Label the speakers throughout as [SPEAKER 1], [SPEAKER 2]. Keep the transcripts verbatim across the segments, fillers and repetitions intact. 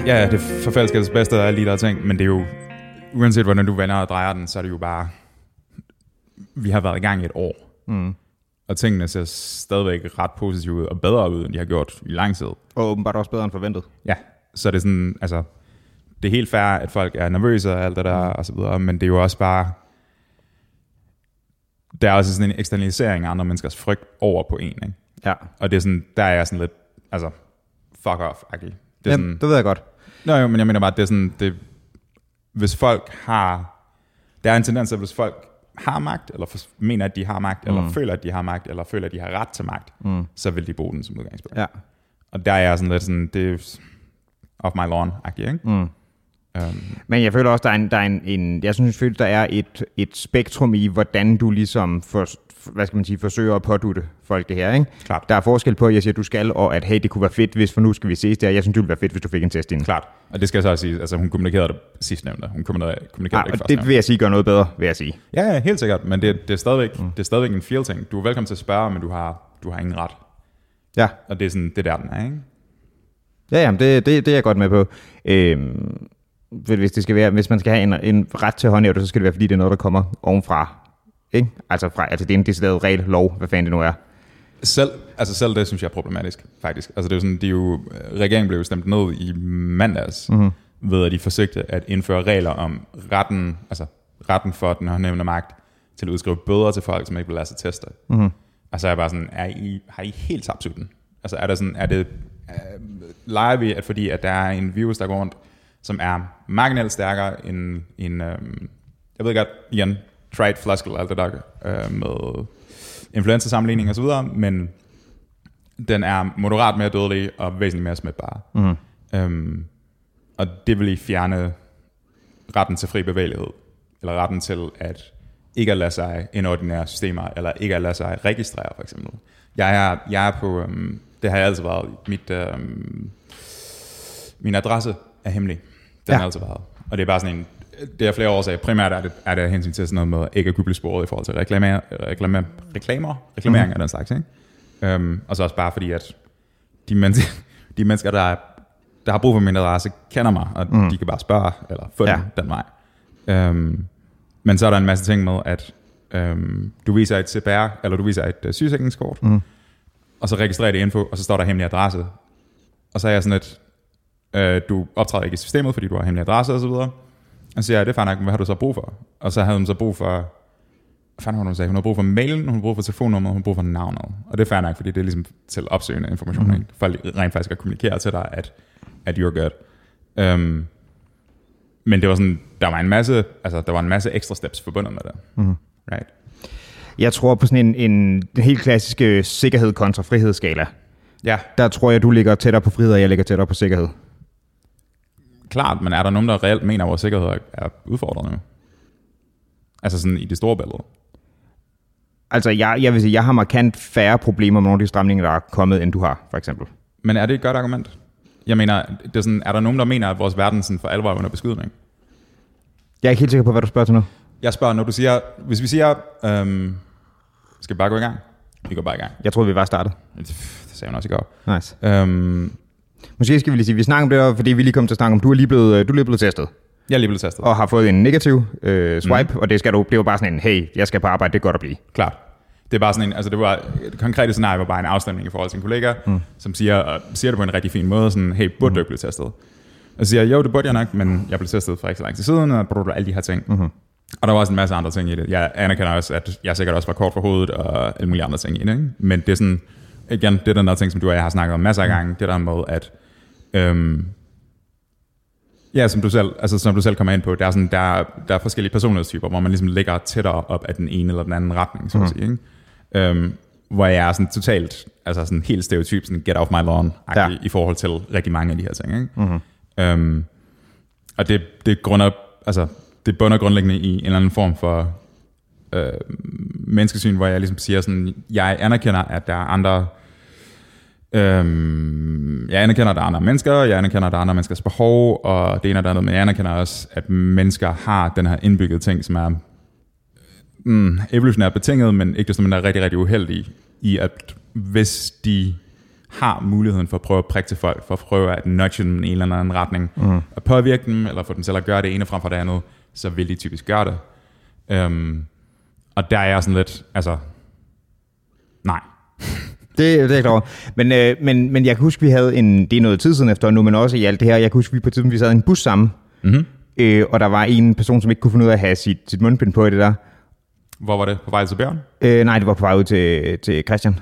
[SPEAKER 1] Ja, det forfalsker det bedste af alle de der ting, men det er jo, uanset hvordan du vender og drejer den, så er det jo bare, vi har været i gang i et år, mm. og tingene ser stadigvæk ret positivt ud, og bedre ud, end de har gjort i lang tid.
[SPEAKER 2] Og åbenbart også bedre end forventet.
[SPEAKER 1] Ja, så det er sådan, altså, det er helt fair, at folk er nervøse og alt det der, og så videre, men det er jo også bare, der er også sådan en eksternalisering af andre menneskers frygt over på en, ikke?
[SPEAKER 2] Ja.
[SPEAKER 1] Og det er sådan, der er jeg sådan lidt, altså, fuck off-agtig. Det,
[SPEAKER 2] Jamen, det ved jeg godt.
[SPEAKER 1] Nå jo, men jeg mener bare, at det er sådan, det, hvis folk har, der er en tendens, at hvis folk har magt, eller for, mener, at de har magt, mm. eller føler, at de har magt, eller føler, at de har ret til magt, mm. så vil de bruge den som udgangspunkt.
[SPEAKER 2] Ja.
[SPEAKER 1] Og der er jeg sådan lidt sådan, det er off my lawn-agtig, ikke? Mm.
[SPEAKER 2] Um. Men jeg føler også, der er en, der er en, en jeg synes selvfølgelig, der er et, et spektrum i, hvordan du ligesom for, hvad skal man sige, forsøger at pådutte folk det her, ikke?
[SPEAKER 1] Klart.
[SPEAKER 2] Der er forskel på, at jeg siger, at du skal, og at hey, det kunne være fedt, hvis for nu skal vi ses der. Jeg synes, det ville være fedt, hvis du fik en test ind.
[SPEAKER 1] Klart. Og det skal jeg så også sige, altså hun kommunikerede det sidstnævnte. Hun kommunikerede, kommunikerede
[SPEAKER 2] ah,
[SPEAKER 1] det ikke først.
[SPEAKER 2] Det vil jeg sige gør noget bedre, vil jeg sige.
[SPEAKER 1] Ja, ja, helt sikkert, men det, det, er stadigvæk, mm. det er stadigvæk en feel-ting. Du er velkommen til at spørge, men du har, du har ingen ret.
[SPEAKER 2] Ja.
[SPEAKER 1] Og det er sådan, det der den er, ikke?
[SPEAKER 2] Ja, jamen, det, det, det er jeg godt med på. Øhm, hvis, det skal være, hvis man skal have en, en ret til håndhæve, så skal det være, fordi det er noget, der kommer ovenfra. Ikke? Altså, fra, altså det er en decideret regel, lov, hvad fanden det nu er.
[SPEAKER 1] Selv, altså selv det synes jeg er problematisk, faktisk. Altså det er jo sådan, de jo, regeringen blev jo stemt ned i mandags, mm-hmm. ved at de forsøgte at indføre regler om retten, altså retten for den håndhævende magt til at udskrive bøder til folk, som ikke vil lade sig teste. Mm-hmm. Og så er jeg bare sådan, er I, har I helt tabt den? Altså er det sådan, er det, øh, leger vi, at fordi at der er en virus, der går rundt, som er marginalt stærkere end en, øh, jeg ved godt, igen, tried floskel og alt det der øh, med influenza-sammenligning og så videre, men den er moderat mere dødelig og væsentligt mere smitbar. Mm. Øhm, og det vil I fjerne retten til fri bevægelighed, eller retten til at ikke at lade sig indordinere systemer, eller ikke at lade sig registrere, for eksempel. Jeg er, jeg er på, øhm, det har jeg altid været, mit, øhm, min adresse er hemmelig. Den ja. har altid været. Og det er bare sådan en, det er flere årsager. Primært er det, er det hensyn til sådan noget med ikke at købe sporet i forhold til reklamer, reklamer, reklamer reklamering mm. af den slags, ikke? Um, og så også bare fordi, at de, mennesker, de mennesker, der, er, der har brug for min adresse, kender mig, og mm. de kan bare spørge, eller få ja. den, den vej. Um, men så er der en masse ting med, at um, du viser et C P R, eller du viser et uh, sygesikringskort, mm. og så registrerer det info, og så står der hemmelig adresse. Og så er jeg sådan lidt, uh, du optræder ikke i systemet, fordi du har hemmelig adresse, og så videre. Og så siger jeg, det er fair nok, hvad har du så brug for? Og så havde hun så brug for, hvad fanden hun sagde, hun havde brug for mailen, hun havde brug for telefonnummeret, hun havde brug for navnet. Og det er fair nok, fordi det er ligesom til opsøgende information, mm-hmm. ikke? For rent faktisk at kommunikere til dig, at, at you're good. Um, men det var sådan, der var en masse, altså der var en masse ekstra steps forbundet med det. Mm-hmm. Right?
[SPEAKER 2] Jeg tror på sådan en, en den helt klassiske sikkerhed kontra frihedsskala.
[SPEAKER 1] Ja.
[SPEAKER 2] Der tror jeg, du ligger tættere på frihed, og jeg ligger tættere på sikkerhed.
[SPEAKER 1] Klart, men er der nogen, der reelt mener, at vores sikkerhed er udfordret nu? Altså sådan i det store billede.
[SPEAKER 2] Altså, jeg, jeg vil sige, jeg har markant færre problemer med nogle af de stramninger, der er kommet, end du har, for eksempel.
[SPEAKER 1] Men er det et godt argument? Jeg mener, det er, sådan, er der nogen, der mener, at vores verden sådan for alvor er under beskydning?
[SPEAKER 2] Jeg er ikke helt sikker på, hvad du spørger til nu.
[SPEAKER 1] Jeg spørger, når du siger, hvis vi siger, øhm, skal vi bare gå i gang? Vi går bare i gang.
[SPEAKER 2] Jeg troede, vi var startet.
[SPEAKER 1] Det sagde hun også i går.
[SPEAKER 2] Nice.
[SPEAKER 1] Øhm,
[SPEAKER 2] Måske skal vi lige sige, vi snakker om det her, fordi vi lige kom til at snakke om, du er lige blevet, du er lige blevet testet.
[SPEAKER 1] Jeg er lige blevet testet.
[SPEAKER 2] Og har fået en negativ øh, swipe, mm. og det skal du, det var bare sådan en, hey, jeg skal på arbejde, det er godt at blive.
[SPEAKER 1] Klart. Det er bare sådan en, altså det var, det konkrete scenarie var bare en afstemning i forhold til en kollega, mm. som siger, siger det på en rigtig fin måde, sådan, hey, burde mm. du ikke blive testet? Og så siger jeg, jo, det burde jeg nok, men jeg blev testet for ikke så lang tid siden, og brugte alle de her ting. Mm-hmm. Og der var også en masse andre ting i det. Jeg anerkender også, at jeg sikkert også var kort for hovedet, og alle mulige andre ting i det, ikke? Men det er sådan, igen, det er den der ting, som du og jeg har snakket om masser af gange, det der med, at Øhm, ja, som du selv, altså som du selv kommer ind på, der er sådan, der, der er forskellige personlighedstyper, hvor man ligesom ligger tættere op af den ene eller den anden retning, så at sige, ikke? Øhm, hvor jeg er sådan totalt, altså sådan helt stereotyp, sådan get off my lawn, ja. i forhold til rigtig mange af de her ting, ikke? Mm-hmm. Øhm, og det, det grunder, altså det bunder grundlæggende i en eller anden form for øh, menneskesyn, hvor jeg ligesom siger sådan, jeg anerkender, at der er andre Øhm, jeg anerkender, at der er andre mennesker, jeg anerkender, at der er andre menneskers behov, og det ene og det andet, men jeg anerkender også, at mennesker har den her indbyggede ting, som er mm, evolutionært betinget, men ikke desto mindre rigtig, rigtig uheldige, i at hvis de har muligheden for at prøve at prikke til folk, for at prøve at nudge dem i en eller anden retning, mm. at påvirke dem, eller få dem til at gøre det ene frem for det andet, så vil de typisk gøre det. Um, og der er jeg sådan lidt, altså, nej.
[SPEAKER 2] Det, det er klart. Men, øh, men, men jeg kan huske, vi havde en, det er noget tid siden efter nu, men også i alt det her, jeg kan huske, vi på et tidspunkt, vi sad i en bus sammen, mm-hmm. øh, og der var en person, som ikke kunne finde ud af at have sit, sit mundbind på i det der.
[SPEAKER 1] Hvor var det? På vej til Bjørn?
[SPEAKER 2] Øh, nej, det var på vej ud til, til Christian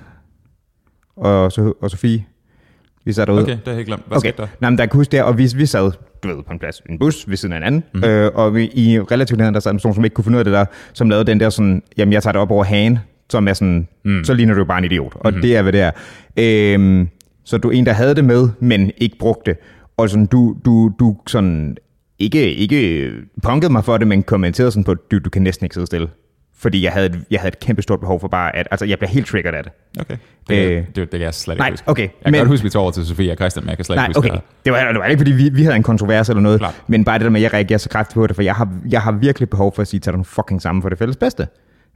[SPEAKER 2] og, og Sofie. Vi sad derude.
[SPEAKER 1] Okay, det har jeg helt glemt. Hvad
[SPEAKER 2] okay.
[SPEAKER 1] skete der?
[SPEAKER 2] Nej, men der kan huske det, og vi, vi sad du ved, på en plads, en bus ved siden af en anden, mm-hmm. øh, og vi, i relativt nærheden, der sad en person, som ikke kunne finde ud af det der, som lavede den der sådan, jamen jeg tager det op over hagen, som er sådan, mm. så ligner du jo bare en idiot, og mm-hmm. det er, hvad det er. Øhm, så du er en, der havde det med, men ikke brugte det, og sådan, du, du, du sådan, ikke, ikke punkede mig for det, men kommenterede sådan på, du, du kan næsten ikke sidde stille. Fordi jeg havde, et, jeg havde et kæmpe stort behov for bare, at altså, jeg bliver helt triggered af det.
[SPEAKER 1] Okay. Det, øh, det, det kan jeg slet ikke
[SPEAKER 2] nej,
[SPEAKER 1] huske.
[SPEAKER 2] Okay,
[SPEAKER 1] jeg kan men, godt huske, vi tog over til Sofie og Christian, men jeg kan slet
[SPEAKER 2] nej,
[SPEAKER 1] ikke huske
[SPEAKER 2] okay. det. Var, det var ikke, fordi vi, vi havde en kontrovers eller noget,
[SPEAKER 1] Klart.
[SPEAKER 2] Men bare det der med, at jeg reagerer så kraftigt på det, for jeg har, jeg har virkelig behov for at sige, tag dig fucking sammen for det fælles bedste.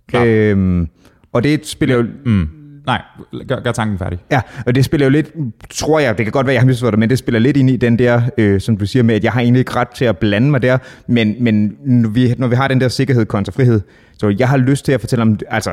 [SPEAKER 2] Øhm, og det spiller jo...
[SPEAKER 1] Mm. Nej, gør, gør tanken færdig.
[SPEAKER 2] Ja, og det spiller jo lidt, tror jeg, det kan godt være, jeg har misforstået det, men det spiller lidt ind i den der, øh, som du siger med, at jeg har egentlig ikke ret til at blande mig der, men, men når, vi, når vi har den der sikkerhed kontra frihed, så jeg har lyst til at fortælle om, altså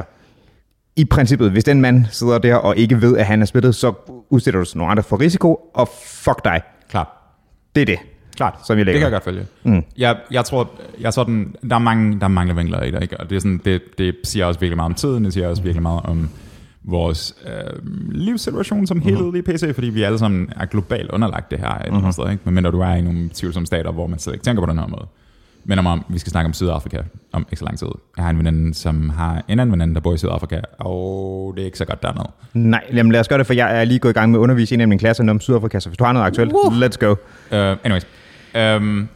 [SPEAKER 2] i princippet, hvis den mand sidder der og ikke ved, at han er smittet, så udsætter du nogle andre for risiko, og fuck dig.
[SPEAKER 1] Klart.
[SPEAKER 2] Det er det.
[SPEAKER 1] Klart,
[SPEAKER 2] som jeg
[SPEAKER 1] det kan jeg godt følge. Mm. Jeg, jeg tror, jeg tror den, der er mange, der mangler vinkler i det, ikke? Og det, er sådan, det, det siger også virkelig meget om tiden, det siger også virkelig meget om vores øh, livssituation som helhed mm-hmm. i P C, fordi vi alle sammen er globalt underlagt det her et mm-hmm. sted, ikke? Men mindre du er i nogle tvivlsomme stater, hvor man slet ikke tænker på den her måde. Men om vi skal snakke om Sydafrika om ikke så lang tid. Jeg har en veninde, som har en anden veninde, der bor i Sydafrika, og det er ikke så godt dernede. Nej,
[SPEAKER 2] jamen lad os gøre det, for jeg er lige gået i gang med at undervise i en af mine klasser om Sydafrika, så hvis du har noget aktuelt, uh. let's go.
[SPEAKER 1] Uh, anyways. Um,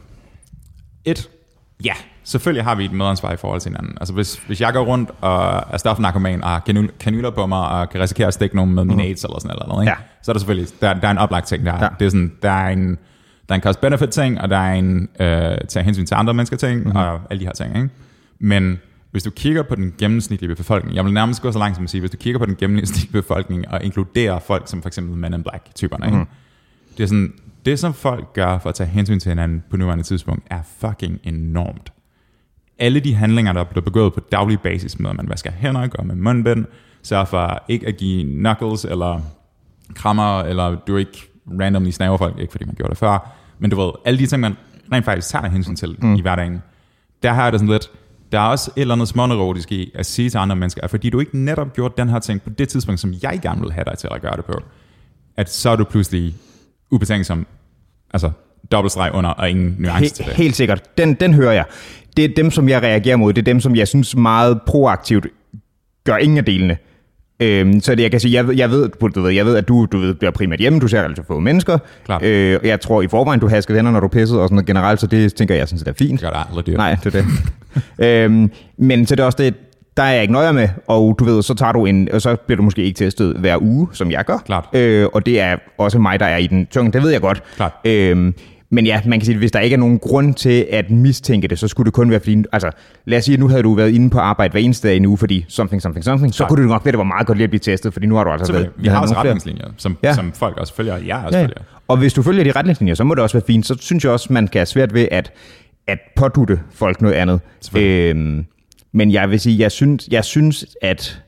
[SPEAKER 1] et, ja, yeah. Selvfølgelig har vi et medansvar i forhold til hinanden. Altså hvis, hvis jeg går rundt og er stofnarkoman og har kanyler på mig og kan risikere at stikke nogen med mine AIDS eller sådan noget, ikke? Ja. Så er der selvfølgelig, der, der er en oplagt ting der. Ja. Det er sådan, der er en, der er en cost-benefit ting, og der er en øh, tage hensyn til andre mennesker ting, mm-hmm. og alle de her ting, ikke? Men hvis du kigger på den gennemsnitlige befolkning, jeg vil nærmest gå så langt som at sige, hvis du kigger på den gennemsnitlige befolkning og inkluderer folk som for eksempel Men in Black-typerne, ikke? Mm-hmm. Det er sådan, det som folk gør for at tage hensyn til hinanden på nuværende tidspunkt, er fucking enormt. Alle de handlinger, der bliver begået på daglig basis med, at man vasker hænder, går med mundbind, sørger for ikke at give knuckles eller krammer, eller du ikke randomly snaver folk, ikke fordi man gjorde det før, men du ved, alle de ting, man rent faktisk tager hensyn til mm. i hverdagen, der har jeg det sådan lidt, der er også et eller andet småneurotisk i at sige til andre mennesker, at fordi du ikke netop gjorde den her ting på det tidspunkt, som jeg gerne vil have dig til at gøre det på, at så er du pludselig ubetinget som, altså dobbeltstreg under og ingen nuance He- til det.
[SPEAKER 2] Helt sikkert. Den, den hører jeg. Det er dem, som jeg reagerer mod. Det er dem, som jeg synes meget proaktivt gør ingen af delene. Øhm, så det, jeg kan sige, jeg ved, jeg ved, du ved, jeg ved at du, du ved, bliver primært hjemme, du ser relativt få mennesker. Øh, jeg tror i forvejen, du hasker venner, når du pisser og sådan noget generelt, så det tænker jeg synes, det er fint.
[SPEAKER 1] Det gør det aldrig dyrt.
[SPEAKER 2] Nej, det er det. øhm, men så det er også det, der er jeg ikke nøjer med, og du ved, så tager du en, og så bliver du måske ikke testet hver uge, som jeg gør.
[SPEAKER 1] Klart.
[SPEAKER 2] Øh, og det er også mig, der er i den tunge, det ved jeg godt.
[SPEAKER 1] Klart.
[SPEAKER 2] Øhm, Men ja, man kan sige, at hvis der ikke er nogen grund til at mistænke det, så skulle det kun være fordi, altså lad os sige, at nu havde du været inde på arbejde hver eneste dag i en uge, fordi something, something, something, så kunne det nok være, at det var meget godt lige at blive testet, fordi nu har du altså været...
[SPEAKER 1] Vi har også retningslinjer, som, ja. som folk også følger, og jeg også ja. følger.
[SPEAKER 2] Og hvis du følger de retningslinjer, så må det også være fint. Så synes jeg også, man kan have svært ved at, at pådutte folk noget andet. Øhm, men jeg vil sige, jeg synes, jeg synes at...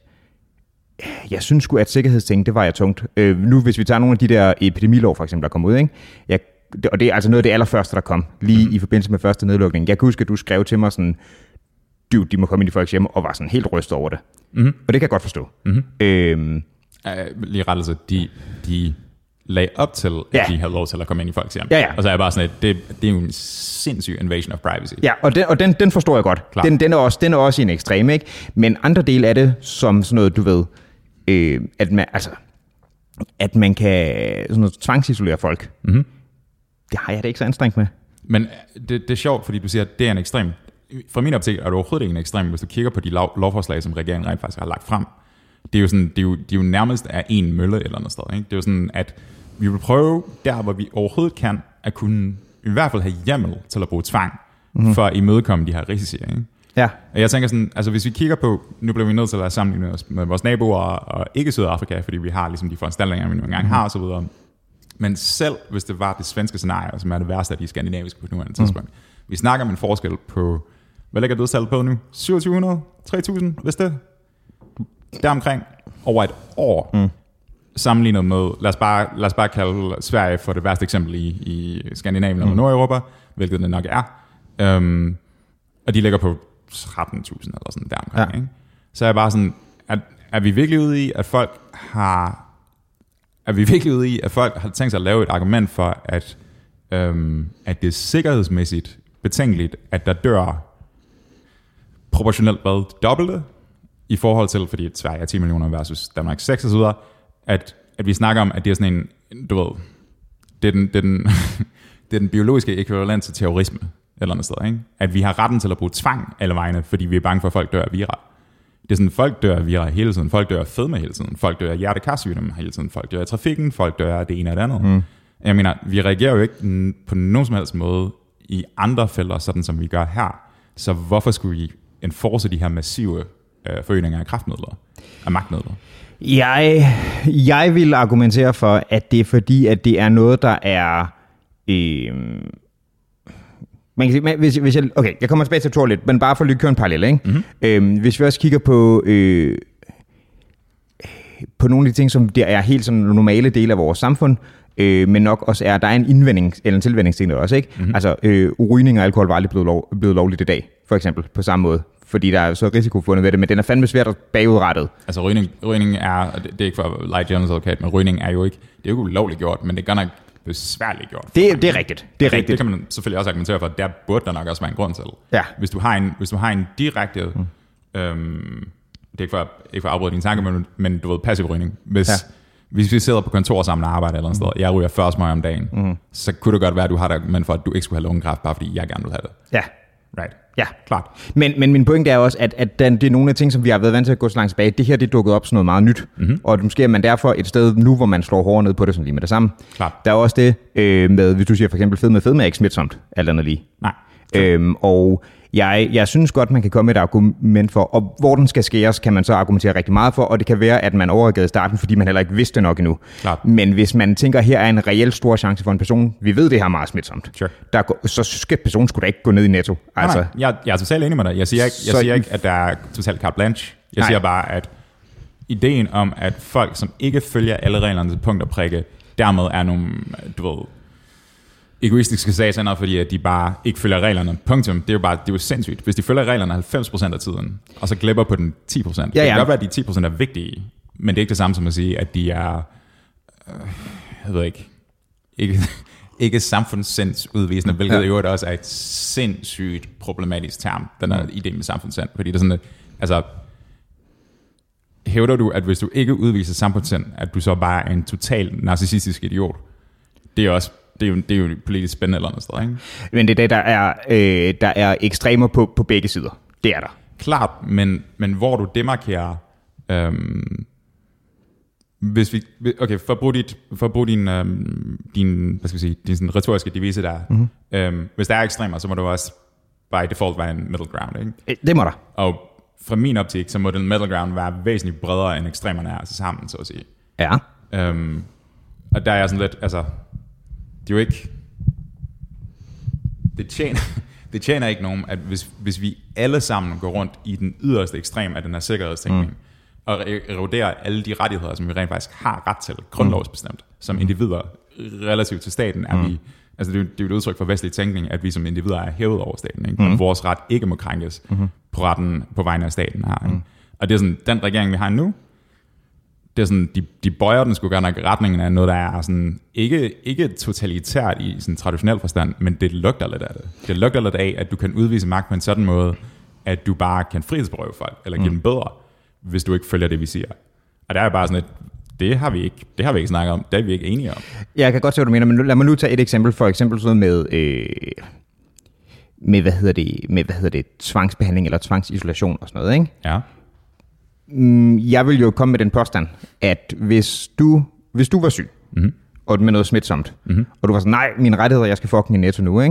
[SPEAKER 2] Jeg synes sgu, at sikkerhedsting, det var jeg tungt. Øh, nu hvis vi tager nogle af de der epidemilov, for eksempel, der kom ud, ikke? Jeg og det er altså noget af det allerførste, der kom, lige mm. i forbindelse med første nedlukning. Jeg kan huske, at du skrev til mig sådan, dude, de må komme ind i folks hjem, og var sådan helt rystet over det. Mm-hmm. Og det kan jeg godt forstå. Mm-hmm. Øhm,
[SPEAKER 1] uh, lige rettelse, de, de lagde op til, at ja. de havde lov til at komme ind i folks hjem.
[SPEAKER 2] Ja, ja.
[SPEAKER 1] Og så er jeg bare sådan, at det, det er jo en sindssyg invasion of privacy.
[SPEAKER 2] Ja, og den, og den, den forstår jeg godt. Den, den, er også, den er også en ekstrem, ikke? Men andre del af det, som sådan noget, du ved, øh, at, man, altså, at man kan sådan noget, tvangsisolere folk. Mm-hmm. Det har jeg da ikke så anstrengt med.
[SPEAKER 1] Men det, det er sjovt, fordi du siger, at det er en ekstrem. Fra min optik er det overhovedet ikke en ekstrem, hvis du kigger på de lov, lovforslag, som regeringen rent faktisk har lagt frem. Det er jo, sådan, det er jo, det er jo nærmest af en mølle eller andet sted. Ikke? Det er jo sådan, at vi vil prøve, der hvor vi overhovedet kan, at kunne i hvert fald have hjemmel til at bruge tvang, mm-hmm. for at imødekomme de her risici. Ikke? Ja. Jeg tænker sådan, altså hvis vi kigger på, nu bliver vi nødt til at lade sammenligne os med vores naboer og ikke Sydafrika, fordi vi har ligesom de foranstaltninger, vi nu engang har og så videre. Men selv hvis det var det svenske scenarie, som er det værste af de skandinaviske på nuværende tidspunkt. Mm. Vi snakker om en forskel på, hvad ligger dødstallet på nu? syvogtyve hundrede? tre tusind? Hvis det? Deromkring over et år. Mm. Sammenlignet med, lad os, bare, lad os bare kalde Sverige for det værste eksempel i, i Skandinavien mm. eller Nordeuropa, hvilket det nok er. Um, og de ligger på tretten tusind eller sådan deromkring. Ja. Ikke? Så er jeg bare sådan, er, er vi virkelig ude i, at folk har... Er vi virkelig ude i, at folk har tænkt sig at lave et argument for, at, øhm, at det er sikkerhedsmæssigt betænkeligt, at der dør proportionelt hvad dobbelte i forhold til, fordi Sverige er ti millioner versus Danmark seks og så videre, at, at vi snakker om, at det er sådan en, du ved, det er den, det er den, det er den biologiske ekvivalent til terrorisme et eller andet sted, ikke? At vi har retten til at bruge tvang alle vegne, fordi vi er bange for, at folk dør af vira. Det er sådan, folk dør af vira hele tiden, folk dør af fedme hele tiden, folk dør af hjerte-karsygdomme hele tiden, folk dør af trafikken, folk dør af det ene og det andet. Mm. Jeg mener, vi reagerer jo ikke på nogen som helst måde i andre felter, sådan som vi gør her. Så hvorfor skulle vi enforce de her massive øh, forøgninger af kraftmidler, af magtmidler?
[SPEAKER 2] Jeg, jeg vil argumentere for, at det er fordi, at det er noget, der er... Øh, man kan sige, hvis, hvis jeg, okay, jeg kommer tilbage til Thor lidt, men bare for at lige køre en parallel, ikke? Mm-hmm. Øhm, hvis vi også kigger på, øh, på nogle af de ting, som der er helt sådan normale dele af vores samfund, øh, men nok også er, der er en indvending, eller en tilvændingsting også, ikke? Mm-hmm. Altså, øh, rygning og alkohol var aldrig blevet, lov, blevet lovligt i dag, for eksempel, på samme måde. Fordi der er så risikofundet ved det, men den er fandme svært at bagudrettet.
[SPEAKER 1] Altså rygning, rygning er, det er ikke for Light Journals advokat, men rygning er jo ikke, det er jo ikke ulovligt gjort, men det gør nok besværligt gjort.
[SPEAKER 2] Det, det er rigtigt. Det er
[SPEAKER 1] det,
[SPEAKER 2] rigtigt.
[SPEAKER 1] Det kan man selvfølgelig også argumentere for, at der burde der nok også være en grund til.
[SPEAKER 2] Ja.
[SPEAKER 1] Hvis du har en, hvis du har en direkte, mm. øhm, det er ikke for, ikke for at afbryde dine tanker, men, men du ved, passiv rygning. Hvis, ja. hvis vi sidder på kontor sammen og arbejder et eller andet sted, jeg ryger fyrre smøger om dagen, mm. så kunne det godt være, at du har det, men for at du ikke skulle have lungekræft, bare fordi jeg gerne vil have det.
[SPEAKER 2] Ja.
[SPEAKER 1] Right.
[SPEAKER 2] Ja,
[SPEAKER 1] klart.
[SPEAKER 2] Men, men min pointe er også, at, at den, det er nogle af de ting, som vi har været vant til at gå så langt tilbage. Det her, det er dukket op sådan noget meget nyt. Mm-hmm. Og måske er man derfor et sted nu, hvor man slår hårdere ned på det, sådan lige med det samme.
[SPEAKER 1] Klart.
[SPEAKER 2] Der er også det øh, med, hvis du siger for eksempel fedme, fedme er ikke smitsomt, alt andet lige.
[SPEAKER 1] Nej.
[SPEAKER 2] Øhm, og jeg, jeg synes godt, man kan komme med et argument for, og hvor den skal skæres, kan man så argumentere rigtig meget for, og det kan være, at man overreagerede i starten, fordi man heller ikke vidste det nok endnu.
[SPEAKER 1] Klart.
[SPEAKER 2] Men hvis man tænker, her er en reelt stor chance for en person, vi ved, det her er meget smitsomt,
[SPEAKER 1] sure.
[SPEAKER 2] der, så skal personen sgu da ikke gå ned i Netto. Altså.
[SPEAKER 1] Nej, jeg, jeg er totalt enig med dig. Jeg siger ikke, jeg siger ikke at der er totalt carte blanche. Jeg nej. siger bare, at ideen om, at folk, som ikke følger alle reglerne til punkt og prikke, dermed er nogle, du ved, egoistiske sataner, fordi at de bare ikke følger reglerne. Punktum. Det er jo bare, det er jo sindssygt. Hvis de følger reglerne halvfems procent af tiden, og så glipper på den ti procent. Ja, ja. Det kan godt være, at de ti procent er vigtige, men det er ikke det samme som at sige, at de er, øh, jeg ved ikke, ikke, ikke samfundssindsudvisende, hvilket ja. jo også er et sindssygt problematisk term, den er idé med samfundssind. Fordi det er sådan, at, altså, hævder du, at hvis du ikke udviser samfundssind, at du så bare er en total narcissistisk idiot? Det er også Det er, jo, det er jo politisk spændende eller andet sted, ikke?
[SPEAKER 2] Men det er det, der er, øh, der er ekstremer på, på begge sider. Det er der.
[SPEAKER 1] Klart, men, men hvor du demarkerer... Øhm, hvis vi, okay, for at bruge, dit, for at bruge din, øhm, din, hvad skal vi sige, din sådan retoriske devise der. Mm-hmm. Øhm, hvis der er ekstremer, så må du også by default være en middle ground, ikke?
[SPEAKER 2] Det må der.
[SPEAKER 1] Og fra min optik, så må den middle ground være væsentligt bredere, end ekstremerne er altså sammen, så at sige.
[SPEAKER 2] Ja.
[SPEAKER 1] Øhm, og der er jeg sådan lidt, altså... Det er jo ikke... Det tjener, det tjener ikke nogen, at hvis, hvis vi alle sammen går rundt i den yderste ekstrem af den her sikkerhedstænkning, mm. og eroderer alle de rettigheder, som vi rent faktisk har ret til, grundlovsbestemt, mm. som individer relativt til staten, er mm. vi... Altså det er, jo, det er jo et udtryk for vestlig tænkning, at vi som individer er hævet over staten, ikke? Mm. Og vores ret ikke må krænkes mm. på retten på vegne af staten her. Mm. Og det er sådan, den regering, vi har nu, det er sådan, de, de bøjer den sgu gerne nok retningen af noget, der er sådan, ikke, ikke totalitært i sådan traditionel forstand, men det lugter lidt af det. Det lugter lidt af, at du kan udvise magt på en sådan måde, at du bare kan frihedsberøve folk, eller give mm. dem bedre, hvis du ikke følger det, vi siger. Og der er bare sådan et, det har vi ikke, det har vi ikke snakket om, det er vi ikke enige om.
[SPEAKER 2] Jeg kan godt se, hvad du mener, men lad mig nu tage et eksempel, for eksempel sådan med, øh, med, hvad hedder det, med, hvad hedder det, tvangsbehandling eller tvangsisolation og sådan noget, ikke?
[SPEAKER 1] Ja.
[SPEAKER 2] Jeg vil jo komme med den påstand, at hvis du, hvis du var syg, mm-hmm. og med noget smitsomt, mm-hmm. og du var sådan, nej, mine rettigheder, jeg skal fucking i Netto nu, ikke?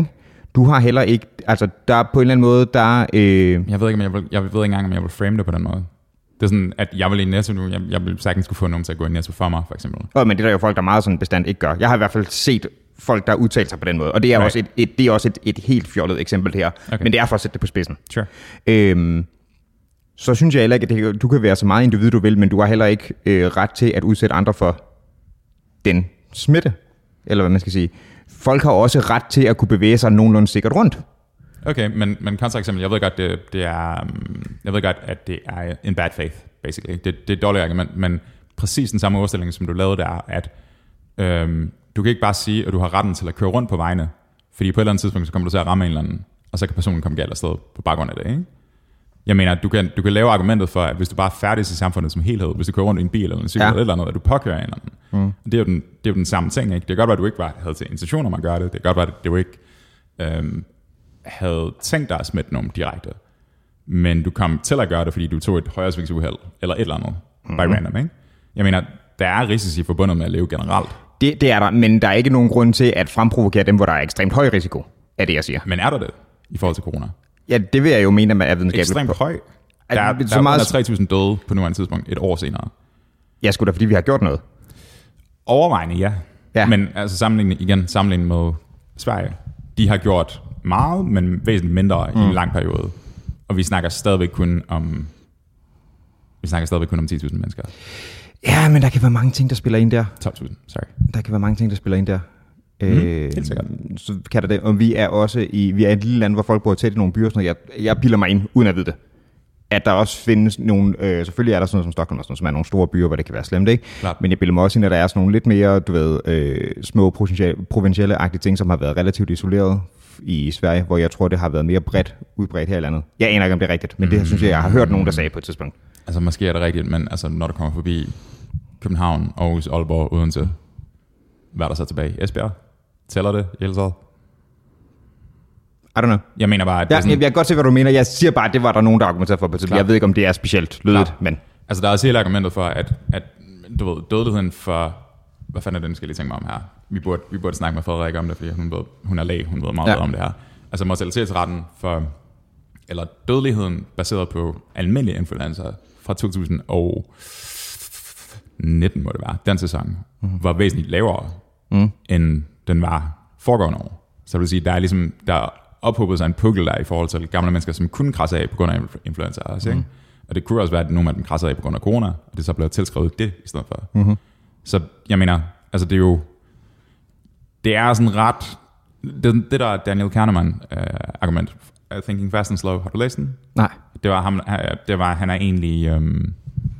[SPEAKER 2] Du har heller ikke, altså der er på en eller anden måde, der... Øh...
[SPEAKER 1] Jeg ved ikke, om jeg, vil, jeg ved ikke engang, om jeg vil frame det på den måde. Det er sådan, at jeg vil i Netto nu, jeg, jeg vil sagtens kunne få nogen til at gå i Netto for mig, for eksempel.
[SPEAKER 2] Oh, men det er der jo folk, der meget sådan bestandt ikke gør. Jeg har i hvert fald set folk, der udtaler sig på den måde, og det er
[SPEAKER 1] right.
[SPEAKER 2] også, et, et, det er også et, et helt fjollet eksempel her, okay. Men det er for at sætte det på spidsen.
[SPEAKER 1] Sure.
[SPEAKER 2] Øhm, så synes jeg heller ikke, at det, du kan være så meget individ, du vil, men du har heller ikke øh, ret til at udsætte andre for den smitte, eller hvad man skal sige. Folk har også ret til at kunne bevæge sig nogenlunde sikkert rundt.
[SPEAKER 1] Okay, men, men kontraeksempel, jeg ved godt, det, det er, jeg ved godt, at det er in bad faith, basically. Det, det er et dårligt argument, men præcis den samme udstilling, som du lavede der, at øhm, du kan ikke bare sige, at du har retten til at køre rundt på vejene, fordi på et eller andet tidspunkt, så kommer du til at ramme en eller anden, og så kan personen komme galt afsted på baggrund af det, ikke? Jeg mener, du kan, du kan lave argumentet for, at hvis du bare er færdig i samfundet som helhed, hvis du kører rundt i en bil eller en cykel ja. eller noget, at du påkører en eller anden. Mm. Det, er jo den, det er jo den samme ting, ikke? Det kan godt være, at du ikke bare havde til intention om at gøre det. Det kan godt være, at du ikke øhm, havde tænkt dig at smitte nogen direkte. Men du kom til at gøre det, fordi du tog et højresvingsuheld eller et eller andet. Mm. By random, ikke? Jeg mener, der er risici forbundet med at leve generelt. Det,
[SPEAKER 2] det er der, men der er ikke nogen grund til at fremprovokere dem, hvor der er ekstremt høj risiko, er det, jeg siger.
[SPEAKER 1] Men er der det i forhold til corona?
[SPEAKER 2] Ja, det vil jeg jo mene, at er videnskabeligt.
[SPEAKER 1] Ekstremt høj. Der er, der er meget... tre tusind døde på nuværende tidspunkt, et år senere.
[SPEAKER 2] Ja, sgu da, fordi vi har gjort noget.
[SPEAKER 1] Overvejende, ja. ja. Men altså sammenlignet, igen, sammenlignet med Sverige. De har gjort meget, men væsentligt mindre mm. i en lang periode. Og vi snakker stadigvæk kun om... Vi snakker stadigvæk kun om ti tusind mennesker.
[SPEAKER 2] Ja, men der kan være mange ting, der spiller ind der.
[SPEAKER 1] tolv tusind, sorry.
[SPEAKER 2] Der kan være mange ting, der spiller ind der.
[SPEAKER 1] Mm, øh, helt sikkert.
[SPEAKER 2] Så kan der det. Og vi er også i, vi er et lille land, hvor folk bor tæt i nogle byer. Sådan noget. Jeg, jeg bilder mig ind, uden at vide det. At der også findes nogle, øh, selvfølgelig er der sådan noget som Stockholm og sådan noget, som er nogle store byer, hvor det kan være slemt, ikke?
[SPEAKER 1] Klart.
[SPEAKER 2] Men jeg bilder mig også ind, at der er sådan nogle lidt mere, du ved, øh, små provincielle-agtige ting, som har været relativt isoleret i Sverige, hvor jeg tror, det har været mere bredt udbredt her i landet. Jeg aner ikke, om det er rigtigt, men det synes jeg, jeg har hørt nogen, der sagde på et tidspunkt.
[SPEAKER 1] Altså måske er det rigtigt, men altså, når du kommer forbi København, Aarhus, Aalborg, Odense, hvad er der så tilbage? Esbjerg? Tæller det i hele taget?
[SPEAKER 2] I don't know.
[SPEAKER 1] Jeg mener bare, at
[SPEAKER 2] ja,
[SPEAKER 1] det er sådan...
[SPEAKER 2] Jeg kan godt se, hvad du mener. Jeg siger bare, at det var der nogen, der argumenterede for. Klar. Jeg ved ikke, om det er specielt lødigt, men...
[SPEAKER 1] Altså, der er også hele argumentet for, at, at du ved, dødeligheden for... Hvad fanden er den, skal jeg lige tænke mig om her? Vi burde, vi burde snakke med Frederik om det, fordi hun, ved, hun er læge, hun ved meget ja. om det her. Altså, mortalitetsraten for... Eller dødeligheden baseret på almindelige influenza fra to tusind nitten, må det være, den sæson, mm-hmm. var væsentligt lavere, mm. end den var foregående år. Så det vil sige, der er ligesom... Der ophobet sig en pukkel der i forhold til gamle mennesker, som kunne krasse af på grund af influenza. Altså, mm. Og det kunne også være, at nogle af dem krasser af på grund af corona, og det så blev tilskrevet det i stedet for. Mm-hmm. Så jeg mener, altså det er jo, det er sådan ret, det, det der Daniel Kahneman uh, argument, uh, Thinking Fast and Slow, har du læst den?
[SPEAKER 2] Nej.
[SPEAKER 1] Det var ham, det var, han er egentlig, um,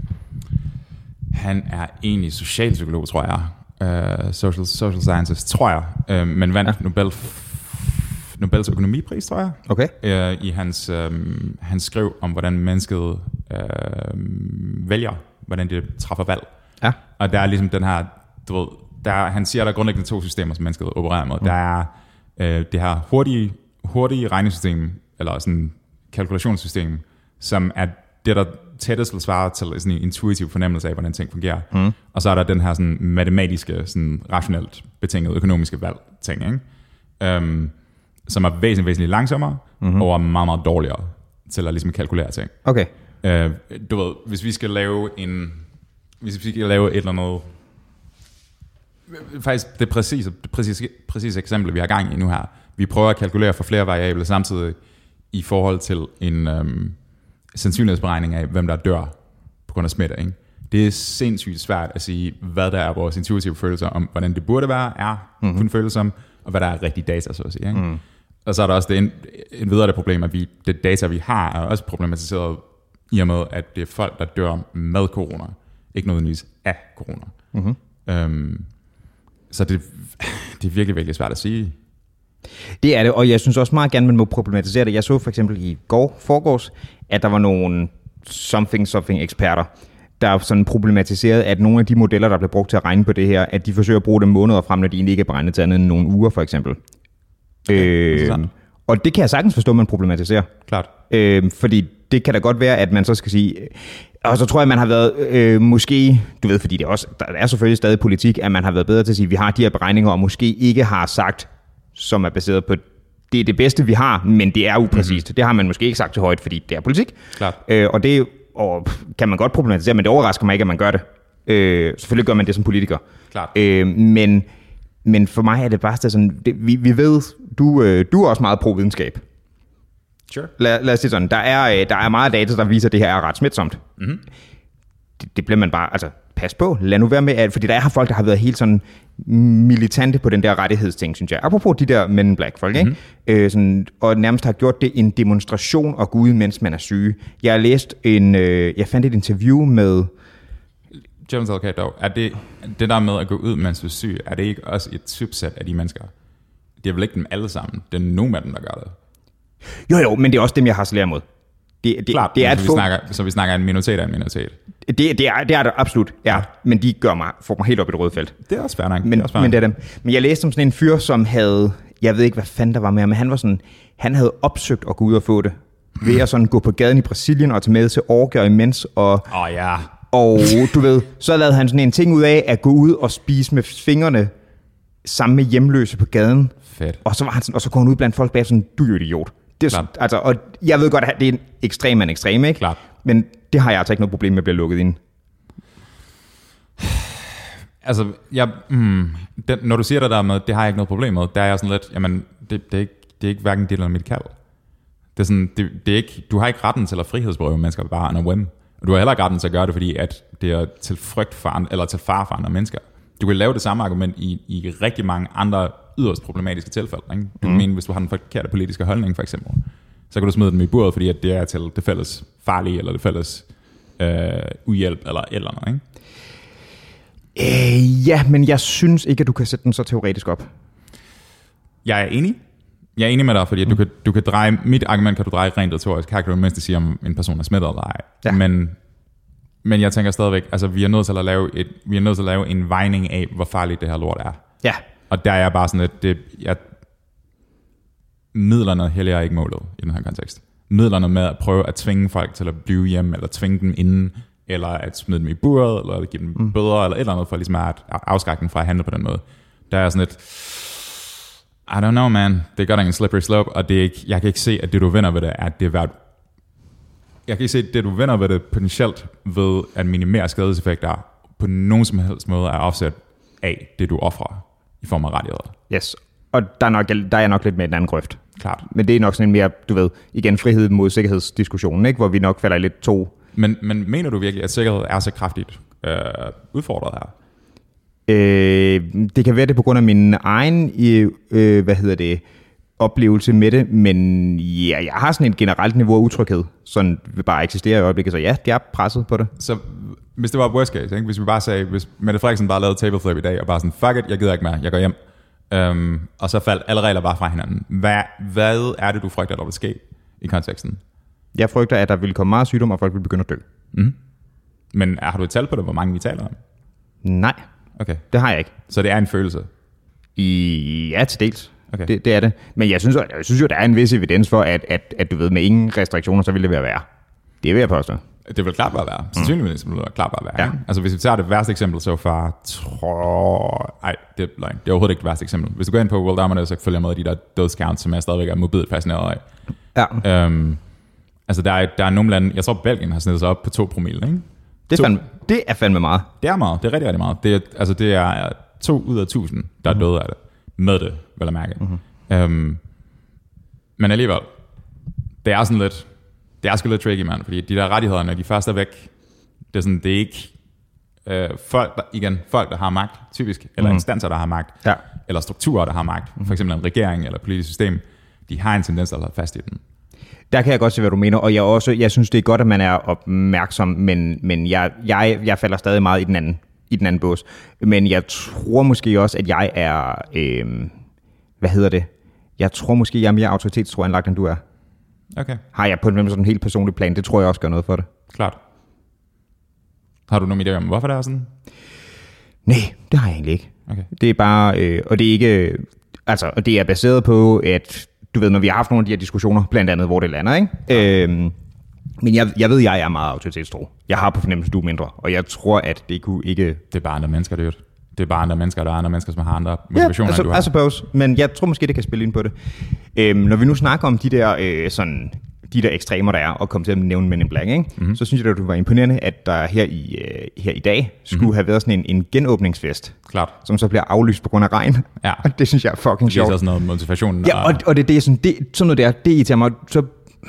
[SPEAKER 1] han er egentlig socialpsykolog, tror jeg, uh, social, social sciences, tror jeg, uh, men vandt ja. Nobel Nobels økonomipris, tror jeg.
[SPEAKER 2] Okay.
[SPEAKER 1] Øh, I hans, øh, han skrev om, hvordan mennesket øh, vælger, hvordan det træffer valg.
[SPEAKER 2] Ja.
[SPEAKER 1] Og der er ligesom den her, du ved, der, han siger, der er grundlæggende to systemer, som mennesket opererer med. Mm. Der er øh, det her hurtige, hurtige regnesystem, eller sådan kalkulationssystem, som er det, der tættest vil svare til sådan en intuitiv fornemmelse af, hvordan ting fungerer. Mm. Og så er der den her sådan matematiske, sådan rationelt betingede økonomiske valg ting, ikke? Um, som er væsentligt, væsentligt langsommere, mm-hmm. og er meget, meget dårligere til at ligesom kalkulere ting.
[SPEAKER 2] Okay.
[SPEAKER 1] Uh, du ved, hvis vi skal lave en, hvis vi skal lave et eller andet, faktisk det præcise, det præcise, præcise eksempel, vi har gang i nu her, vi prøver at kalkulere for flere variabler samtidig i forhold til en um, sandsynlighedsberegning af, hvem der dør på grund af smitte, ikke? Det er sindssygt svært at sige, hvad der er vores intuitive følelser om, hvordan det burde være, er mm-hmm. kun følelser, og hvad der er rigtig data, så at sige. Ikke? Mm. Og så er der også det en, en videre det problem, at vi, det data, vi har, er også problematiseret i og med, at det er folk, der dør med corona, ikke nødvendigvis af corona. Mm-hmm. Um, så det, det er virkelig, virkelig svært at sige.
[SPEAKER 2] Det er det, og jeg synes også meget gerne, man må problematisere det. Jeg så for eksempel i går, forgårs, at der var nogle something-something-eksperter, der sådan problematiserede, at nogle af de modeller, der blev brugt til at regne på det her, at de forsøger at bruge dem måneder frem, når de egentlig ikke er beregnet til andet end nogle uger, for eksempel. Okay, øh, og det kan jeg sagtens forstå, at man problematiserer.
[SPEAKER 1] Klart.
[SPEAKER 2] Øh, fordi det kan da godt være, at man så skal sige... Og så tror jeg, at man har været øh, måske... Du ved, fordi det er også, der er selvfølgelig stadig politik, at man har været bedre til at sige, at vi har de her beregninger, og måske ikke har sagt, som er baseret på det er det bedste, vi har, men det er upræcist. Mm-hmm. Det har man måske ikke sagt til højt, fordi det er politik.
[SPEAKER 1] Klart.
[SPEAKER 2] Øh, og det og kan man godt problematisere, men det overrasker mig ikke, at man gør det. Øh, selvfølgelig gør man det som politiker.
[SPEAKER 1] Klart.
[SPEAKER 2] Øh, men, men for mig er det bare sådan, det, vi, vi ved, du, øh, du er også meget pro-videnskab.
[SPEAKER 1] Sure.
[SPEAKER 2] Lad, lad os sige sådan, der er, der er meget data, der viser, at det her er ret smitsomt. Mm-hmm. Det, det bliver man bare, altså pas på, lad nu være med, at, fordi der er folk, der har været helt sådan militante på den der rettighedsting, synes jeg. Apropos de der Men in Black folk, mm-hmm. ikke? Øh, sådan, og nærmest har gjort det en demonstration og Gud, mens man er syge. Jeg har læst en, øh, jeg fandt et interview med...
[SPEAKER 1] James L. dog, er det, det der med at gå ud, mens du er syg, er det ikke også et subset af de mennesker? Det er vel ikke dem alle sammen, det er nogle af dem, der gør det.
[SPEAKER 2] Jo jo, men det er også dem, jeg har slæret mod. Det, det,
[SPEAKER 1] Klart,
[SPEAKER 2] det er
[SPEAKER 1] så, vi
[SPEAKER 2] få...
[SPEAKER 1] snakker, så vi snakker en minoritet af en minoritet.
[SPEAKER 2] Det, det, er, det er det absolut, ja. ja. Men de gør mig, får mig helt op i det røde felt.
[SPEAKER 1] Det er også fair nok.
[SPEAKER 2] Men
[SPEAKER 1] det
[SPEAKER 2] det,
[SPEAKER 1] er, også
[SPEAKER 2] men det er dem. Men jeg læste om sådan en fyr, som havde... Jeg ved ikke, hvad fanden der var med, men han var sådan... Han havde opsøgt at gå ud og få det. Ved at sådan gå på gaden i Brasilien og tage med til orgier imens. Og,
[SPEAKER 1] Åh oh, ja.
[SPEAKER 2] Og du ved, så lavede han sådan en ting ud af at gå ud og spise med fingrene sammen med hjemløse på gaden.
[SPEAKER 1] Fedt.
[SPEAKER 2] Og så var han sådan, og så kom han ud blandt folk bag sådan, du er jo idiot. Det er, altså, og jeg ved godt, at det er en ekstrem af en ekstrem, ikke?
[SPEAKER 1] Klart.
[SPEAKER 2] Men det har jeg altså ikke noget problem med at blive lukket ind.
[SPEAKER 1] Altså, jeg, mm, den, når du siger det der med, det har jeg ikke noget problem med, der er jeg sådan lidt, jamen, det, det, er, ikke, det er ikke hverken dit eller mit kald. Det er sådan, det, det er ikke, du har ikke retten til at frihedsberøve mennesker bare en whim. Og du har heller ikke retten til at gøre det, fordi at det er til frygt for andre, eller til far for andre mennesker. Du kan lave det samme argument i, i rigtig mange andre yderst problematiske tilfælde. Ikke? Du mm. mener, hvis du har den forkerte politiske holdning, for eksempel, så kan du smide dem i buret, fordi at det er til det fælles farlige, eller det fælles øh, uhjælp, eller et eller andet, ikke?
[SPEAKER 2] Øh, ja, men jeg synes ikke, at du kan sætte den så teoretisk op.
[SPEAKER 1] Jeg er enig. Jeg er enig med dig, fordi at du, kan, du kan dreje, mit argument kan du dreje rent retorisk. Her kan du mindst sige, om en person er smittet eller ej. Ja. Men, men jeg tænker stadigvæk, altså vi er nødt til at lave, et, vi er nødt til at lave en vejning af, hvor farligt det her lort er.
[SPEAKER 2] Ja.
[SPEAKER 1] Og der er jeg bare sådan, at det, jeg, midlerne heller ikke målet i den her kontekst. Midlerne med at prøve at tvinge folk til at blive hjemme, eller tvinge dem inden, eller at smide dem i buret, eller give dem mm. bøder, eller et eller andet, for ligesom at afskrække dem fra at handle på den måde. Der er sådan et, I don't know, man. Det gør der en slippery slope, og det er ikke, jeg kan ikke se, at det, du vinder ved det, er, at det er værd. Jeg kan ikke se, at det, du vinder ved det, potentielt ved at minimere skadeseffekter, på nogen som helst måde er offset af det, du offrer i form af rettigheder.
[SPEAKER 2] Yes, og der er, nok, der er jeg nok lidt med en anden grøft.
[SPEAKER 1] Klart.
[SPEAKER 2] Men det er nok sådan en mere, du ved, igen, frihed mod sikkerhedsdiskussionen, ikke? Hvor vi nok falder i lidt to.
[SPEAKER 1] Men, men mener du virkelig, at sikkerhed er så kraftigt øh, udfordret her?
[SPEAKER 2] Øh, det kan være det på grund af min egen, øh, hvad hedder det, oplevelse med det, men ja, jeg har sådan et generelt niveau af utryghed, sådan vil bare eksistere i øjeblikket, så ja, jeg er presset på det.
[SPEAKER 1] Så hvis det var worst case, ikke? Hvis vi bare sagde, hvis Mette Frederiksen bare lavede tableflip i dag, og bare sådan, fuck it, jeg gider ikke mere, jeg går hjem, øhm, og så faldt alle regler bare fra hinanden. Hvad, hvad er det, du frygter, der vil ske i konteksten?
[SPEAKER 2] Jeg frygter, at der vil komme meget sygdom, og folk vil begynde at dø.
[SPEAKER 1] Mm. Men har du et tal på det, hvor mange vi taler om?
[SPEAKER 2] Nej,
[SPEAKER 1] okay.
[SPEAKER 2] Det har jeg ikke.
[SPEAKER 1] Så det er en følelse?
[SPEAKER 2] I, ja, til dels.
[SPEAKER 1] Okay. Det,
[SPEAKER 2] det er det. Men jeg synes, jeg synes jo, der er en vis evidens for, at, at, at du ved, med ingen restriktioner, så vil det være værre. Det vil jeg påstå.
[SPEAKER 1] Det vil klart bare være. Sandsynligvis vil det klart bare være.
[SPEAKER 2] Ja.
[SPEAKER 1] Altså hvis vi tager det værste eksempel så far, tror... Ej, det er løgn. Det er overhovedet ikke det værste eksempel. Hvis du går ind på World Dominance, så følger jeg med de der dødscounts, som jeg stadigvæk er mobilt fascineret af.
[SPEAKER 2] Ja.
[SPEAKER 1] Øhm, altså der er, der er nogle lande... Jeg tror, Belgien har snittet sig op på to promille, ikke?
[SPEAKER 2] Det er, fandme, det er fandme meget.
[SPEAKER 1] Det er meget. Det er rigtig, rigtig meget. Det er, altså det er to ud af tusind, der er døde af det. Med det, vel at mærke. Mm-hmm. Øhm, men alligevel, det er sådan lidt... Det er sgu lidt tricky, man, fordi de der rettigheder, når de først er væk, det er sådan, det er ikke øh, folk, der, igen, folk, der har magt, typisk, eller mm. instanser, der har magt,
[SPEAKER 2] ja.
[SPEAKER 1] eller strukturer, der har magt, for eksempel en regering eller et politisk system, de har en tendens til at holde fast i den.
[SPEAKER 2] Der kan jeg godt se, hvad du mener, og jeg, også, jeg synes, det er godt, at man er opmærksom, men, men jeg, jeg, jeg falder stadig meget i den anden, i den anden bås. Men jeg tror måske også, at jeg er, øh, hvad hedder det, jeg tror måske, jeg er mere autoritetstro anlagt, end du er.
[SPEAKER 1] Okay.
[SPEAKER 2] Har jeg på en sådan helt personlig plan, det tror jeg også gør noget for det.
[SPEAKER 1] Klart. Har du nogen idé om, hvorfor det er sådan?
[SPEAKER 2] Nej, det har jeg egentlig ikke.
[SPEAKER 1] Okay.
[SPEAKER 2] Det er bare, øh, og det er ikke, altså, og det er baseret på, at du ved, når vi har haft nogle af de her diskussioner, blandt andet, hvor det lander, ikke? Ja. Øhm, men jeg, jeg ved, jeg er meget autoritetstro. Jeg har på fornemmelse, du er mindre, og jeg tror, at det kunne ikke...
[SPEAKER 1] Det er bare andre mennesker, det er jo. Det er bare andre mennesker, der er andre mennesker, som har andre motivationer,
[SPEAKER 2] ja, altså,
[SPEAKER 1] end du har.
[SPEAKER 2] I suppose, men jeg tror måske, det kan spille ind på det. Øhm, når vi nu snakker om de der, øh, sådan, de der ekstremer, der er, og kom til at nævne Men in Black, ikke? Mm-hmm. Så synes jeg, at det var imponerende, at der her i, øh, her i dag skulle mm-hmm. have været sådan en, en genåbningsfest,
[SPEAKER 1] klart,
[SPEAKER 2] som så bliver aflyst på grund af regn.
[SPEAKER 1] Ja.
[SPEAKER 2] Og det synes jeg er fucking sjovt.
[SPEAKER 1] Det er så sådan noget motivation.
[SPEAKER 2] Ja, og, og det, det er sådan, det, sådan noget der, det irriterer mig, så...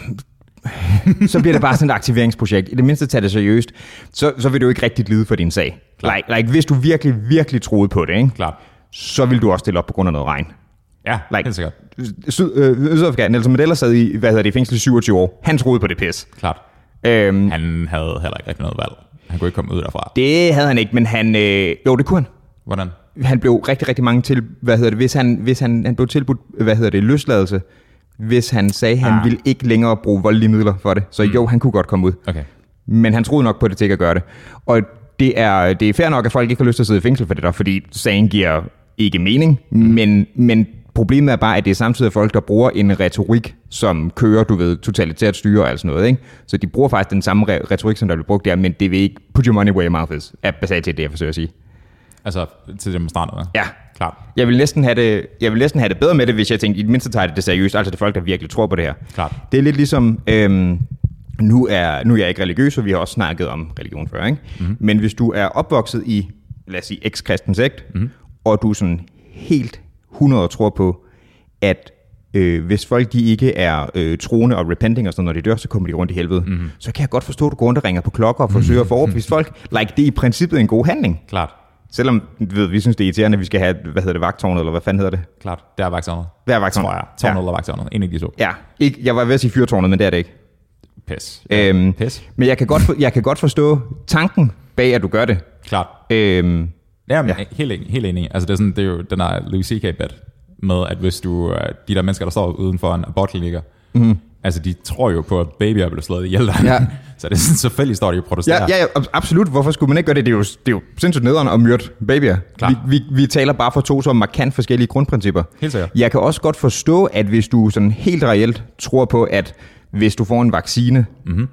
[SPEAKER 2] så bliver det bare sådan et aktiveringsprojekt. I det mindste tager det seriøst, så, så vil du ikke rigtig lide for din sag. Like, like, hvis du virkelig, virkelig troede på det, ikke?
[SPEAKER 1] Klart.
[SPEAKER 2] Så vil du også stille op på grund af noget regn.
[SPEAKER 1] Ja,
[SPEAKER 2] like,
[SPEAKER 1] helt sikkert.
[SPEAKER 2] Syd, øh, Sydafrika, Nelson Mandela sad i, hvad hedder det, i fængsel i syvogtyve år. Han troede på det pis.
[SPEAKER 1] Klart.
[SPEAKER 2] Øhm,
[SPEAKER 1] han havde heller ikke rigtig noget valg. Han kunne ikke komme ud derfra.
[SPEAKER 2] Det havde han ikke, men han... Øh, jo, det kunne han.
[SPEAKER 1] Hvordan?
[SPEAKER 2] Han blev rigtig, rigtig mange til... Hvad hedder det? Hvis han, hvis han, han blev tilbudt, hvad hedder det, løsladelse, hvis han sagde, at han ah. ville ikke længere bruge voldelige midler for det. Så mm. jo, han kunne godt komme ud.
[SPEAKER 1] Okay.
[SPEAKER 2] Men han troede nok på det til ikke at gøre det. Og det er, det er fair nok, at folk ikke har lyst til at sidde i fængsel for det der, fordi sagen giver ikke mening. Mm. Men, men problemet er bare, at det er samtidig folk, der bruger en retorik, som kører, du ved, totalitært styre og alt sådan noget. Ikke? Så de bruger faktisk den samme retorik, som der bliver brugt der, men det vil ikke put your money where your mouth is, er basalt til det, jeg forsøger at sige.
[SPEAKER 1] Altså til demonstranterne?
[SPEAKER 2] Ja.
[SPEAKER 1] Klart.
[SPEAKER 2] Jeg vil næsten have det, jeg vil næsten have det bedre med det, hvis jeg tænkte, i det mindste tager det det seriøst. Altså det er folk, der virkelig tror på det her.
[SPEAKER 1] Klart.
[SPEAKER 2] Det er lidt ligesom, øhm, nu, er, nu er jeg ikke religiøs, og vi har også snakket om religion før, ikke? Mm-hmm. Men hvis du er opvokset i, lad os sige, eks-kristen sekt, mm-hmm. og du sådan helt hundrede tror på, at øh, hvis folk de ikke er øh, troende og repenting og sådan, når de dør, så kommer de rundt i helvede. Mm-hmm. Så kan jeg godt forstå, at du går rundt og ringer på klokker og forsøger at få overbevist folk. Like, det er i princippet en god handling.
[SPEAKER 1] Klart.
[SPEAKER 2] Selvom ved, vi synes, det er irriterende, at vi skal have, hvad hedder det, vagttårnet, eller hvad fanden hedder det?
[SPEAKER 1] Klart, det er vagttårnet.
[SPEAKER 2] Det er vagttårnet.
[SPEAKER 1] Tror jeg. Tårnet
[SPEAKER 2] ja.
[SPEAKER 1] eller vagttårnet, en af de to.
[SPEAKER 2] Ja, ikke, jeg var ved at sige fyrtårnet, men det er det ikke.
[SPEAKER 1] Pis.
[SPEAKER 2] Øhm,
[SPEAKER 1] Pis.
[SPEAKER 2] Men jeg kan, godt for, jeg kan godt forstå tanken bag, at du gør det.
[SPEAKER 1] Klart.
[SPEAKER 2] Øhm,
[SPEAKER 1] ja, men ja. Helt, helt enig. Altså, det er, sådan, det er jo den der Louis C K-bet med, at hvis du, de der mennesker, der står uden for en abortklinikker, mm-hmm. altså de tror jo på, at babyer bliver slået ihjel der. Ja. Så det er sådan, selvfølgelig står de og protesterer.
[SPEAKER 2] Ja, ja, ja, absolut. Hvorfor skulle man ikke gøre det? Det er jo, det er jo sindssygt nederen at myrde babyer. Vi, vi, vi taler bare for to så markant forskellige grundprincipper.
[SPEAKER 1] Helt sikkert.
[SPEAKER 2] Jeg kan også godt forstå, at hvis du sådan helt reelt tror på, at hvis du får en vaccine, mm-hmm.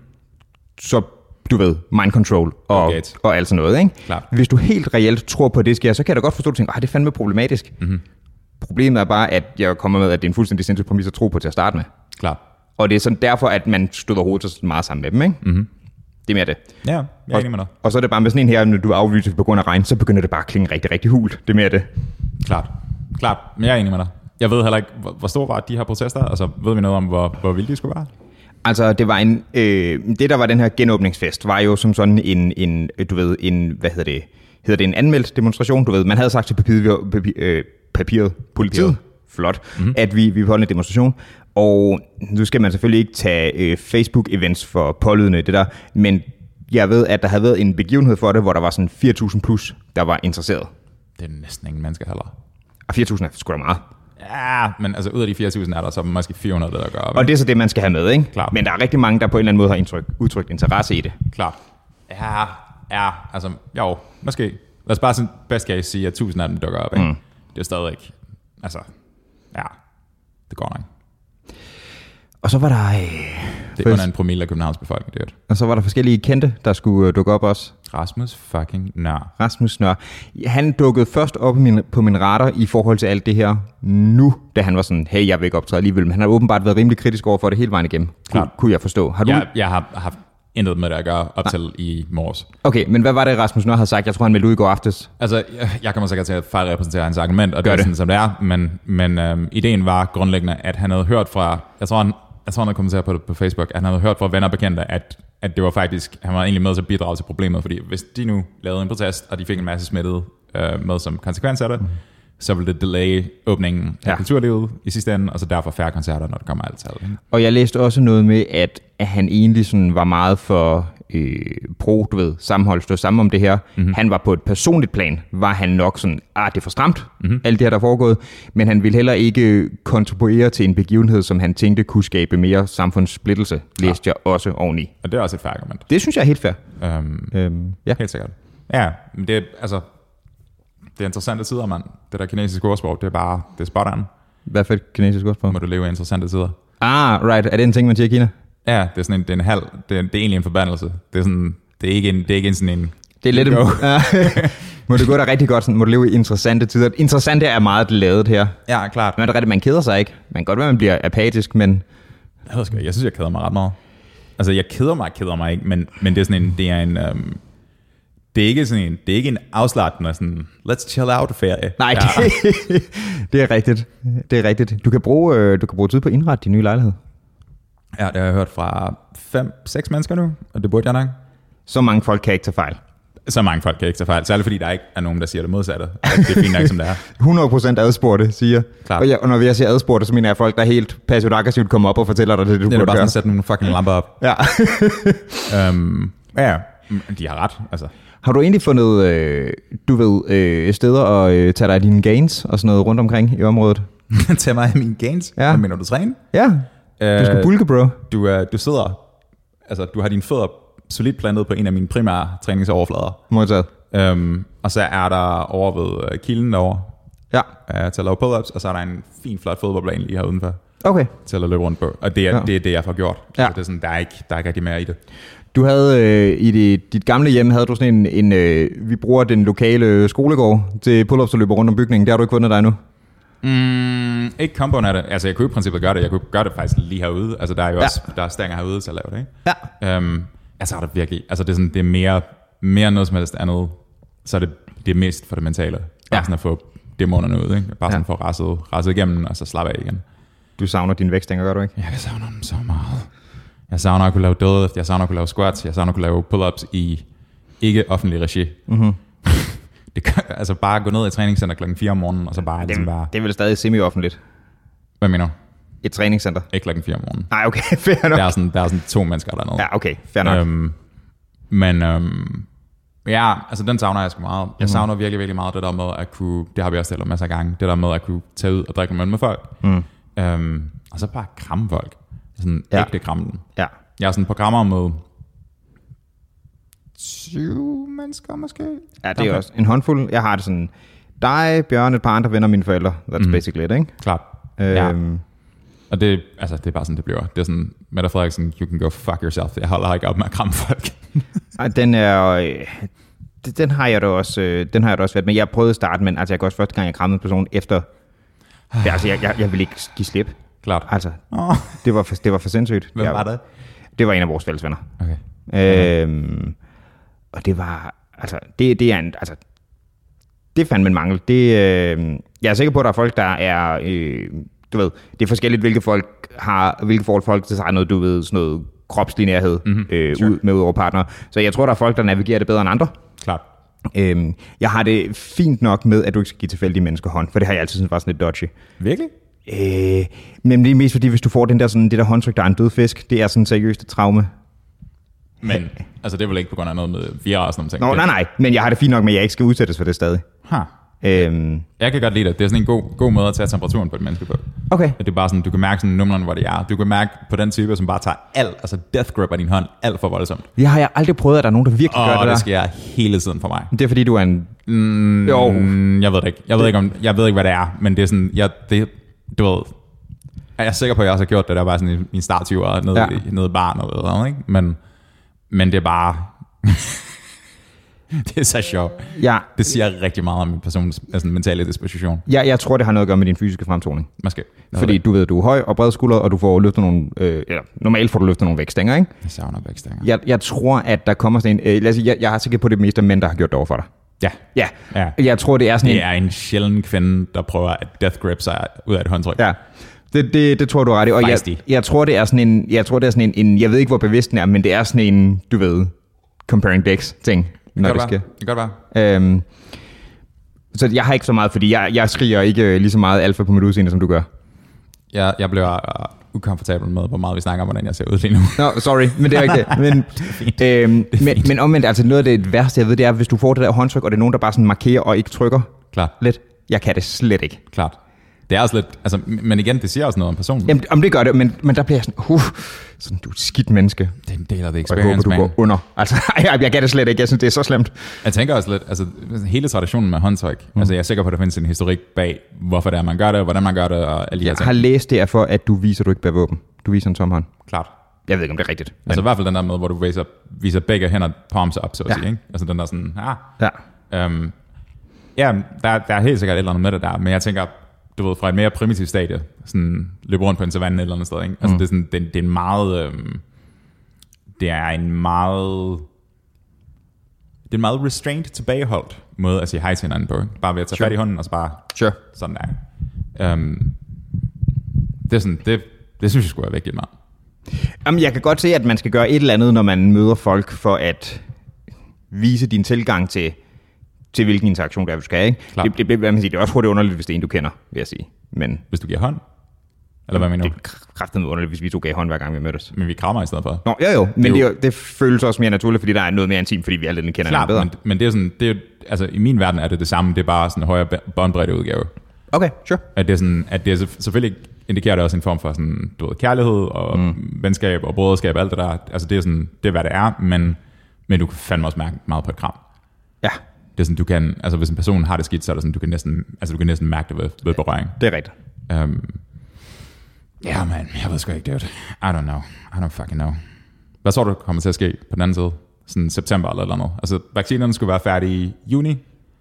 [SPEAKER 2] så du ved, mind control og, okay. og alt sådan noget. Ikke?
[SPEAKER 1] Klart.
[SPEAKER 2] Hvis du helt reelt tror på, at det sker, så kan jeg da godt forstå, at du tænker, det er fandme problematisk. Mm-hmm. Problemet er bare, at jeg kommer med, at det er en fuldstændig sindssyg præmis at tro på til at starte med.
[SPEAKER 1] Klart.
[SPEAKER 2] Og det er sådan derfor, at man støder hovedet så meget sammen med dem, ikke? Mm-hmm. Det er mere det.
[SPEAKER 1] Ja, jeg er
[SPEAKER 2] og,
[SPEAKER 1] enig med dig.
[SPEAKER 2] Og så er det bare med sådan en her, når du aflyser på grund af regn, så begynder det bare at klinge rigtig, rigtig hult. Det er mere det.
[SPEAKER 1] Klart. Klart. Men jeg er enig med dig. Jeg ved heller ikke, hvor, hvor stor var de her protester? Altså, ved vi noget om, hvor, hvor vilde de skulle være?
[SPEAKER 2] Altså, det var en... Øh, det, der var den her genåbningsfest, var jo som sådan en, en du ved, en... Hvad hedder det? Hedder det en anmeldt demonstration? Du ved, man havde sagt til papiret, papir, øh, papiret politiet, papiret. Flot, mm-hmm. at vi, vi holdt en demonstration. Og nu skal man selvfølgelig ikke tage øh, Facebook-events for pålydende det der, men jeg ved, at der havde været en begivenhed for det, hvor der var sådan fire tusind plus, der var interesseret.
[SPEAKER 1] Det er næsten ingen mennesker heller.
[SPEAKER 2] Og fire tusind er sgu da meget.
[SPEAKER 1] Ja, men altså ud af de fire tusind er der så måske fire hundrede, der gør op.
[SPEAKER 2] Og det er så det, man skal have med, ikke?
[SPEAKER 1] Klar.
[SPEAKER 2] Men der er rigtig mange, der på en eller anden måde har indtryk, udtrykt interesse i det.
[SPEAKER 1] Klart. Ja, ja, altså, jo, måske. Lad os bare sådan best case sige, at tusind af dem dukker op, ikke? Mm. Det er stadig ikke, altså, ja, det går nok.
[SPEAKER 2] Og så var der... Øh,
[SPEAKER 1] det er under en promille af Københavns befolkning, det er det.
[SPEAKER 2] Og så var der forskellige kendte, der skulle øh, dukke op også.
[SPEAKER 1] Rasmus fucking Nør.
[SPEAKER 2] Rasmus Nør. Han dukkede først op på min, på min radar i forhold til alt det her nu, da han var sådan, hey, jeg vil ikke optræde alligevel. Men han har åbenbart været rimelig kritisk over for det hele vejen igennem. Kunne, kunne jeg forstå. Har du...
[SPEAKER 1] jeg, jeg har haft intet med det at gøre op til i morges.
[SPEAKER 2] Okay, men hvad var det, Rasmus Nør havde sagt? Jeg tror, han meldte ud i går aftes.
[SPEAKER 1] Altså, jeg, jeg kommer sikkert til at fejlrepræsentere hans argument, og det er sådan, som det er. Men, men øhm, ideen var grundlæggende, at han havde hørt fra... Jeg tror, han, jeg tror, han havde kommenteret på det på Facebook, at han havde hørt fra venner og bekendte, at, at det var faktisk... Han var egentlig med til at bidrage til problemet, fordi hvis de nu lavede en protest, og de fik en masse smittet øh, med som konsekvens af det, mm. så ville det delay åbningen af ja. kulturlivet i sidste ende, og så derfor færre koncerter, når det kommer alt til.
[SPEAKER 2] Og jeg læste også noget med, at, at han egentlig sådan var meget for øh, pro, du ved, sammenhold, stå sammen om det her. Mm-hmm. Han var på et personligt plan, var han nok sådan, ah, det er for stramt, mm-hmm. alt det her, der er foregået, men han ville heller ikke kontribuere til en begivenhed, som han tænkte kunne skabe mere samfundssplittelse, læste ja. jeg også oveni.
[SPEAKER 1] Og det er også et fair argument.
[SPEAKER 2] Det synes jeg er helt fair.
[SPEAKER 1] Øhm, øhm, ja. Helt sikkert. Ja, men det er, altså... Det er interessante tider, mand. Det der kinesiske ordsprog, det er bare, det er spot on.
[SPEAKER 2] Hvad for et kinesisk ordsprog?
[SPEAKER 1] Må du leve i interessante tider.
[SPEAKER 2] Ah, right. Er det en ting, man siger i Kina?
[SPEAKER 1] Ja, det er sådan en, det er en halv, det er, det er egentlig en forbandelse. Det er sådan, det er ikke en, det er ikke en sådan en...
[SPEAKER 2] Det er lidt en, Må det gå da rigtig godt, sådan, må du leve i interessante tider. Interessante er meget lavet her.
[SPEAKER 1] Ja, klart.
[SPEAKER 2] Men det er rigtigt, man keder sig ikke. Man kan godt være, man bliver apatisk, men...
[SPEAKER 1] Jeg, ved sgu ikke, jeg synes, jeg keder mig ret meget. Altså, jeg keder mig, keder mig ikke, men, men det er sådan en... Det er en um, det er ikke sådan en, det er ikke en afslappende sådan, let's chill out ferie.
[SPEAKER 2] Nej,
[SPEAKER 1] ja.
[SPEAKER 2] det, det er rigtigt. Det er rigtigt. Du kan bruge, du kan bruge tid på at indrette din nye lejlighed.
[SPEAKER 1] Ja, det har jeg hørt fra fem, seks mennesker nu, og det burde jeg nok.
[SPEAKER 2] Så mange folk kan ikke tage fejl.
[SPEAKER 1] Så mange folk kan ikke tage fejl, særligt fordi der ikke er nogen, der siger det modsatte. At det er fint nok, som det er.
[SPEAKER 2] hundrede procent adspurgte, siger.
[SPEAKER 1] Klart.
[SPEAKER 2] Og, ja, og når vi siger adspurgte, så mener jeg folk, der helt passivt aggressivt kommer op og fortæller dig det, du
[SPEAKER 1] det
[SPEAKER 2] burde gøre.
[SPEAKER 1] Det er bare sådan at sætte nogle fucking lamper op.
[SPEAKER 2] Ja.
[SPEAKER 1] um, ja, de har ret, altså.
[SPEAKER 2] Har du egentlig fundet, øh, du ved, øh, steder at øh, tage dig af dine gains og sådan noget rundt omkring i området?
[SPEAKER 1] Tage mig af mine gains?
[SPEAKER 2] Ja.
[SPEAKER 1] Hvad mener du, træne?
[SPEAKER 2] Ja, du skal bulke, bro.
[SPEAKER 1] Du, uh, du sidder, altså du har dine fødder solidt plantet på en af mine primære træningsoverflader.
[SPEAKER 2] Modtaget.
[SPEAKER 1] Um, og så er der over ved uh, kilden derovre,
[SPEAKER 2] ja.
[SPEAKER 1] uh, til at lave pull-ups, og så er der en fin, flot fodboldplan lige her udenfor.
[SPEAKER 2] Okay.
[SPEAKER 1] Til at løbe rundt på. Og det er,
[SPEAKER 2] ja.
[SPEAKER 1] det, er det, jeg får gjort.
[SPEAKER 2] Ja.
[SPEAKER 1] Så det er sådan, der er ikke, der er ikke rigtig mere i det.
[SPEAKER 2] Du havde øh, i det, dit gamle hjem, havde du sådan en, en øh, vi bruger den lokale skolegård til pull-ups, der løber rundt om bygningen. Der har du ikke fundet dig endnu?
[SPEAKER 1] Mm, ikke komboen af det. Altså, jeg kunne i princippet gøre det. Jeg kunne gøre det faktisk lige herude. Altså, der er jo
[SPEAKER 2] ja.
[SPEAKER 1] også der er stænger herude til at lave det, ikke?
[SPEAKER 2] Ja.
[SPEAKER 1] Um, altså, er det virkelig... Altså, det er, sådan, det er mere, mere noget som helst andet. Så er det, det er mest for det mentale. Bare
[SPEAKER 2] ja.
[SPEAKER 1] sådan at få dæmonerne ud, ikke? Bare sådan ja. få rasset, rasset igennem, og så slappe af igen.
[SPEAKER 2] Du savner dine vækstænger, gør du ikke?
[SPEAKER 1] Ja, jeg savner dem så meget. Jeg savner at kunne lave dødløft, jeg savner at kunne lave squats, jeg savner at kunne lave pull-ups i ikke-offentlig regi.
[SPEAKER 2] Mm-hmm.
[SPEAKER 1] Det kan, altså bare gå ned i træningscenter klokken fire om morgenen, og så bare...
[SPEAKER 2] Det,
[SPEAKER 1] ligesom bare
[SPEAKER 2] det er vel stadig semi-offentligt?
[SPEAKER 1] Hvad mener du?
[SPEAKER 2] Et træningscenter?
[SPEAKER 1] Ikke klokken fire om morgenen.
[SPEAKER 2] Nej, okay, fair nok.
[SPEAKER 1] Der er sådan, der er sådan to mennesker dernede.
[SPEAKER 2] Ja, okay, fair nok.
[SPEAKER 1] Øhm, men øhm, ja, altså den savner jeg sgu meget. Jeg mm-hmm. savner virkelig, virkelig meget det der med at kunne... Det har vi også talt om masser af gange. Det der med at kunne tage ud og drikke noget med folk.
[SPEAKER 2] Mm.
[SPEAKER 1] Øhm, og så bare kramme folk. Sådan
[SPEAKER 2] ja.
[SPEAKER 1] ægte kramme dem.
[SPEAKER 2] Ja.
[SPEAKER 1] Jeg er sådan på krammer med syv mennesker måske.
[SPEAKER 2] Ja, det er også en håndfuld. Jeg har det sådan, dig, Bjørn, et par andre venner, mine forældre. That's mm. basically it, ikke?
[SPEAKER 1] Klart.
[SPEAKER 2] Øhm.
[SPEAKER 1] Ja. Og det, altså, det er bare sådan, det bliver. Det er sådan, Mette Frederiksen, you can go fuck yourself. Jeg holder ikke op med at kramme folk.
[SPEAKER 2] Ej, den er... Øh, den har jeg da også, øh, den har jeg da også været med. Jeg prøvede at starte, men altså, jeg kan også første gang, jeg krammede en person efter... Det, altså, jeg, jeg, jeg ville ikke give slip.
[SPEAKER 1] Klart.
[SPEAKER 2] Altså,
[SPEAKER 1] oh.
[SPEAKER 2] det, var for, det var for sindssygt.
[SPEAKER 1] Hvem
[SPEAKER 2] jeg,
[SPEAKER 1] var det?
[SPEAKER 2] Det var en af vores fælles venner.
[SPEAKER 1] Okay.
[SPEAKER 2] Øhm, og det var... Altså, det, det er en... Altså, det fandt man mangel. Det, øh, jeg er sikker på, at der er folk, der er... Øh, du ved, det er forskelligt, hvilke folk har... Hvilke forhold folk til sig noget, du ved, sådan noget kropslig nærhed
[SPEAKER 1] mm-hmm.
[SPEAKER 2] øh,
[SPEAKER 1] sure.
[SPEAKER 2] ud med ud over partner. Så jeg tror, der er folk, der navigerer det bedre end andre.
[SPEAKER 1] Klart.
[SPEAKER 2] Øhm, jeg har det fint nok med, at du ikke skal give tilfældige mennesker hånd, for det har jeg altid syntes var sådan lidt dodgy.
[SPEAKER 1] Virkelig?
[SPEAKER 2] Øh, men det er mest fordi, hvis du får den der, sådan, det der håndtryk, der er en død fisk, det er sådan seriøst et traume.
[SPEAKER 1] Men, altså det er vel ikke på grund af noget med virus og sådan noget ting?
[SPEAKER 2] Nå, nej, nej, men jeg har det fint nok med, at jeg ikke skal udsættes for det stadig.
[SPEAKER 1] Huh.
[SPEAKER 2] Øhm.
[SPEAKER 1] Jeg kan godt lide det. Det er sådan en god, god måde at tage temperaturen på et menneske på.
[SPEAKER 2] Okay.
[SPEAKER 1] Det er bare sådan, du kan mærke sådan numrene, hvor det er. Du kan mærke på den type, som bare tager alt, altså death grip af din hånd, alt for voldsomt.
[SPEAKER 2] Det har jeg aldrig prøvet, at der er nogen, der virkelig
[SPEAKER 1] oh,
[SPEAKER 2] gør det der.
[SPEAKER 1] det sker hele tiden for mig.
[SPEAKER 2] Det er fordi, du er en...
[SPEAKER 1] Mm,
[SPEAKER 2] jo.
[SPEAKER 1] Jeg ved det ikke. Jeg ved, det... ikke om, jeg ved ikke, hvad det er, men det er sådan, jeg, det, du ved, jeg er sikker på, at jeg også har gjort det der bare sådan i min starttyver nede, ja. nede i barn og noget, ikke? Men, men det er bare... Det er så sjovt. Ja. Det siger rigtig meget om min persons altså, mentale disposition.
[SPEAKER 2] Ja, jeg tror, det har noget at gøre med din fysiske fremtoning.
[SPEAKER 1] Måske.
[SPEAKER 2] Fordi du ved, du er høj og bredskuldret, og du får løftet nogle... Øh, eller normalt får du løftet nogle vækstænger, ikke?
[SPEAKER 1] Jeg savner vækstænger.
[SPEAKER 2] Jeg, jeg tror, at der kommer sådan en... Øh, lad os sige, jeg, jeg har sikkert på det meste af mænd, der har gjort det over for dig.
[SPEAKER 1] Ja.
[SPEAKER 2] Ja.
[SPEAKER 1] ja.
[SPEAKER 2] Jeg tror, det er sådan
[SPEAKER 1] det en... Det er en sjælden kvinde, der prøver at death grip sig ud af et håndtryk.
[SPEAKER 2] Ja. Det, det, det tror du er ret i. Og jeg, jeg, tror, det er sådan en... Jeg tror, det er sådan en, en... Jeg ved ikke, hvor bevidst den er, men det er sådan en, du ved... Comparing dicks ting. Når det, det
[SPEAKER 1] kan godt være.
[SPEAKER 2] Øhm, så jeg har ikke så meget, fordi jeg, jeg skriger ikke lige så meget alfa på mit udseende, som du gør.
[SPEAKER 1] Jeg, jeg bliver uh, ukomfortabel med, hvor meget vi snakker om, hvordan jeg ser ud lige nu.
[SPEAKER 2] Nå, no, sorry, men det er ikke det. Men, det er øhm, det er men, men omvendt, altså noget af det værste, jeg ved, det er, hvis du får det der håndtryk, og det er nogen, der bare sådan markerer og ikke trykker.
[SPEAKER 1] Klart.
[SPEAKER 2] Lidt. Jeg kan det slet ikke.
[SPEAKER 1] Klart. Det er også lidt, altså, men igen, det siger også noget om personen.
[SPEAKER 2] Jamen, om det gør det, men, men der bliver jeg sådan, uh, sådan, du er et skidt menneske.
[SPEAKER 1] Det er en del af det
[SPEAKER 2] experience, man. Jeg håber, du går under. Altså, jeg, jeg kan det slet ikke, jeg synes, det er så slemt.
[SPEAKER 1] Jeg tænker også lidt, altså, hele traditionen med håndtryk, mm. altså, jeg er sikker på, at der findes en historik bag, hvorfor det er, man gør det, og hvordan man gør det, og alle de
[SPEAKER 2] jeg
[SPEAKER 1] her ting.
[SPEAKER 2] Jeg har læst det er for, at du viser, at du ikke bærer våben. Du viser en tom hånd.
[SPEAKER 1] Klart.
[SPEAKER 2] Jeg ved ikke, om det er rigtigt.
[SPEAKER 1] Men... Altså i hvert fald den der med, hvor du viser, viser begge hænder palms op, så at
[SPEAKER 2] ja.
[SPEAKER 1] sige, ikke? Altså den der sådan, ah.
[SPEAKER 2] Ja.
[SPEAKER 1] Um, ja, der, der er helt sikkert et eller andet med det der, men jeg tænker, du ved, fra et mere primitivt stadie, sådan løbe rundt på en savanne et eller andet sted, ikke? Altså, mm. det, er sådan, det, det er en meget, øhm, det er en meget, det er en meget restrained, tilbageholdt måde at sige hej til hinanden på, ikke? Bare ved at tage sure. fat i hånden, og så bare,
[SPEAKER 2] sure.
[SPEAKER 1] sådan der. Um, det er sådan, det, det synes jeg skulle være vigtigt meget.
[SPEAKER 2] Jamen, jeg kan godt se, at man skal gøre et eller andet, når man møder folk, for at vise din tilgang til, til hvilken interaktion der du skal, ikke? Det, det, det, det er også hurtigt underligt, hvis det er en, du kender, vil jeg sige. Men
[SPEAKER 1] hvis du giver hånd? Eller hvad mener du?
[SPEAKER 2] Det er kraftigt underligt, hvis vi to gav hånd, hver gang vi mødtes.
[SPEAKER 1] Men vi krammer i stedet for.
[SPEAKER 2] Nå, ja jo, men det, det, jo, det føles også mere naturligt, fordi der er noget mere intimt, fordi vi alle kender hinanden bedre.
[SPEAKER 1] Men, men det er sådan, det er, altså i min verden er det det samme, det er bare sådan en højere båndbredde udgave.
[SPEAKER 2] Okay, sure.
[SPEAKER 1] At det er sådan, at det er selvfølgelig indikerer det også en form for sådan, du ved, kærlighed og mm. venskab og broderskab og alt det der. Altså det er sådan, det er hvad det er, men, men du kan fandme også mærke meget på et kram.
[SPEAKER 2] Ja.
[SPEAKER 1] Det er sådan, du kan, altså hvis en person har det skidt, så er det sådan, du kan næsten, altså du kan næsten mærke det ved, ved berøring.
[SPEAKER 2] Det er rigtigt.
[SPEAKER 1] Um, ja, yeah, man, jeg ved sgu ikke, dude. I don't know. I don't fucking know. Hvad tror du kommer til at ske på den anden side? Sådan september eller noget. Altså, vaccinerne skulle være færdige i juni?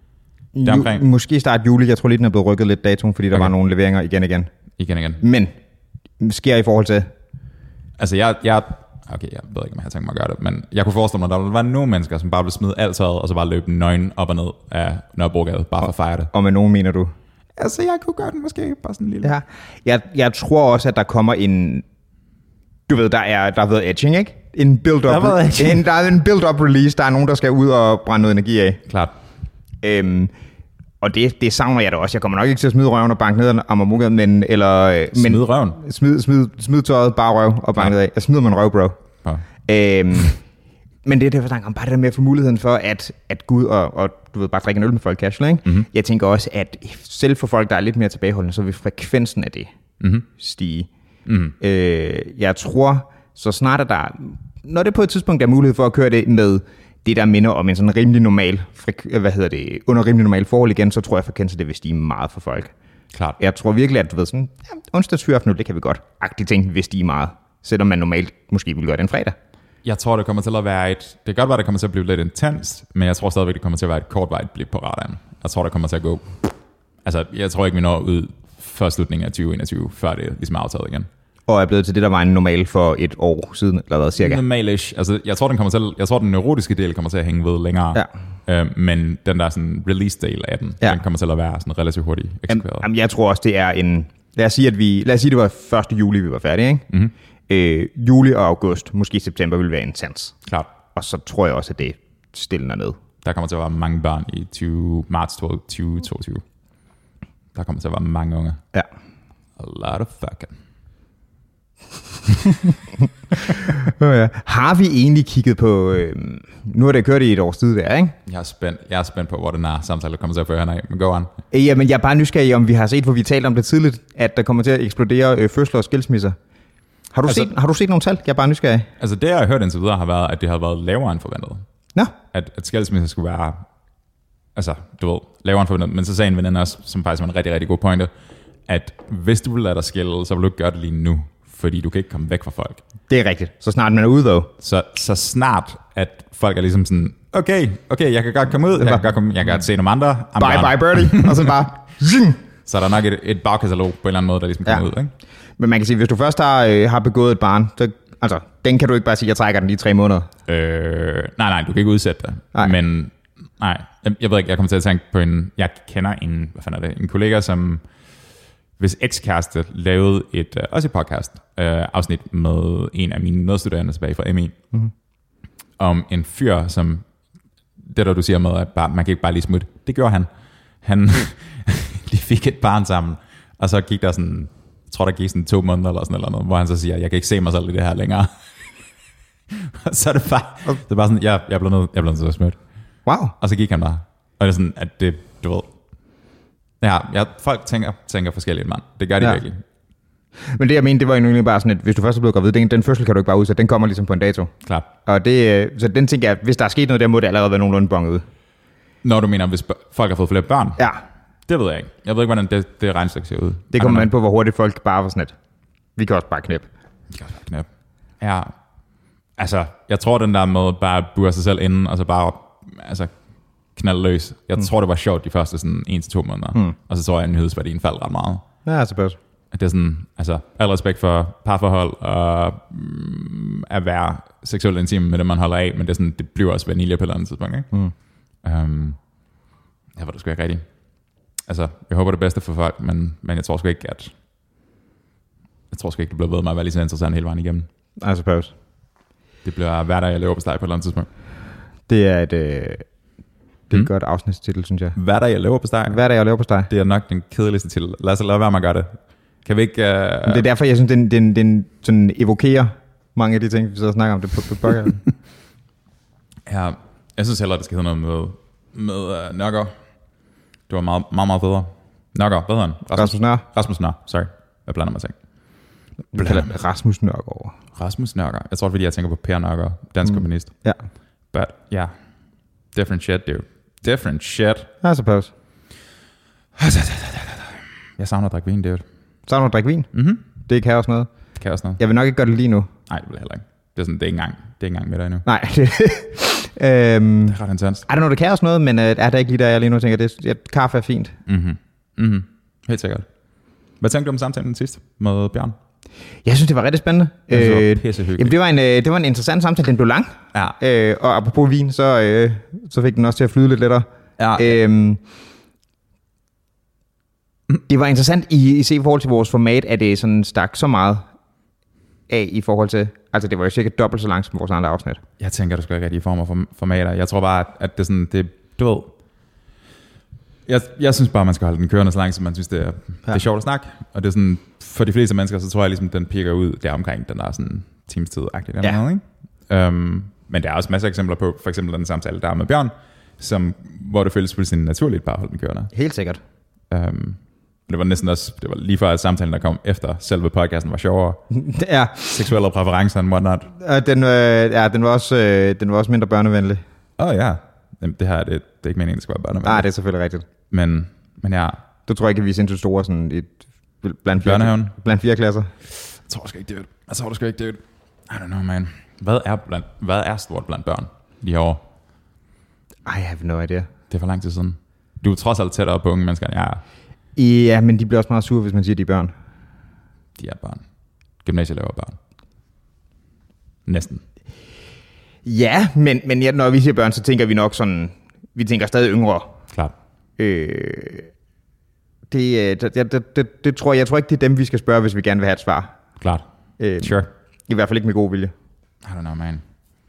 [SPEAKER 2] Ju- måske start juli. Jeg tror lige, den er blevet rykket lidt datoen, fordi der okay. var nogle leveringer igen igen.
[SPEAKER 1] Igen igen.
[SPEAKER 2] Men, sker i forhold til?
[SPEAKER 1] Altså, jeg, jeg... Okay, jeg ved ikke, om jeg har tænkt mig at gøre det, men jeg kunne forestille mig, at der ville være nogle mennesker, som bare ville smide alt tøjet, og så bare løbe nøgen op og ned af Nørrebrogade, bare for at fejre det.
[SPEAKER 2] Og med nogen mener du?
[SPEAKER 1] Altså, jeg kunne gøre den måske bare sådan en lille...
[SPEAKER 2] Ja. Jeg, jeg tror også, at der kommer en... Du ved, der er der har været edging, ikke? En build-up, der, en, der er en build-up release. Der er nogen, der skal ud og brænde noget energi af.
[SPEAKER 1] Klart.
[SPEAKER 2] Øhm, og det, det savner jeg da også. Jeg kommer nok ikke til at smide røven og banke ned om Amoga, men... Eller,
[SPEAKER 1] smide
[SPEAKER 2] men,
[SPEAKER 1] røven?
[SPEAKER 2] Smid, smid, smid tøjet, bare røv og banke ned af. Jeg smider mig en røv, bro. Ja. Øhm, men det er derfor, jeg om bare det der med at få muligheden for, at, at gå ud og, og du ved, bare drikke en øl med folk casual, ikke? Mm-hmm. Jeg tænker også, at selv for folk, der er lidt mere tilbageholdende, så vil frekvensen af det mm-hmm. stige. Mm-hmm. Øh, jeg tror, så snart er der, når det på et tidspunkt er mulighed for at køre det med det, der minder om en sådan rimelig normal, hvad hedder det, under rimelig normal forhold igen, så tror jeg, at frekvensen det vil stige meget for folk.
[SPEAKER 1] Klart.
[SPEAKER 2] Jeg tror virkelig, at du ved sådan, ja, onsdagsfyraften, det kan vi godt, agtige ting vil stige meget, selvom man normalt måske vil gøre det en fredag.
[SPEAKER 1] Jeg tror, det kommer til at være et... Det kan godt være, det kommer til at blive lidt intens, men jeg tror stadigvæk, det kommer til at være et kortvarigt blip på radaren. Jeg tror, det kommer til at gå... Altså, jeg tror ikke, vi når ud før slutningen af tyve enogtyve, før det ligesom er aftalt igen.
[SPEAKER 2] Og er blevet til det, der var en normal for et år siden, eller hvad, cirka?
[SPEAKER 1] Normalish. Altså, jeg tror, den kommer til, jeg tror, den neurotiske del kommer til at hænge ved længere. Ja. Øh, men den der sådan release-del af den, ja. Den kommer til at være sådan relativt hurtigt eksekveret.
[SPEAKER 2] Jamen, jeg tror også, det er en... Lad os sige, at vi... Lad os sige, det var første juli, vi var færdige, ikke? Mm-hmm. Øh, juli og august, måske september, vil være intens.
[SPEAKER 1] Klart.
[SPEAKER 2] Og så tror jeg også, at det stiller ned.
[SPEAKER 1] Der kommer til at være mange børn i tyve marts tyve toogtyve. Der kommer til at være mange unge.
[SPEAKER 2] Ja.
[SPEAKER 1] A lot of fucking.
[SPEAKER 2] oh, ja. Har vi egentlig kigget på... Øh, nu har det kørt i et års tid der, ikke?
[SPEAKER 1] Jeg er spændt, jeg er spændt på, hvor den her samtale kommer til at føre herned. Men go on.
[SPEAKER 2] Ja, men jeg er bare nysgerrig, om vi har set, hvor vi talte om det tidligt, at der kommer til at eksplodere øh, fødsler og skilsmisser. Har du, altså, set, har du set nogle tal? Jeg er bare nysgerrig.
[SPEAKER 1] Altså det, jeg har hørt indtil videre, har været, at det har været lavere end forventet.
[SPEAKER 2] Nå.
[SPEAKER 1] At, at skilsmisser skulle være, altså du ved, lavere end forventet. Men så sagde en veninde også, som faktisk var en rigtig, rigtig god pointe, at hvis du vil lade dig skille, så vil du ikke gøre det lige nu, fordi du kan ikke komme væk fra folk.
[SPEAKER 2] Det er rigtigt. Så snart man er ude, dog.
[SPEAKER 1] Så, så snart, at folk er ligesom sådan, okay, okay, jeg kan godt komme ud, jeg kan godt, komme, jeg kan godt se nogle andre.
[SPEAKER 2] I'm bye, bye, birdie. Og så bare...
[SPEAKER 1] Så er der nok et, et bagkatalog på en eller anden måde, der ligesom kommer ja. Ud, ikke?
[SPEAKER 2] Men man kan sige, hvis du først har, øh, har begået et barn, så, altså, den kan du ikke bare sige, jeg trækker den lige tre måneder.
[SPEAKER 1] Øh, nej, nej, du kan ikke udsætte det. Nej. Men nej, jeg, jeg ved ikke, jeg kommer til at tænke på en, jeg kender en, hvad fanden er det, en kollega, som hvis ekskæreste lavede et, øh, også et podcast, øh, afsnit med en af mine medstuderende tilbage fra M I, mm-hmm. om en fyr, som, det der du siger med, at bare, man kan ikke bare lige smutte, det gjorde han. Han, de fik et barn sammen, og så gik der sådan, jeg tror der gik sådan to måneder eller sådan eller noget, hvor han så siger, jeg kan ikke se mig selv i det her længere. Så er det bare, okay. Det er bare sådan, jeg, jeg er blevet nødt, jeg er blevet nødt til at smødt.
[SPEAKER 2] Wow.
[SPEAKER 1] Og så gik han bare. Og det er sådan, at det, du ved, ja, jeg, folk tænker, tænker forskelligt, mand. Det gør de ja. Virkelig.
[SPEAKER 2] Men det jeg mener, det var jo egentlig bare sådan, at hvis du først er blevet gravid, den, den fødsel kan du ikke bare udsætte, den kommer ligesom på en dato.
[SPEAKER 1] Klart.
[SPEAKER 2] Og det, så den tænker jeg, hvis der er sket noget der, må det allerede være nogenlunde bonget ud.
[SPEAKER 1] Når du mener, hvis folk har fået flere børn?
[SPEAKER 2] Ja.
[SPEAKER 1] Det ved jeg ikke. Jeg ved ikke, hvordan det, det regnestykke ser ud.
[SPEAKER 2] Det kommer man på, hvor hurtigt folk bare var sådan et. Vi kan også bare knæppe.
[SPEAKER 1] Vi kan også bare knæppe. Ja. Altså, jeg tror den der med bare at bure sig selv inden, og så bare altså, knaldløs. Jeg mm. tror, det var sjovt de første sådan en til to måneder. Mm. Og så tror jeg, at nyhedsværdien faldt ret meget.
[SPEAKER 2] Ja, selvfølgelig.
[SPEAKER 1] Det er sådan, altså, al respekt for parforhold og mm, at være seksuelt intim med det, man holder af, men det, er sådan, det bliver også vanilje på et eller andet tidspunkt, ikke? Mm. Um, jeg var det sgu ikke rigtigt. Altså, jeg håber det bedste for folk, men, men jeg tror sgu ikke, at jeg tror sgu ikke, det bliver ved med at være lige så interessant hele vejen igennem.
[SPEAKER 2] I suppose.
[SPEAKER 1] Det bliver hver dag, jeg lever på steg på et eller andet tidspunkt.
[SPEAKER 2] Det er et, øh, det er mm. et godt afsnitstitel, synes jeg.
[SPEAKER 1] Hver dag, jeg lever på steg.
[SPEAKER 2] Hver dag, jeg lever på steg.
[SPEAKER 1] Det er nok den kedeligste titel. Lad os lade være med at gøre det. Kan vi ikke... Uh...
[SPEAKER 2] Det er derfor, jeg synes, den, den, den sådan evokerer mange af de ting, vi sidder og snakker om det på, på podcasten.
[SPEAKER 1] Ja, jeg synes heller, det skal hedde noget med, med uh, Nørgaard. Det var meget, meget, meget bedre. Nørgaard, hvad hedder han?
[SPEAKER 2] Rasmus, Rasmus Nør.
[SPEAKER 1] Rasmus Nør, sorry. Jeg blander mig ting.
[SPEAKER 2] Vi kalder Rasmus Nørgaard.
[SPEAKER 1] Rasmus Nørgaard. Jeg tror, det er fordi, jeg tænker på Per Nørgaard, dansk mm. kommunist.
[SPEAKER 2] Ja.
[SPEAKER 1] But, yeah. Different shit, dude. Different shit.
[SPEAKER 2] I suppose.
[SPEAKER 1] Jeg savner at drikke vin, dude.
[SPEAKER 2] Savner at drikke vin?
[SPEAKER 1] Mhm.
[SPEAKER 2] Det kan også noget.
[SPEAKER 1] Det kan også noget.
[SPEAKER 2] Jeg vil nok ikke gøre det lige nu.
[SPEAKER 1] Nej, det vil jeg heller ikke. Det er sådan, det er ikke engang, det er ikke engang med dig endnu.
[SPEAKER 2] Nej. øhm,
[SPEAKER 1] det er ret intenst.
[SPEAKER 2] I don't know, det kan også noget, men uh, er der ikke lige der, jeg lige nu tænker, det er, at kaffe er fint.
[SPEAKER 1] Mhm. Mhm. Helt sikkert. Hvad tænkte du om samtalen den sidste med Bjørn?
[SPEAKER 2] Jeg synes, det var rigtig spændende.
[SPEAKER 1] Det var
[SPEAKER 2] øh,
[SPEAKER 1] pissehyggeligt.
[SPEAKER 2] Jamen, det var, en, det var en interessant samtale. Den blev lang.
[SPEAKER 1] Ja.
[SPEAKER 2] Øh, og apropos vin, så, øh, så fik den også til at flyde lidt lettere.
[SPEAKER 1] Ja.
[SPEAKER 2] Øhm, det var interessant i, i se i forhold til vores format, at det sådan stak så meget af i forhold til... Altså, det var jo cirka dobbelt så langt som vores andre afsnit.
[SPEAKER 1] Jeg tænker, du skal ikke rigtig i form af formater. Jeg tror bare, at det er sådan... Det, du ved... Jeg, jeg synes bare, man skal holde den kørende så langt, som man synes, det er, ja. det er sjovt at snakke. Og det er sådan... For de fleste mennesker, så tror jeg ligesom, den pikker ud der omkring den der sådan times tid-agtigt. Ja. Noget, ikke? Um, men der er også masser af eksempler på, for eksempel den samtale, der er med Bjørn, som, hvor det føles fuldstændig naturligt bare at holde den kørende.
[SPEAKER 2] Helt sikkert.
[SPEAKER 1] Um, det var næsten også, det var lige før, at samtalen, der kom efter selve podcasten, var sjovere.
[SPEAKER 2] Ja.
[SPEAKER 1] Seksuelle præferencer and whatnot.
[SPEAKER 2] Uh, den, øh, ja, den var, også, øh, den var også mindre børnevenlig.
[SPEAKER 1] Åh oh, ja. Jamen, det her, det, det er ikke meningen, det skal være børnevenlig.
[SPEAKER 2] Nej, det er selvfølgelig rigtigt.
[SPEAKER 1] Men, men ja.
[SPEAKER 2] Du tror ikke, at vi er sindssygt store sådan et, blandt
[SPEAKER 1] børnehaven?
[SPEAKER 2] Blandt fire klasser?
[SPEAKER 1] Jeg tror sgu ikke, det er Jeg tror sgu ikke, det er I don't know, man. Hvad er, blandt, hvad er stort blandt børn de her år?
[SPEAKER 2] I have no idea.
[SPEAKER 1] Det er for lang tid siden. Du er trods alt tættere på unge mennesker, end jeg er.
[SPEAKER 2] Ja, men de bliver også meget sure, hvis man siger, at de er børn.
[SPEAKER 1] De er børn. Gymnasielever børn. Næsten.
[SPEAKER 2] Ja, men, men ja, når vi siger børn, så tænker vi nok sådan... Vi tænker stadig yngre.
[SPEAKER 1] Klart.
[SPEAKER 2] Øh, det, det, det, det, det tror jeg, jeg tror ikke, det er dem, vi skal spørge, hvis vi gerne vil have et svar.
[SPEAKER 1] Klart.
[SPEAKER 2] Øh,
[SPEAKER 1] sure.
[SPEAKER 2] I hvert fald ikke med god vilje.
[SPEAKER 1] I don't know, man.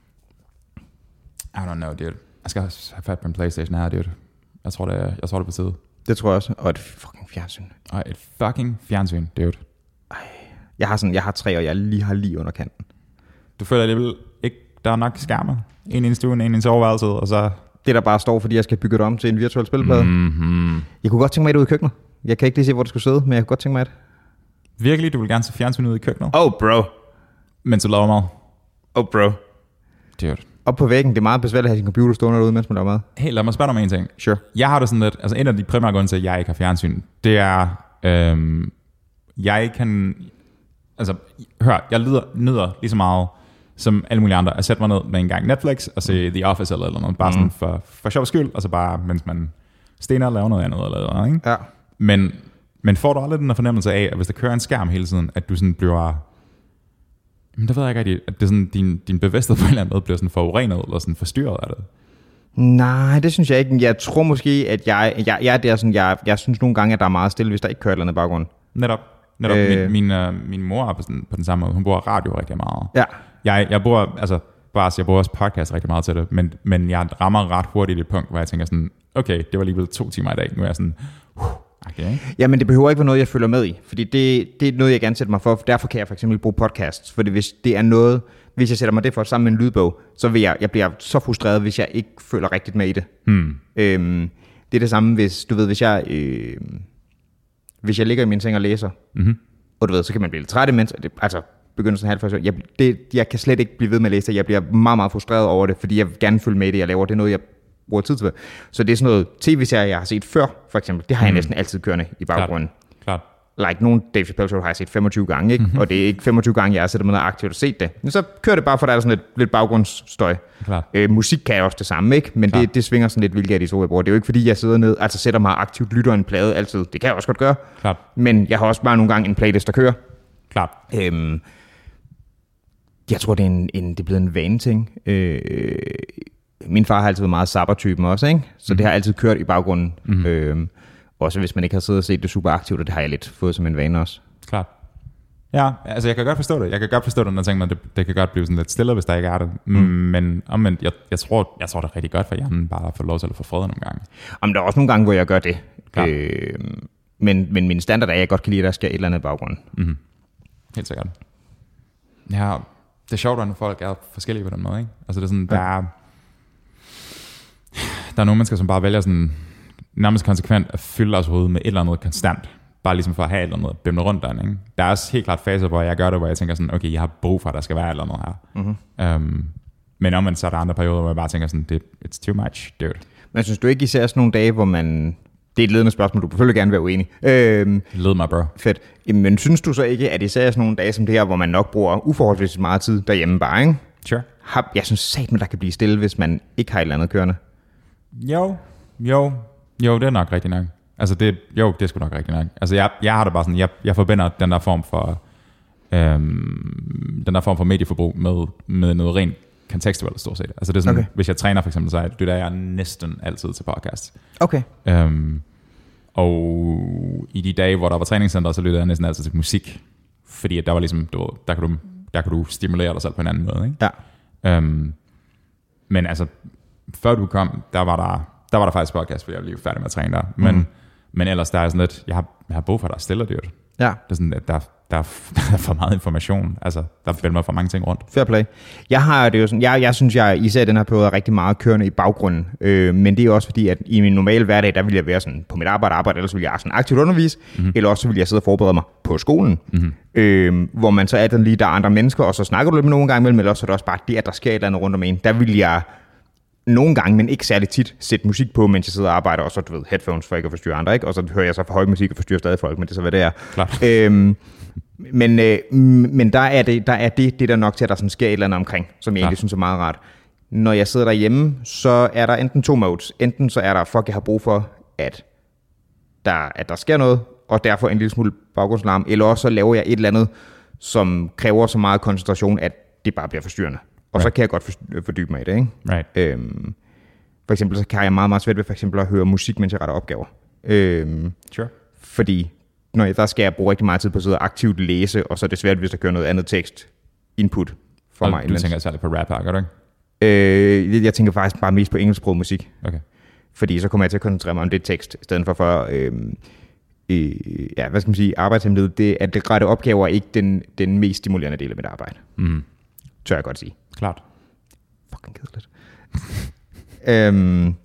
[SPEAKER 1] I don't know, dude. Jeg skal have fat på en PlayStation her, dude. Jeg tror, det er, jeg tror, det er på tide.
[SPEAKER 2] Det tror jeg også. Og et fucking fjernsyn.
[SPEAKER 1] Og et fucking fjernsyn, dude.
[SPEAKER 2] Ej. Jeg har sådan, jeg har tre, og jeg lige har lige under kanten.
[SPEAKER 1] Du føler alligevel ikke, der er nok skærme? En i en stue, en i en soveværelse, og så...
[SPEAKER 2] Det der bare står, fordi jeg skal bygge det om til en virtuel spilplade.
[SPEAKER 1] Mm-hmm.
[SPEAKER 2] Jeg kunne godt tænke mig et ude i køkkenet. Jeg kan ikke lige se, hvor det skulle sidde, men jeg kunne godt tænke mig et.
[SPEAKER 1] Virkelig? Du vil gerne se fjernsyn ude i køkkenet?
[SPEAKER 2] Oh, bro.
[SPEAKER 1] Mens du laver mad?
[SPEAKER 2] Oh, bro.
[SPEAKER 1] Dude.
[SPEAKER 2] Op på væggen, det er meget besværligt at have sin computer stående derude, mens man laver mad.
[SPEAKER 1] Helt, lad mig spørge dig om en ting.
[SPEAKER 2] Sure.
[SPEAKER 1] Jeg har det sådan lidt, altså en af de primære grunde til, at jeg ikke har fjernsyn, det er, øhm, jeg kan, altså hør, jeg lyder, nyder lige så meget som alle mulige andre, at sætte mig ned med en gang Netflix og se The Office eller, eller noget, bare mm. sådan for, for sjov skyld, og så bare, mens man stener og laver noget andet eller noget, ikke?
[SPEAKER 2] Ja. Men,
[SPEAKER 1] men får du aldrig den der fornemmelse af, at hvis der kører en skærm hele tiden, at du sådan bliver, men der ved jeg ikke rigtig, at det er sådan, din, din bevidsthed på en eller anden måde bliver sådan forurenet eller sådan forstyrret af det.
[SPEAKER 2] Nej, det synes jeg ikke. Jeg tror måske, at jeg, jeg, jeg er der sådan, jeg, jeg synes nogle gange, at der er meget stille, hvis der ikke kører et eller andet baggrund.
[SPEAKER 1] Netop. Netop. Øh. Min, min, uh, min mor er på, sådan, på den samme måde. Hun bruger radio rigtig meget.
[SPEAKER 2] Ja.
[SPEAKER 1] Jeg, jeg bruger, altså, bare jeg bruger også podcast rigtig meget til det, men, men jeg rammer ret hurtigt et punkt, hvor jeg tænker sådan, okay, det var alligevel to timer i dag. Nu er jeg sådan, uh, okay.
[SPEAKER 2] Ja, men det behøver ikke være noget, jeg følger med i, fordi det, det er noget, jeg gerne sætter mig for. Derfor kan jeg for eksempel bruge podcasts, fordi hvis det er noget, hvis jeg sætter mig det for sammen med en lydbog, så vil jeg, jeg bliver så frustreret, hvis jeg ikke føler rigtigt med i det.
[SPEAKER 1] Hmm.
[SPEAKER 2] Øhm, det er det samme, hvis du ved, hvis jeg, øh, hvis jeg ligger i min seng og læser,
[SPEAKER 1] mm-hmm.
[SPEAKER 2] og du ved, så kan man blive lidt træt imens, det, altså begyndelsen af halvfjerds år, jeg, det, jeg kan slet ikke blive ved med at læse, jeg bliver meget, meget frustreret over det, fordi jeg vil gerne følge med i det, jeg laver, det er noget, jeg bruger tid til. Så det er sådan noget tv-serier, jeg har set før, for eksempel, det har jeg mm. næsten altid kørende i baggrunden.
[SPEAKER 1] Klart.
[SPEAKER 2] like nogle Dave Chappelle show har jeg set femogtyve gange, ikke? Mm-hmm. Og det er ikke femogtyve gange, jeg har siddet med noget aktivt og set det. Men så kører det bare, for der er sådan lidt, lidt baggrundsstøj. Øh, musik kan jeg også det samme, ikke? Men det, det svinger sådan lidt, hvilket af de to jeg bruger. Det er jo ikke fordi, jeg sidder ned, altså sætter mig aktivt, lytter en plade altid. Det kan jeg også godt gøre.
[SPEAKER 1] Klart.
[SPEAKER 2] Men jeg har også bare nogle gange en playlist, der kører.
[SPEAKER 1] Klart.
[SPEAKER 2] Øhm, jeg tror, det er, en, en, det er blevet en vane-ting. Øh, min far har altid været meget sabbertypen også, ikke? Så mm. det har altid kørt i baggrunden. Mm. Øh, også hvis man ikke har siddet og set det super aktivt, og det har jeg lidt fået som en vane også.
[SPEAKER 1] Klart. Ja, altså jeg kan godt forstå det. Jeg kan godt forstå det, når jeg tænker mig, det, det kan godt blive sådan lidt stille, hvis der ikke er det. Mm. Men omvendt, jeg, jeg, tror, jeg tror, det er rigtig godt for hjernen bare at få lov til at få fred nogle gange.
[SPEAKER 2] Jamen, der er også nogle gange, hvor jeg gør det. Øh, men, men min standard er, at jeg godt kan lide, at der sker et eller andet i baggrunden.
[SPEAKER 1] Mm-hmm. Helt sikkert. Ja, det er sjovt, når folk er forskellige på den måde, ikke? Altså det er sådan, ja. der er... Der er nogle mennesker, som bare vælger sådan nærmest konsekvent at fylde deres hoved med et eller andet konstant. Bare ligesom for at have et eller andet bimle rundt derinde, ikke? Der er også helt klart faser, hvor jeg gør det, hvor jeg tænker sådan, okay, jeg har brug for, at der skal være et eller andet her. Mm-hmm. Um, men omvendt så er der andre perioder, hvor jeg bare tænker sådan, it's too much, dude.
[SPEAKER 2] Men synes du ikke især sådan nogle dage, hvor man... Det er et ledende spørgsmål, du kan selvfølgelig gerne være uenig. Øhm,
[SPEAKER 1] Led mig, bro.
[SPEAKER 2] Fedt. Men synes du så ikke, at især sådan nogle dage som det her, hvor man nok bruger uforholdsvis meget tid derhjemme bare, ikke?
[SPEAKER 1] Sure.
[SPEAKER 2] Har, jeg synes satme, der kan blive stille, hvis man ikke har et eller andet kørende.
[SPEAKER 1] Jo, jo, jo, det er nok rigtigt nok. Altså det, jo, det er sgu nok rigtigt nok. Altså jeg, jeg har det bare sådan, jeg, jeg forbinder den der form for, øhm, den der form for medieforbrug med, med noget rent kontekstuelt stort set. Altså det er sådan, okay. Hvis jeg træner for eksempel, så lytter jeg næsten altid til podcast.
[SPEAKER 2] Okay.
[SPEAKER 1] Øhm, og i de dage, hvor der var træningscenter, så lyttede jeg næsten altid til musik. Fordi at der var ligesom, du, der, kan du, der kan du stimulere dig selv på en anden måde, ikke?
[SPEAKER 2] Ja.
[SPEAKER 1] Øhm, men altså, før du kom, der var der, der var der faktisk podcast, fordi jeg blev færdig med at træne der. Men, mm. men ellers, der er sådan lidt, jeg har, jeg har brug for, at der er stille, dyrt.
[SPEAKER 2] Ja.
[SPEAKER 1] Det er sådan, at der, der, der er for meget information. Altså, der vælger for mange ting rundt.
[SPEAKER 2] Fair play. Jeg har det jo sådan, jeg, jeg synes, jeg især den her periode er rigtig meget kørende i baggrunden. Øh, men det er også fordi, at i min normale hverdag, der vil jeg være sådan på mit arbejde, arbejde, ellers vil jeg sådan aktivt undervise, mm-hmm. eller også vil jeg sidde og forberede mig på skolen. Mm-hmm. Øh, hvor man så er den lige, der er andre mennesker, og så snakker du lidt med nogle gange imellem, eller også er det også bare det, at der sker et eller andet rundt om en. Der vil jeg nogle gange, men ikke særlig tit, sætte musik på, mens jeg sidder og arbejder, og så, du ved, headphones for ikke at forstyrre andre, ikke? Og så hører jeg så for høj musik og forstyrrer stadig folk, men det er så, hvad det er.
[SPEAKER 1] Klart.
[SPEAKER 2] Øhm, men, øh, men der er, det, der er det, det der nok til, at der sådan sker et eller andet omkring, som jeg egentlig synes er meget rart. Når jeg sidder derhjemme, så er der enten to modes. Enten så er der, fuck, jeg har brug for, at der, at der sker noget, og derfor en lille smule baggrundslarm, eller også så laver jeg et eller andet, som kræver så meget koncentration, at det bare bliver forstyrrende. Og right. Så kan jeg godt fordybe mig i det, ikke?
[SPEAKER 1] Right.
[SPEAKER 2] Øhm, for eksempel så kan jeg meget, meget svært ved for eksempel at høre musik, mens jeg retter opgaver. Øhm,
[SPEAKER 1] sure. Fordi
[SPEAKER 2] når jeg, der skal jeg bruge rigtig meget tid på at sidde og aktivt læse, og så er det svært, hvis der kører noget andet tekst input for
[SPEAKER 1] og
[SPEAKER 2] mig.
[SPEAKER 1] Du tænker særligt på rap her, gør du ikke?
[SPEAKER 2] Øh, jeg tænker faktisk bare mest på engelsksproget musik.
[SPEAKER 1] Okay.
[SPEAKER 2] Fordi så kommer jeg til at koncentrere mig om det tekst, i stedet for for... Øh, øh, ja, hvad skal man sige, arbejdshemmelighed, det at det rette opgaver er ikke den, den mest stimulerende del af mit arbejde.
[SPEAKER 1] Mm.
[SPEAKER 2] Tør jeg godt sige.
[SPEAKER 1] Klart.
[SPEAKER 2] Fucking kedeligt. øhm,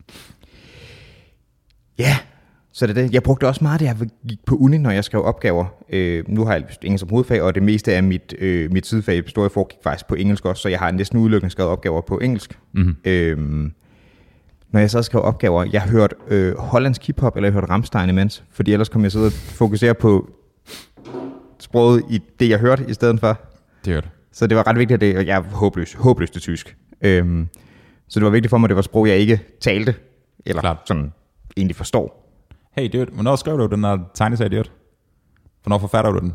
[SPEAKER 2] ja, så det er det. Jeg brugte også meget, da jeg gik på uni, når jeg skrev opgaver. Øh, nu har jeg engelsk som hovedfag, og det meste af mit, øh, mit sidefag består i foregik faktisk på engelsk også, så jeg har næsten udelukkende skrevet opgaver på engelsk. Mm-hmm. Øhm, når jeg så skrev opgaver, jeg hørte øh, hollandsk hiphop, eller jeg hørte Rammstein imens, fordi ellers kom jeg sidde og fokusere på sproget i det, jeg hørte, i stedet for.
[SPEAKER 1] Det hørte.
[SPEAKER 2] Så det var ret vigtigt, at det, jeg er håbløs, håbløs til tysk. Øhm, så det var vigtigt for mig, at det var sprog, jeg ikke talte, eller Klart. Sådan egentlig forstår.
[SPEAKER 1] Hey dude, hvornår skrev du den der tegneserie, dude? Hvornår forfatter du den?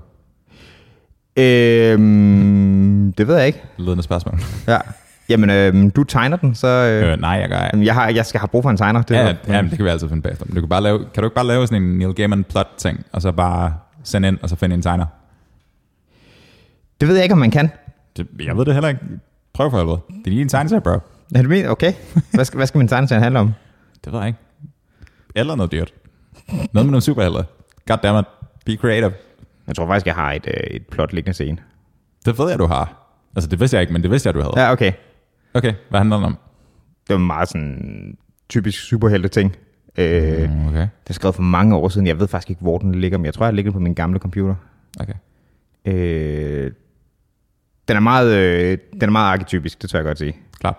[SPEAKER 2] Øhm, det ved jeg ikke.
[SPEAKER 1] Ledende spørgsmål.
[SPEAKER 2] Ja. Jamen, øhm, du tegner den, så... Øh,
[SPEAKER 1] øh, nej, jeg gør ikke.
[SPEAKER 2] Jeg, har, jeg skal have brug for en tegner. Det
[SPEAKER 1] ja,
[SPEAKER 2] ja,
[SPEAKER 1] ja, det kan vi altid finde bagefter. Du kan, bare lave, kan du ikke bare lave sådan en Neil Gaiman plot-ting, og så bare sende ind, og så finde en tegner?
[SPEAKER 2] Det ved jeg ikke, om man kan.
[SPEAKER 1] Det, jeg ved det heller ikke. Prøv for helvede. Det er lige en tegneserie, bro.
[SPEAKER 2] Er du med? Okay. Hvad skal, hvad skal min tegneserie handle om?
[SPEAKER 1] Det ved jeg ikke. Eller noget dyrt. Noget med nogle superhelte. Goddammit. Be creative.
[SPEAKER 2] Jeg tror faktisk, jeg har et, et plot liggende scene.
[SPEAKER 1] Det ved jeg, du har. Altså, det vidste jeg ikke, men det vidste jeg, du havde.
[SPEAKER 2] Ja, okay.
[SPEAKER 1] Okay, hvad handler det om?
[SPEAKER 2] Det var meget sådan typisk superhelte ting. Øh,
[SPEAKER 1] mm, okay.
[SPEAKER 2] Det er skrevet for mange år siden. Jeg ved faktisk ikke, hvor den ligger, men jeg tror, jeg ligger på min gamle computer.
[SPEAKER 1] Okay.
[SPEAKER 2] Øh, den er meget, øh, den er meget arketypisk, det tør jeg godt sige.
[SPEAKER 1] Klart.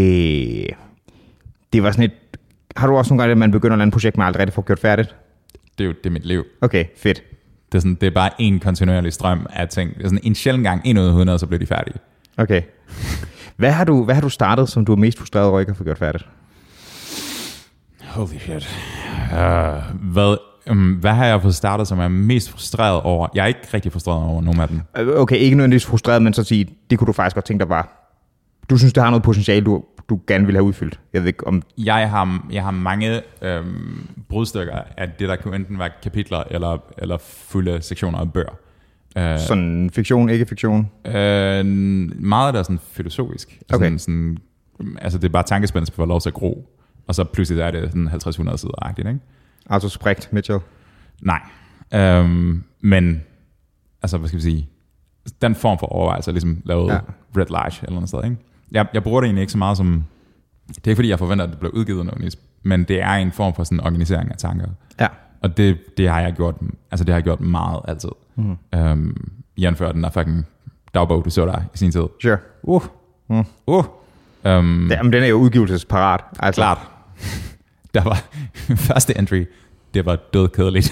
[SPEAKER 2] Det, det var sådan et... Har du også nogle gange, at man begynder et eller andet projekt, man aldrig rigtig får gjort færdigt?
[SPEAKER 1] det er jo det er mit liv.
[SPEAKER 2] Okay, fedt.
[SPEAKER 1] Det er, sådan, det er bare en kontinuerlig strøm af ting. Det er sådan en sjældent gang, en ud af hundrede, så bliver de færdige.
[SPEAKER 2] Okay. Hvad har du, hvad har du startet, som du er mest frustreret over ikke at få gjort færdigt?
[SPEAKER 1] Holy shit. Uh, hvad, um, hvad har jeg fået startet, som jeg er mest frustreret over? Jeg er ikke rigtig frustreret over nogen af dem.
[SPEAKER 2] Okay, ikke nødvendigvis frustreret, men så at sige, det kunne du faktisk godt tænke dig var. Du synes, det har noget potentiale, du, du gerne vil have udfyldt. Jeg ved ikke om...
[SPEAKER 1] Jeg har, jeg har mange øhm, brudstykker af det, der kunne enten være kapitler eller, eller fulde sektioner af bøger. Uh,
[SPEAKER 2] sådan fiktion, ikke fiktion?
[SPEAKER 1] Uh, meget af det er sådan filosofisk.
[SPEAKER 2] Okay.
[SPEAKER 1] Sådan, sådan, altså det er bare tankespændelse på at få lov til at gro. Og så pludselig er det sådan halvtreds hundrede sider-agtigt, ikke?
[SPEAKER 2] Altså Sprecht, Mitchell?
[SPEAKER 1] Nej. Um, men, altså hvad skal vi sige, den form for overvejelse er ligesom lavet ja. Red Large eller noget sted, ikke? Jeg, jeg bruger det egentlig ikke så meget som, det er ikke fordi jeg forventer, at det bliver udgivet noget, men det er en form for sådan organisering af tanker.
[SPEAKER 2] Ja.
[SPEAKER 1] Og det, det har jeg gjort, altså det har jeg gjort meget altid. Mm. Um, jævnfør den der fucking dagbog, du så der i sin tid.
[SPEAKER 2] Sure.
[SPEAKER 1] Uh. Mm. Uh. Um,
[SPEAKER 2] det, men den er jo udgivelsesparat. Altså.
[SPEAKER 1] Klart. Der var første entry, det var dødkedeligt.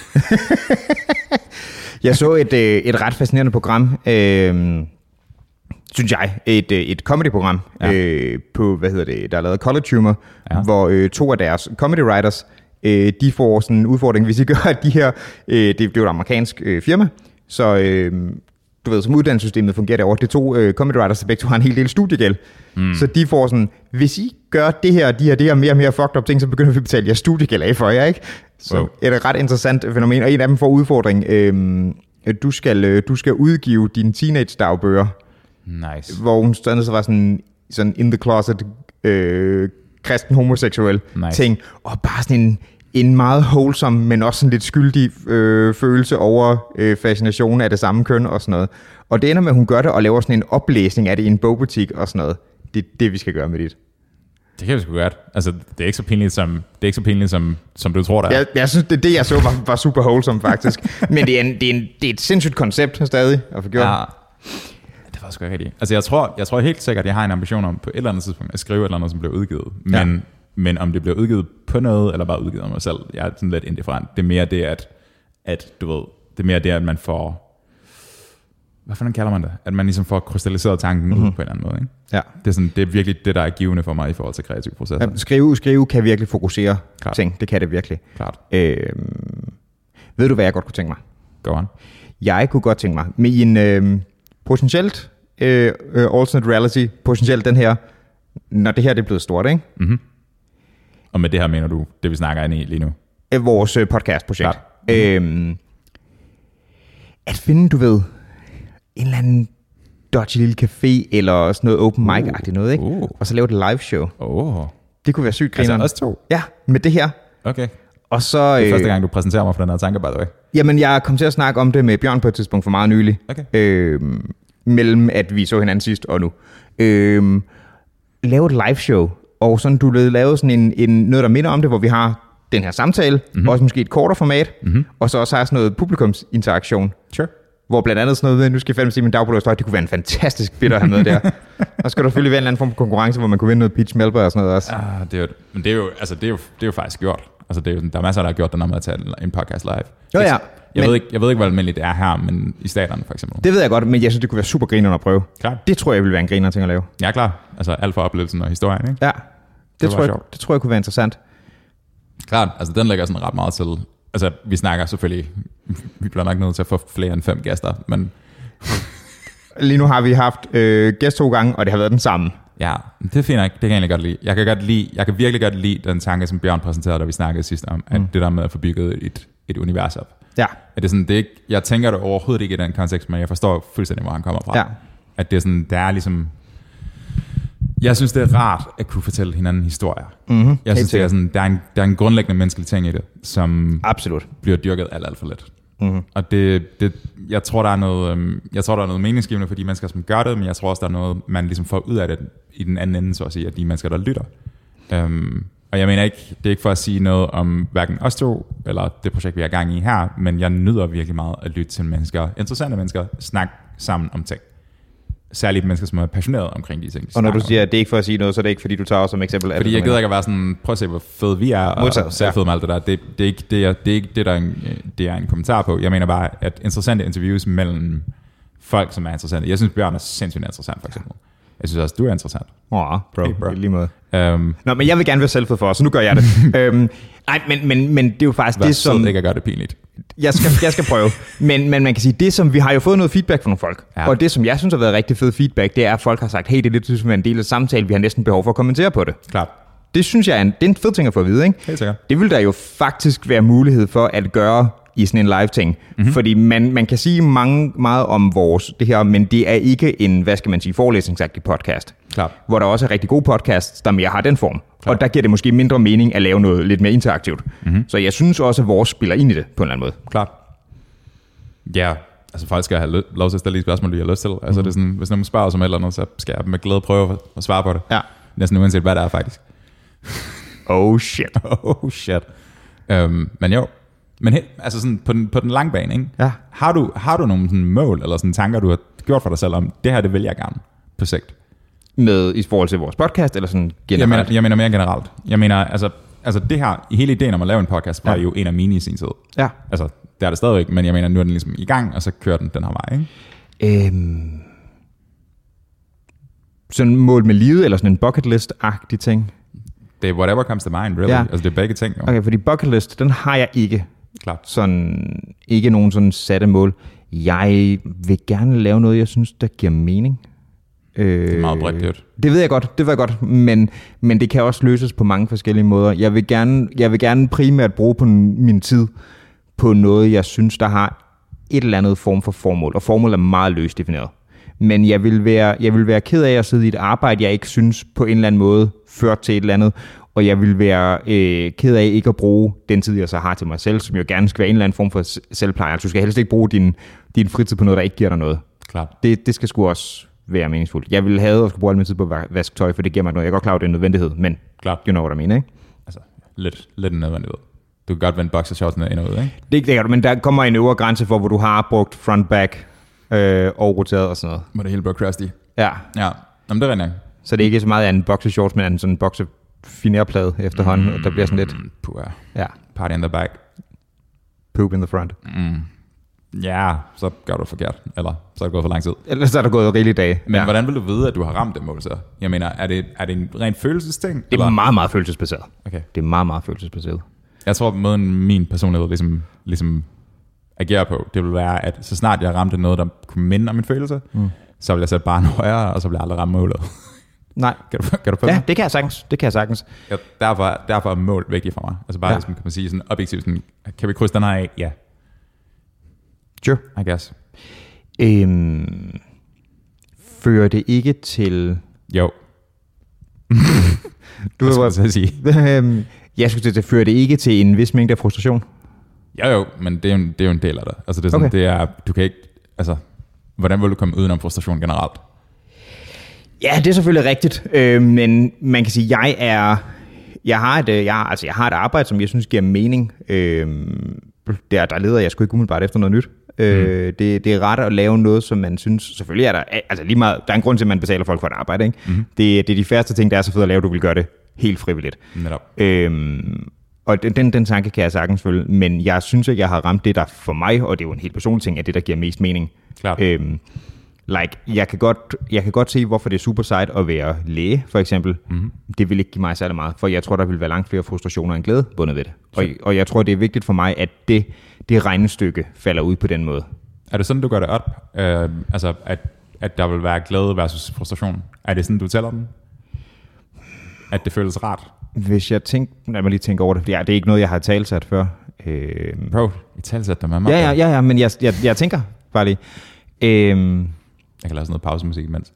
[SPEAKER 1] Jeg
[SPEAKER 2] så et, et ret fascinerende program, øh, synes jeg, et, et comedy-program ja. øh, på, hvad hedder det, der er lavet College Humor, ja. hvor øh, to af deres comedy writers, øh, de får sådan en udfordring, hvis I gør, at de her, øh, det, det er jo et amerikansk øh, firma, så øh, du ved, som uddannelsessystemet fungerer derovre, det er to øh, comedy writers, der begge to har en hel del studiegæld, mm. så de får sådan, hvis I gør det her, de her, det her mere og mere fucked up ting, så begynder vi at betale jeres studiegæld af for jer, ikke? Så wow. er det et ret interessant fænomen, og en af dem får udfordring, øh, du skal, du skal udgive dine teenage-dagbøger.
[SPEAKER 1] Nice.
[SPEAKER 2] Hvor hun stadig så var sådan, sådan in the closet, øh, kristen homoseksuel nice. ting, og bare sådan en, en meget wholesome, men også sådan lidt skyldig øh, følelse over øh, fascination af det samme køn og sådan noget. Og det ender med, at hun gør det og laver sådan en oplæsning af det i en bogbutik og sådan noget. Det er det, vi skal gøre med dit.
[SPEAKER 1] Det kan vi sgu godt. Altså, det er ikke så pinligt, som, det er ikke så pinligt, som, som du tror, der er.
[SPEAKER 2] Jeg, jeg synes, det, det jeg så var, var super wholesome, faktisk. Men det er, en, det, er en, det er et sindssygt koncept stadig at få gjort.
[SPEAKER 1] Ja, det var sgu ikke rigtigt. Altså, jeg tror, jeg tror helt sikkert, at jeg har en ambition om på et eller andet tidspunkt at skrive et eller andet, som bliver udgivet. Men, ja. men om det bliver udgivet på noget, eller bare udgivet af mig selv, jeg er sådan lidt indifferent. Det er mere det, at, at du ved, det er mere det, at man får... Hvad fanden kalder man det? At man ligesom får krystalliseret tanken mm-hmm. ud på en eller anden måde, ikke?
[SPEAKER 2] Ja.
[SPEAKER 1] Det er, sådan, det er virkelig det, der er givende for mig i forhold til kreative processer.
[SPEAKER 2] Ja, skrive, skrive kan virkelig fokusere Klart. ting. Det kan det virkelig.
[SPEAKER 1] Klart.
[SPEAKER 2] Øhm, ved du, hvad jeg godt kunne tænke mig?
[SPEAKER 1] Go on.
[SPEAKER 2] Jeg kunne godt tænke mig, med en øh, potentielt øh, alternate reality, potentielt den her, når det her det er blevet stort, ikke?
[SPEAKER 1] Mm-hmm. Og med det her mener du, det vi snakker ind i lige nu?
[SPEAKER 2] Øh, vores øh, podcastprojekt. Mm-hmm. Øhm, at finde, du ved... en eller anden dodgy lille café, eller sådan noget open mic-agtigt uh, noget, ikke? Uh. Og så lave et live show.
[SPEAKER 1] Uh.
[SPEAKER 2] Det kunne være sygt grineren.
[SPEAKER 1] Altså os to?
[SPEAKER 2] Ja, med det her.
[SPEAKER 1] Okay.
[SPEAKER 2] Og så,
[SPEAKER 1] det er første gang, du præsenterer mig for den her tanke, by the way.
[SPEAKER 2] Jamen, jeg kom til at snakke om det med Bjørn på et tidspunkt for meget nylig.
[SPEAKER 1] Okay.
[SPEAKER 2] Øhm, mellem at vi så hinanden sidst og nu. Øhm, lave et live show, og sådan du lavede sådan en, en, noget, der minder om det, hvor vi har den her samtale, mm-hmm. også måske et kortere format, mm-hmm. og så også har sådan noget publikumsinteraktion.
[SPEAKER 1] Sure.
[SPEAKER 2] Hvor blandt andet sådan noget, nu skal jeg fandme sige min dagboghistorie, det kunne være en fantastisk bit at have med der. Og så skal der selvfølgelig være en eller anden form for konkurrence, hvor man kunne vinde noget Peach Melba og sådan noget også.
[SPEAKER 1] Ah, det er jo, men det er jo, altså det er jo, det er jo faktisk gjort. Altså det er jo, der er masser, der har gjort det, når man har taget en podcast live.
[SPEAKER 2] Jo, ja.
[SPEAKER 1] Jeg,
[SPEAKER 2] men,
[SPEAKER 1] ved ikke, jeg ved ikke, hvor almindeligt det er her, men i staterne for eksempel.
[SPEAKER 2] Det ved jeg godt, men jeg synes, det kunne være super grinerende at prøve.
[SPEAKER 1] Klar.
[SPEAKER 2] Det tror jeg ville være en grinerende ting at lave.
[SPEAKER 1] Ja, klar. Altså alt for oplevelsen og historien, ikke?
[SPEAKER 2] Ja, det, det, tror, jeg, det tror jeg kunne være interessant.
[SPEAKER 1] Klart, altså den lægger sådan ret meget til. Altså vi snakker selvfølgelig, vi bliver nok nødt til at få flere end fem gæster, men...
[SPEAKER 2] Lige nu har vi haft øh, gæst to gange, og det har været den samme.
[SPEAKER 1] Ja, det finder jeg ikke. Det kan jeg egentlig godt lide. Jeg kan, godt lide. jeg kan virkelig godt lide den tanke, som Bjørn præsenterede, da vi snakkede sidst om, at mm. det der med at få bygget et, et univers op.
[SPEAKER 2] Ja.
[SPEAKER 1] At det er sådan, det er ikke, jeg tænker det overhovedet ikke i den kontekst, men jeg forstår fuldstændig, hvor han kommer fra.
[SPEAKER 2] Ja.
[SPEAKER 1] At det er sådan, det er ligesom... Jeg synes, det er rart at kunne fortælle hinanden historier.
[SPEAKER 2] Mm-hmm.
[SPEAKER 1] Jeg synes, det er sådan, der, er en, der er en grundlæggende menneskelig ting i det, som
[SPEAKER 2] Absolut.
[SPEAKER 1] bliver dyrket alt, alt for lidt.
[SPEAKER 2] Mm-hmm.
[SPEAKER 1] Og det, det, jeg tror, der er noget, jeg tror, der er noget meningsgivende for de mennesker, som gør det, men jeg tror også, der er noget, man ligesom får ud af det i den anden ende, så at sige, at de mennesker, der lytter. Um, og jeg mener ikke, det er ikke for at sige noget om hverken os to, eller det projekt, vi er i gang i her, men jeg nyder virkelig meget at lytte til mennesker, interessante mennesker, snakke sammen om ting. særligt mennesker, som er passionerede omkring de ting. De
[SPEAKER 2] og når du siger, at det er ikke for at sige noget, så er det ikke, fordi du tager os som eksempel.
[SPEAKER 1] Fordi jeg gider ikke at være sådan, prøv at se, hvor fed vi er,
[SPEAKER 2] Modtaget,
[SPEAKER 1] og særligt fed med alt det der. Det, det, er ikke, det, er, det er ikke det, der er en, det er en kommentar på. Jeg mener bare, at interessante interviews mellem folk, som er interessante. Jeg synes, Bjørn er sindssygt interessant, for eksempel. Jeg synes også, du er interessant.
[SPEAKER 2] Åh, oh, bro, hey, bro. I lige måde.
[SPEAKER 1] Um,
[SPEAKER 2] Nå, men jeg vil gerne være selvfed for os, så nu gør jeg det. øhm, nej, men, men, men det er jo faktisk det, som...
[SPEAKER 1] Vær sød ikke at gøre det pinligt.
[SPEAKER 2] Jeg skal, jeg skal prøve. Men, men man kan sige, det som vi har jo fået noget feedback fra nogle folk. Ja. Og det som jeg synes har været rigtig fed feedback, det er, at folk har sagt, hey, det er lidt som en del af samtalen, vi har næsten behov for at kommentere på det.
[SPEAKER 1] Klart.
[SPEAKER 2] Det synes jeg er en, det er en fed ting at få at vide, ikke?
[SPEAKER 1] Helt sikkert.
[SPEAKER 2] Det vil der jo faktisk være mulighed for at gøre i sådan en live-ting. Mm-hmm. Fordi man, man kan sige mange, meget om vores det her, men det er ikke en, hvad skal man sige, forelæsningsagtig podcast.
[SPEAKER 1] Klart.
[SPEAKER 2] Hvor der også er rigtig gode podcasts, der mere har den form.
[SPEAKER 1] Klart.
[SPEAKER 2] Og der giver det måske mindre mening at lave noget lidt mere interaktivt.
[SPEAKER 1] Mm-hmm.
[SPEAKER 2] Så jeg synes også, at vores spiller ind i det på en eller anden måde.
[SPEAKER 1] Klart. Ja, altså folk skal have lov til at stille de spørgsmål, de har lyst til. Altså mm-hmm. det er sådan, hvis nogen spørger som et eller andet, så skal jeg med glæde prøve at svare på det.
[SPEAKER 2] Ja.
[SPEAKER 1] Næsten uanset hvad det er faktisk.
[SPEAKER 2] Oh shit.
[SPEAKER 1] oh shit. Um, men jo, men he, altså sådan på den, på den lange bane, ikke?
[SPEAKER 2] Ja.
[SPEAKER 1] Har du, har du nogle sådan mål eller sådan tanker, du har gjort for dig selv om, det her, det vil jeg gerne på sigt?
[SPEAKER 2] Med i forhold til vores podcast, eller sådan generelt?
[SPEAKER 1] Jeg mener, jeg mener mere generelt. Jeg mener, altså, altså det her, i hele ideen om at lave en podcast, var ja. jo en af mine i sin tid.
[SPEAKER 2] Ja.
[SPEAKER 1] Altså, det er det stadigvæk, men jeg mener, nu er den ligesom i gang, og så kører den den her vej, ikke?
[SPEAKER 2] Øhm, sådan mål med livet, eller sådan en bucket list-agtig ting?
[SPEAKER 1] Det er whatever comes to mind, really. Ja. Altså, det er begge ting, jo.
[SPEAKER 2] Okay, fordi bucket list, den har jeg ikke.
[SPEAKER 1] Klart.
[SPEAKER 2] Sådan, ikke nogen sådan satte mål. Jeg vil gerne lave noget, jeg synes, der giver mening.
[SPEAKER 1] Det er meget bredt, det.
[SPEAKER 2] Det ved jeg godt, det ved jeg godt, men, men det kan også løses på mange forskellige måder. Jeg vil gerne, jeg vil gerne primært bruge på min tid på noget, jeg synes, der har et eller andet form for formål, og formål er meget løst defineret. Men jeg vil være, jeg vil være ked af at sidde i et arbejde, jeg ikke synes på en eller anden måde ført til et eller andet, og jeg vil være øh, ked af ikke at bruge den tid, jeg så har til mig selv, som jo gerne skal være en eller anden form for selvpleje. Altså, du skal helst ikke bruge din, din fritid på noget, der ikke giver dig noget.
[SPEAKER 1] Klart.
[SPEAKER 2] Det, det skal sgu også være meningsfuldt. Jeg vil have at skulle bruge al min tid på at vaske tøj, for det giver mig noget. Jeg er godt klar over, det er en nødvendighed, men
[SPEAKER 1] klart.
[SPEAKER 2] You know what I mean, ikke?
[SPEAKER 1] Altså, lidt, lidt en nødvendighed. Du kan godt vende boxershortsene ind og ud, ikke?
[SPEAKER 2] Det, det kan du, men der kommer en øvre grænse for, hvor du har brugt front-back øh, og roteret og sådan noget.
[SPEAKER 1] Hvor det hele bliver crusty.
[SPEAKER 2] Ja.
[SPEAKER 1] Ja, jamen det er rent.
[SPEAKER 2] Så det er ikke så meget af en boxershorts, men en sådan en boxer-finerplade efterhånden, mm, og der bliver sådan lidt...
[SPEAKER 1] Puh,
[SPEAKER 2] ja.
[SPEAKER 1] Party in the back.
[SPEAKER 2] Poop in the front.
[SPEAKER 1] Mm. Ja, så gør du forkert. Eller så er det gået for lang tid.
[SPEAKER 2] Eller så er der gået rigeligt dag.
[SPEAKER 1] Men
[SPEAKER 2] ja.
[SPEAKER 1] Hvordan vil du vide, at du har ramt det mål så? Jeg mener, er det, er det en ren følelsesting?
[SPEAKER 2] Det er eller? meget, meget følelsesbaseret.
[SPEAKER 1] Okay.
[SPEAKER 2] Det er meget, meget følelsesbaseret.
[SPEAKER 1] Jeg tror, måden min personlighed ligesom, ligesom agerer på, det vil være, at så snart jeg ramte noget, der kunne minde om en følelse, mm. så vil jeg sætte barnet højere, og så vil jeg aldrig ramme målet.
[SPEAKER 2] Nej.
[SPEAKER 1] Kan du, kan du
[SPEAKER 2] ja, det kan jeg sagtens. Det kan jeg sagtens.
[SPEAKER 1] Ja, derfor, derfor er mål vigtigt for mig. Altså bare, ja. Ligesom, kan man sige sådan objektivt, sådan, kan vi krydse den her af? Ja.
[SPEAKER 2] Sure.
[SPEAKER 1] I guess.
[SPEAKER 2] Øhm, fører det ikke til...
[SPEAKER 1] Jo.
[SPEAKER 2] du
[SPEAKER 1] Hvad skal jeg sige?
[SPEAKER 2] Øhm, jeg skulle til at føre det ikke til en vis mængde af frustration.
[SPEAKER 1] Jo jo, men det er jo, det er jo en del af det. Altså det er sådan, okay. det er, du kan ikke, altså, hvordan vil du komme udenom frustration generelt?
[SPEAKER 2] Ja, det er selvfølgelig rigtigt, øh, men man kan sige, jeg er, jeg har et, jeg, altså jeg har et arbejde, som jeg synes giver mening. Øh, der, der leder jeg sgu ikke umiddelbart efter noget nyt. Øh, mm. det, det er ret at lave noget, som man synes, selvfølgelig er der, altså lige meget, der er en grund til, at man betaler folk for et arbejde, ikke? Mm. Det, det er de færreste ting, der er så fedt at lave, du vil gøre det helt frivilligt. Øh, og den, den, den tanke kan jeg sagtens følge, men jeg synes, at jeg har ramt det, der for mig, og det er jo en helt personlig ting, at det, der giver mest mening.
[SPEAKER 1] Klart.
[SPEAKER 2] Øh, Like, jeg kan godt, jeg kan godt se, hvorfor det er super sejt at være læge, for eksempel. Mm-hmm. Det vil ikke give mig særlig meget, for jeg tror, der vil være langt flere frustrationer end glæde bundet ved det. Og, og jeg tror, det er vigtigt for mig, at det, det regnestykke falder ud på den måde.
[SPEAKER 1] Er det sådan, du gør det op? Øh, altså, at, at der vil være glæde versus frustration? Er det sådan, du tæller den? At det føles rart?
[SPEAKER 2] Hvis jeg tænker, lad mig lige tænke over det, for det er ikke noget, jeg har talsat før.
[SPEAKER 1] Øh, Bro, I talsat dig med mig.
[SPEAKER 2] Ja, ja, ja, ja, men jeg, jeg, jeg tænker bare lige. Øh,
[SPEAKER 1] Jeg kan lave sådan noget pausemusik imens.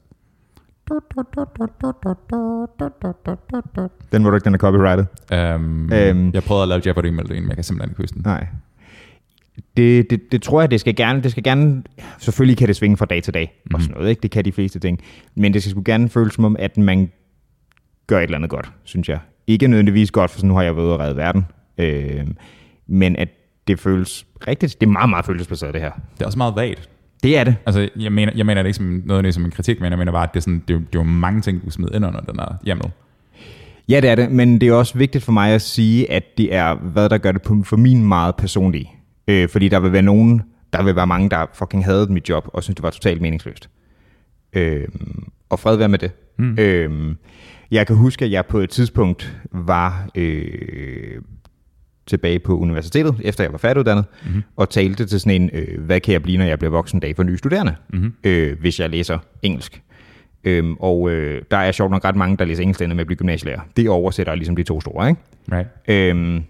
[SPEAKER 2] Den var du ikke, den er copyrighted.
[SPEAKER 1] Um, um, jeg prøvede at lave Jeopardy-melodien, men jeg kan simpelthen ikke huske den.
[SPEAKER 2] Nej. Det, det, det tror jeg, det skal gerne, det skal gerne, selvfølgelig kan det svinge fra dag til dag, mm-hmm. og sådan noget, ikke? Det kan de fleste ting. Men det skal sgu gerne føles som om, at man gør et eller andet godt, synes jeg. Ikke nødvendigvis godt, for sådan nu har jeg været ude og redde verden. Øh, men at det føles rigtigt. Det er meget, meget følelsesbaseret, det her.
[SPEAKER 1] Det er også meget vagt.
[SPEAKER 2] Det er det.
[SPEAKER 1] Altså, jeg mener, jeg mener det ikke som noget af det som en kritik, men jeg mener bare, at det er, sådan, det er, jo, det er jo mange ting, du smider ind under den her hjemmel.
[SPEAKER 2] Ja, det er det, men det er også vigtigt for mig at sige, at det er, hvad der gør det på, for min meget personlige. Øh, fordi der vil være nogen, der vil være mange, der fucking hadede mit job, og synes, det var totalt meningsløst. Øh, og fred være med det. Mm. Øh, jeg kan huske, at jeg på et tidspunkt var øh, tilbage på universitetet, efter jeg var færdiguddannet, mm-hmm. og talte til sådan en, øh, hvad kan jeg blive, når jeg bliver voksen dag for nye studerende, mm-hmm. øh, hvis jeg læser engelsk. Øhm, og øh, der er sjovt nok ret mange, der læser engelsk med at blive gymnasielærer. Det oversætter ligesom de to store, ikke?
[SPEAKER 1] Right.
[SPEAKER 2] Øhm,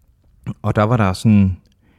[SPEAKER 2] og der var der sådan,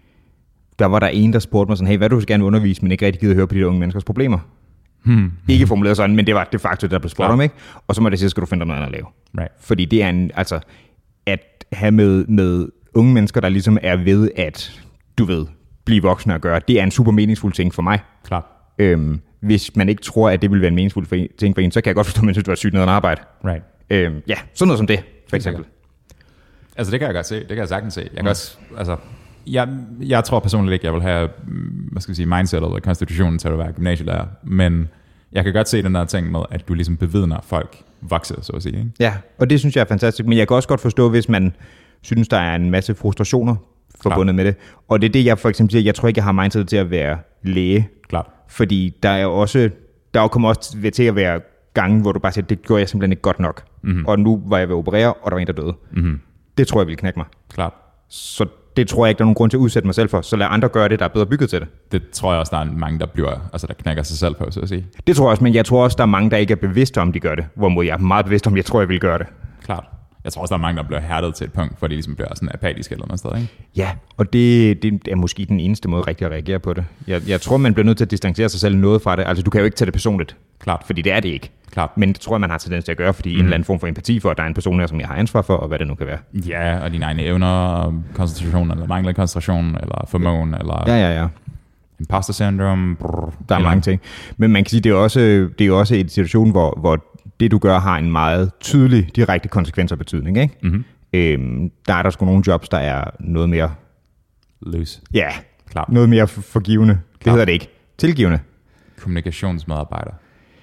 [SPEAKER 2] der var der en, der spurgte mig sådan, hey, hvad du vil gerne undervise, men ikke rigtig gider høre på de unge menneskers problemer? Hmm. Ikke formuleret sådan, men det var det faktum, der blev spurgt om, ikke? Og så må det sige, skal du finde dig noget andet at lave.
[SPEAKER 1] Right.
[SPEAKER 2] Fordi det er en, altså, at have med, med unge mennesker, der ligesom er ved at, du ved, blive voksne og gøre, det er en super meningsfuld ting for mig.
[SPEAKER 1] Klart.
[SPEAKER 2] Øhm, hvis man ikke tror, at det vil være en meningsfuld for en, ting for en, så kan jeg godt forstå, at man synes, det var sygt noget at arbejde.
[SPEAKER 1] Right.
[SPEAKER 2] Øhm, ja, sådan noget som det, for eksempel.
[SPEAKER 1] Altså, det kan jeg godt se. Det kan jeg sagtens se. Jeg kan også, altså, jeg, jeg tror personligt ikke, jeg vil have, hvad skal jeg sige, mindsetet eller konstitutionen til at være gymnasielærer, men jeg kan godt se den der ting med, at du ligesom bevidner folk vokser, så at sige. Ikke?
[SPEAKER 2] Ja, og det synes jeg er fantastisk, men jeg kan også godt forstå, hvis man synes, der er en masse frustrationer forbundet Klar. med det. Og det er det, jeg for eksempel siger, jeg tror ikke, jeg har mindset til at være læge.
[SPEAKER 1] Klart.
[SPEAKER 2] Fordi der er også, der kommer også til at være gange, hvor du bare siger, det gør jeg simpelthen ikke godt nok. Mm-hmm. Og nu var jeg ved at operere, og der var en, der døde. Mm-hmm. Det tror jeg ville knække mig.
[SPEAKER 1] Klart.
[SPEAKER 2] Så det tror jeg ikke, der er nogen grund til at udsætte mig selv for. Så lad andre gøre det, der er bedre bygget til det.
[SPEAKER 1] Det tror jeg også, der er mange, der bliver, altså der knækker sig selv på, så at sige.
[SPEAKER 2] Det tror jeg også, men jeg tror også, der er mange, der ikke er bevidste om, de gør det. Hvorimod jeg er meget bevidst om, jeg tror, jeg vil gøre det.
[SPEAKER 1] Klart. Jeg tror også, der er mange, der bliver hærdet til et punkt, for de ligesom bliver sådan apatisk eller noget sted, ikke?
[SPEAKER 2] Ja, og det, det er måske den eneste måde rigtig at reagere på det. Jeg, jeg tror, man bliver nødt til at distancere sig selv noget fra det. Altså, du kan jo ikke tage det personligt.
[SPEAKER 1] Klart.
[SPEAKER 2] Fordi det er det ikke.
[SPEAKER 1] Klart.
[SPEAKER 2] Men det tror jeg, man har tendens til at gøre, fordi mm. en eller anden form for empati for, at der er en person her, som jeg har ansvar for, og hvad det nu kan være.
[SPEAKER 1] Ja, og dine egne evner, koncentration, eller manglende koncentration, eller formåen, eller
[SPEAKER 2] ja, ja, ja.
[SPEAKER 1] imposter syndrome. Brrr,
[SPEAKER 2] der er eller mange ting. Men man kan sige, det er også, det er også en situation, hvor, hvor det, du gør, har en meget tydelig, direkte konsekvens og betydning, ikke? Mm-hmm. Øhm, der er der sgu nogle jobs, der er noget mere
[SPEAKER 1] løs.
[SPEAKER 2] Ja,
[SPEAKER 1] Klart.
[SPEAKER 2] Noget mere forgivende. Klart. Det hedder det ikke. Tilgivende.
[SPEAKER 1] Kommunikationsmedarbejder.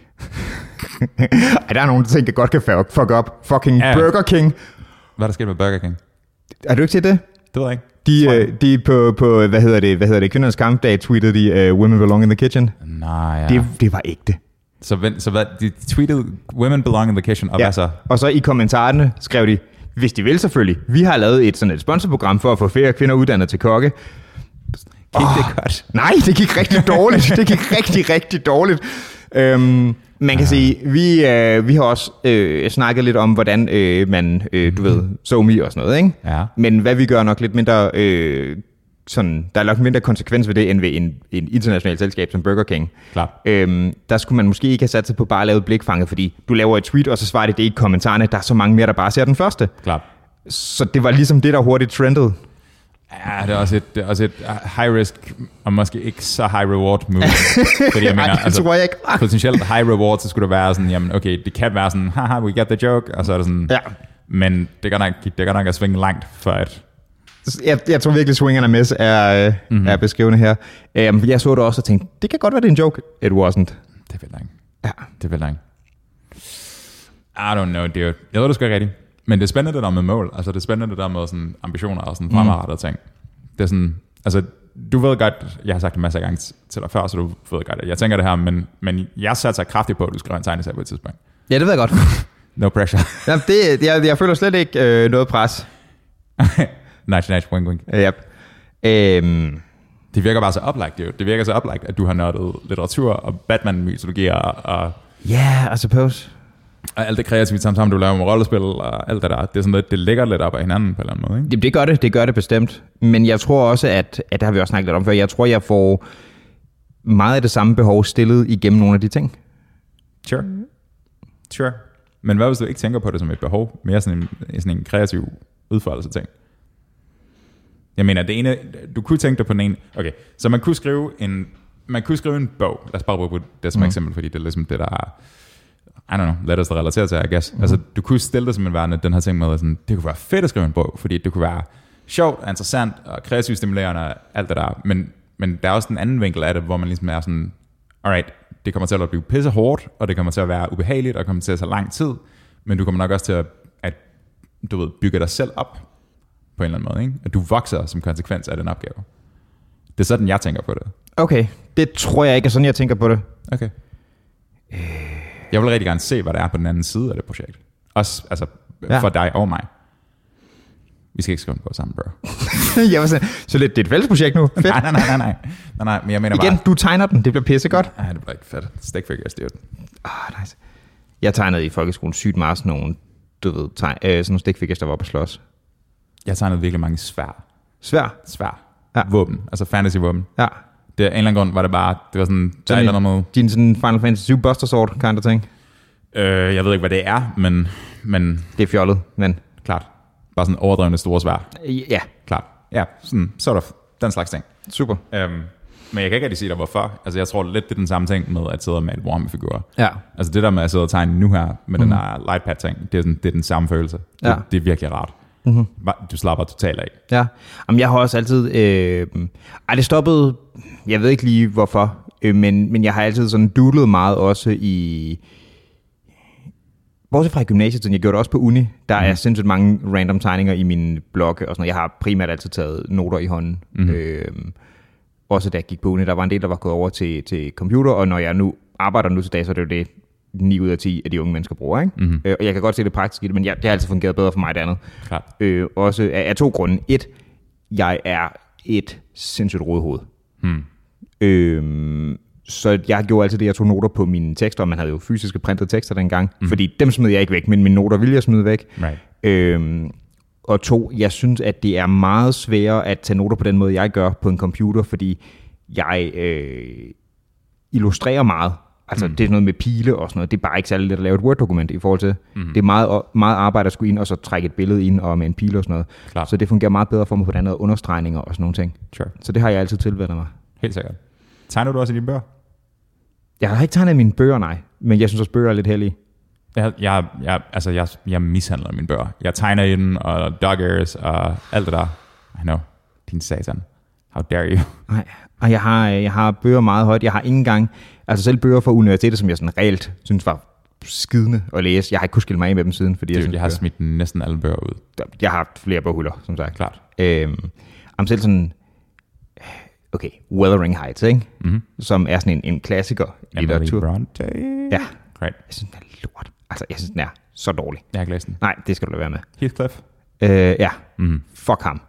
[SPEAKER 2] Ej, der er nogle ting, der godt kan fuck up. Fucking ja. Burger King.
[SPEAKER 1] Hvad er der sket med Burger King?
[SPEAKER 2] Har du ikke set det?
[SPEAKER 1] Det ved jeg ikke.
[SPEAKER 2] De, uh, de på, på, hvad hedder det, hvad hedder det, kvindernes kampdag tweetede de, uh, women belong in the kitchen.
[SPEAKER 1] Nej, ja.
[SPEAKER 2] Det, det var ægte.
[SPEAKER 1] Så, så hvad, de tweetede, women belong in the kitchen, og ja. hvad så?
[SPEAKER 2] Og så i kommentarerne skrev de, hvis de vil selvfølgelig, vi har lavet et sådan et sponsorprogram for at få flere kvinder uddannet til kokke.
[SPEAKER 1] Gik oh, det godt?
[SPEAKER 2] Nej, det gik rigtig dårligt. Det gik rigtig, rigtig dårligt. Øhm, man kan ja. sige, vi, øh, vi har også øh, snakket lidt om, hvordan øh, man, øh, du ved, SoMe og sådan noget, ikke?
[SPEAKER 1] Ja.
[SPEAKER 2] Men hvad vi gør nok lidt mindre, øh, sådan, der er nok mindre konsekvens ved det, end ved en, en international selskab som Burger King.
[SPEAKER 1] Klar.
[SPEAKER 2] Øhm, der skulle man måske ikke have sat sig på bare at lave blikfanget, fordi du laver et tweet, og så svarer det det i kommentarerne. Der er så mange mere, der bare ser den første.
[SPEAKER 1] Klar.
[SPEAKER 2] Så det var ligesom det, der hurtigt trendede.
[SPEAKER 1] Ja, det er også et, det er også et high risk, og måske ikke så high reward move. Fordi jeg mener,
[SPEAKER 2] Ej,
[SPEAKER 1] altså,
[SPEAKER 2] tror jeg ikke.
[SPEAKER 1] potentielt high reward, så skulle det være sådan, jamen okay, det kan være sådan, haha, we get the joke, og så er det sådan,
[SPEAKER 2] ja.
[SPEAKER 1] Men det kan nok, det kan nok at svinge langt for et.
[SPEAKER 2] Jeg, jeg tror virkelig, swing and a miss er, mm-hmm. er beskrivende her. Um, jeg så det også og tænkte, det kan godt være, det er en joke. It wasn't.
[SPEAKER 1] Det vil ikke.
[SPEAKER 2] Ja.
[SPEAKER 1] Det vil ikke. I don't know, dude. Jeg ved, det skal rigtigt. Men det er spændende det der med mål. Altså det er spændende det der med sådan ambitioner og sådan fremadrettede mm. ting. Det er sådan, altså du ved godt, jeg har sagt det masser af gange til dig før, så du ved godt, at jeg tænker det her, men, men jeg satser kraftigt på, at du skriver en tegneserie på et tidspunkt.
[SPEAKER 2] Ja, det ved jeg godt.
[SPEAKER 1] No pressure.
[SPEAKER 2] Jamen, det, jeg, jeg føler slet ikke øh, noget pres.
[SPEAKER 1] Nice, nice, wink, wink.
[SPEAKER 2] Yep. Um,
[SPEAKER 1] det virker bare så oplagt, jo. Det virker så oplagt, at du har nørdet litteratur og Batman-mytologier og...
[SPEAKER 2] Ja, yeah, I suppose.
[SPEAKER 1] Og alt det kreative sammen, du laver med rollespil og alt det der, det er sådan lidt, det ligger lidt op ad hinanden på en eller anden måde, ikke?
[SPEAKER 2] Det, det gør det, det gør det bestemt. Men jeg tror også, at, at det har vi også snakket lidt om før, jeg tror, jeg får meget af det samme behov stillet igennem nogle af de ting.
[SPEAKER 1] Sure. Sure. Men hvad hvis du ikke tænker på det som et behov, mere sådan en, sådan en kreativ udfoldelse ting? Jeg mener, det ene, du kunne tænke dig på den ene, okay, så man kunne skrive en, man kunne skrive en bog, lad os bare bruge det som mm. eksempel, fordi det er ligesom det, der er, I don't know, let os relatere til, I guess. Mm. Altså, du kunne stille dig som en verden, den her ting med, sådan, det kunne være fedt at skrive en bog, fordi det kunne være sjovt, interessant og kreativt stimulerende og alt det der, men men der er også en anden vinkel af det, hvor man ligesom er sådan, alright, det kommer til at blive pisse hårdt, og det kommer til at være ubehageligt, og det kommer til at tage lang tid, men du kommer nok også til at, at du ved, bygge dig selv op på en eller anden måde, ikke? At du vokser som konsekvens af den opgave. Det er sådan, jeg tænker på det.
[SPEAKER 2] Okay, det tror jeg ikke er sådan, jeg tænker på det.
[SPEAKER 1] Okay. Jeg vil rigtig gerne se, hvad der er på den anden side af det projekt. Også altså, ja. For dig og mig. Vi skal ikke skrive på sammen, bro.
[SPEAKER 2] Jeg var sådan, så lidt, det er et fælles projekt nu. Fedt.
[SPEAKER 1] nej, nej, nej, nej, nej, nej, nej, men jeg mener
[SPEAKER 2] igen,
[SPEAKER 1] bare...
[SPEAKER 2] du tegner den, det bliver pissegodt.
[SPEAKER 1] Nej, det bliver ikke fedt. Stikfigures, det er
[SPEAKER 2] Ah, nice. Jeg tegnede i folkeskolen sygt meget sådan nogle, du ved, tegn, øh, sådan nogle stikfigures, der var på slås.
[SPEAKER 1] Jeg tegnede virkelig mange svær.
[SPEAKER 2] Svær?
[SPEAKER 1] Svær.
[SPEAKER 2] Ja.
[SPEAKER 1] Våben, altså fantasy-våben.
[SPEAKER 2] Ja.
[SPEAKER 1] Det er en eller anden grund, var det bare, det var sådan, der er eller noget.
[SPEAKER 2] Din sådan Final Fantasy syv Buster Sword kind of ting?
[SPEAKER 1] Øh, jeg ved ikke, hvad det er, men... men
[SPEAKER 2] det er fjollet, men...
[SPEAKER 1] Klart. Bare sådan overdrevne store svær.
[SPEAKER 2] Ja.
[SPEAKER 1] Klart. Ja, sådan, sort of, den slags ting.
[SPEAKER 2] Super.
[SPEAKER 1] Øhm, men jeg kan ikke rigtig sige dig, hvorfor. Altså, jeg tror lidt, det er den samme ting med at sidde med et Warhammer-figur.
[SPEAKER 2] Ja.
[SPEAKER 1] Altså, det der med at sidde og tegne nu her, med mm. den her lightpad-ting, det er, sådan, det er den samme følelse.
[SPEAKER 2] Ja.
[SPEAKER 1] Det, det er virkelig rart. Mm-hmm. Du slapper totalt af.
[SPEAKER 2] Ja. Jamen, jeg har også altid... Øh... Ej, det stoppede... Jeg ved ikke lige, hvorfor. Øh, men, men jeg har altid sådan doodlet meget også i... Bortset fra i gymnasiet, så jeg gjorde det også på uni. Der mm. er sindssygt mange random tegninger i min blogge og sådan noget. Jeg har primært altid taget noter i hånden. Mm. Øh, også da jeg gik på uni, der var en del, der var gået over til, til computer, og når jeg nu arbejder nu til dag, så er det jo det ni ud af ti af de unge mennesker bruger. Ikke? Mm. Øh, og jeg kan godt se det praktisk i det, men jeg, det har altid fungeret bedre for mig det andet. Øh, også af, af to grunde. Et, jeg er et sindssygt rodehoved. Mm. Øh, Så jeg gjorde altid det, jeg tog noter på mine tekster, og man havde jo fysiske printede tekster dengang, mm. fordi dem smed jeg ikke væk, men mine noter ville jeg smide væk.
[SPEAKER 1] Right.
[SPEAKER 2] Øhm, og to, jeg synes, at det er meget sværere at tage noter på den måde, jeg gør på en computer, fordi jeg øh, illustrerer meget. Altså mm. det er noget med pile og sådan noget. Det er bare ikke særlig let at lave et Word-dokument i forhold til. Mm. Det er meget, meget arbejde at skulle ind og så trække et billede ind og med en pile og sådan noget.
[SPEAKER 1] Klar.
[SPEAKER 2] Så det fungerer meget bedre for mig på den anden understregninger og sådan nogle ting.
[SPEAKER 1] Sure.
[SPEAKER 2] Så det har jeg altid tilvænnet mig.
[SPEAKER 1] Helt sikkert. Tegner du også i dine bøger?
[SPEAKER 2] Jeg har ikke tegnet mine bøger, nej. Men jeg synes også, bøger er lidt heldige.
[SPEAKER 1] Jeg, jeg, jeg, altså jeg, jeg mishandler mine bøger. Jeg tegner i den, og doggers, og alt det der. I know. Din satan. How dare you?
[SPEAKER 2] Nej, og jeg har, jeg har bøger meget højt. Jeg har ingen gang, altså selv bøger fra universitetet, som jeg sådan reelt synes var skidende at læse. Jeg har ikke kunnet skille mig af med dem siden, fordi
[SPEAKER 1] Dude,
[SPEAKER 2] jeg, synes,
[SPEAKER 1] jeg har smidt næsten alle bøger ud.
[SPEAKER 2] Jeg har haft flere boghyller, som sagt.
[SPEAKER 1] Klart.
[SPEAKER 2] Øhm, om selv sådan, okay, Wuthering Heights, ikke? Mm-hmm. Som er sådan en, en klassiker i litteratur.
[SPEAKER 1] Bronte.
[SPEAKER 2] Ja.
[SPEAKER 1] Right.
[SPEAKER 2] Jeg synes, den er lort. Altså, jeg synes, den er så dårlig.
[SPEAKER 1] Jeg har ikke læst den.
[SPEAKER 2] Nej, det skal du lade være med.
[SPEAKER 1] Heathcliff?
[SPEAKER 2] Øh, ja. Mm. Fuck ham.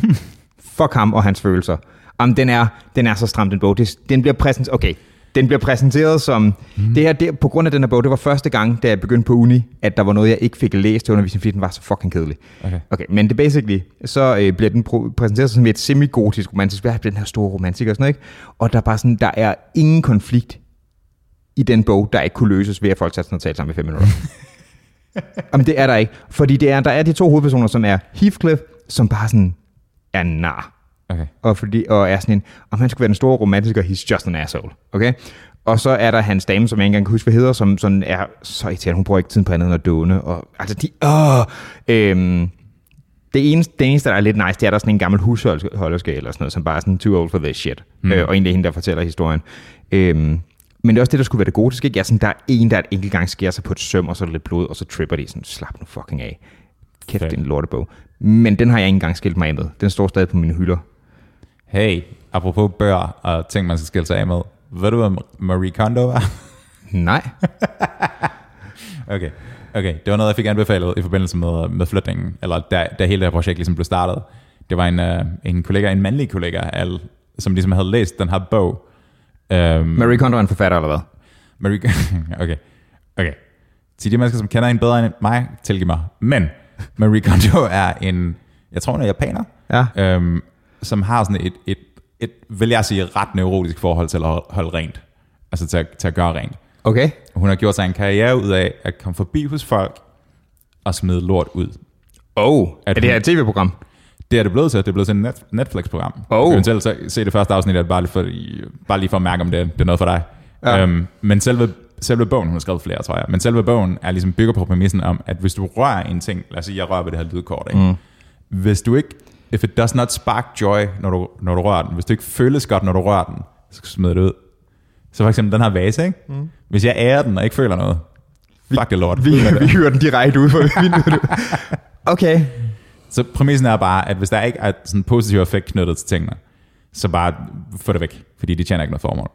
[SPEAKER 2] Fuck ham og hans følelser. Om den er, den er så stram, den bog. Det, den bliver præsenteret, okay, den bliver præsenteret som, mm. det her, det, på grund af den her bog, det var første gang, da jeg begyndte på uni, at der var noget, jeg ikke fik læst til undervisning, fordi den var så fucking kedelig. Okay. Okay, men det basically, så øh, bliver den pro- præsenteret som et semi-gotisk romantisk værk, den her store romantiker og sådan noget, ikke? Og der er bare sådan, der er ingen konflikt i den bog, der ikke kunne løses ved, at folk satte sig og talte sammen i fem minutter. Jamen det er der ikke, fordi det er, der er de to hovedpersoner, som er Heathcliff, som bare sådan er nar. Okay. Og, fordi, og er sådan en, om han skulle være den store romantiker, he's just an asshole. Okay? Og så er der hans dame, som jeg ikke engang kan huske, hvad hedder, som sådan er så irriterende. Hun bruger ikke tiden på andet end at dåne. Og, altså de, åh, øhm, det, eneste, det eneste, der er lidt nice, det er der sådan en gammel husholderske eller sådan noget, som bare er sådan too old for this shit. Mm. Øh, og egentlig hende, der fortæller historien. Øhm, men det er også det, der skulle være det gotiske. Ikke? Ja, sådan, der er en, der et enkelt gang skærer sig på et søm, og så er der lidt blod, og så tripper de sådan, slap nu fucking af. Kæft, okay. Det er en lortebog. Men den har jeg ikke engang skilt mig af med. Den står stadig på mine hylder.
[SPEAKER 1] Hey, apropos bøger og ting, man skal skille sig af med. Ved du, hvad Marie Kondo var?
[SPEAKER 2] Nej.
[SPEAKER 1] okay. okay, det var noget, jeg fik anbefalet i forbindelse med, med flytningen, eller da, da hele det her projekt ligesom blev startet. Det var en, uh, en kollega, en mandlig kollega, al, som ligesom havde læst den her bog. Um,
[SPEAKER 2] Marie Kondo er en forfatter, eller hvad?
[SPEAKER 1] Marie, okay, okay. Til de mennesker, som kender hende bedre end mig, tilgiv mig. Men Marie Kondo er en, jeg tror hun er japaner,
[SPEAKER 2] ja.
[SPEAKER 1] um, som har sådan et, et, et, vil jeg sige, ret neurotisk forhold til at holde rent. Altså til at, til at gøre rent.
[SPEAKER 2] Okay.
[SPEAKER 1] Hun har gjort sig en karriere ud af at komme forbi hos folk og smide lort ud.
[SPEAKER 2] Oh, er det her et tv-program?
[SPEAKER 1] Det er det blevet til. Det er blevet til et Netflix-program.
[SPEAKER 2] Oh.
[SPEAKER 1] Du kan selv se det første afsnit, bare lige for, bare lige for at mærke, om det, det er noget for dig. Ja. Um, men selve, selve bogen, hun har skrevet flere, tror jeg, men selve bogen er ligesom bygger på præmissen om, at hvis du rører en ting, lad os sige, jeg rører ved det her lydkort, ikke? Mm. Hvis du ikke if it does not spark joy, når du, når du rører den, hvis du ikke føles godt, når du rører den, så skal du smide det ud. Så for eksempel den her vase, ikke? Mm. Hvis jeg ærer den og ikke føler noget, fuck det lort.
[SPEAKER 2] Vi, vi hyrer den direkte ud for vinduet. Okay.
[SPEAKER 1] Så præmissen er bare, at hvis der ikke er sådan en positiv effekt knyttet til tingene, så bare få det væk, fordi de tjener ikke noget formål.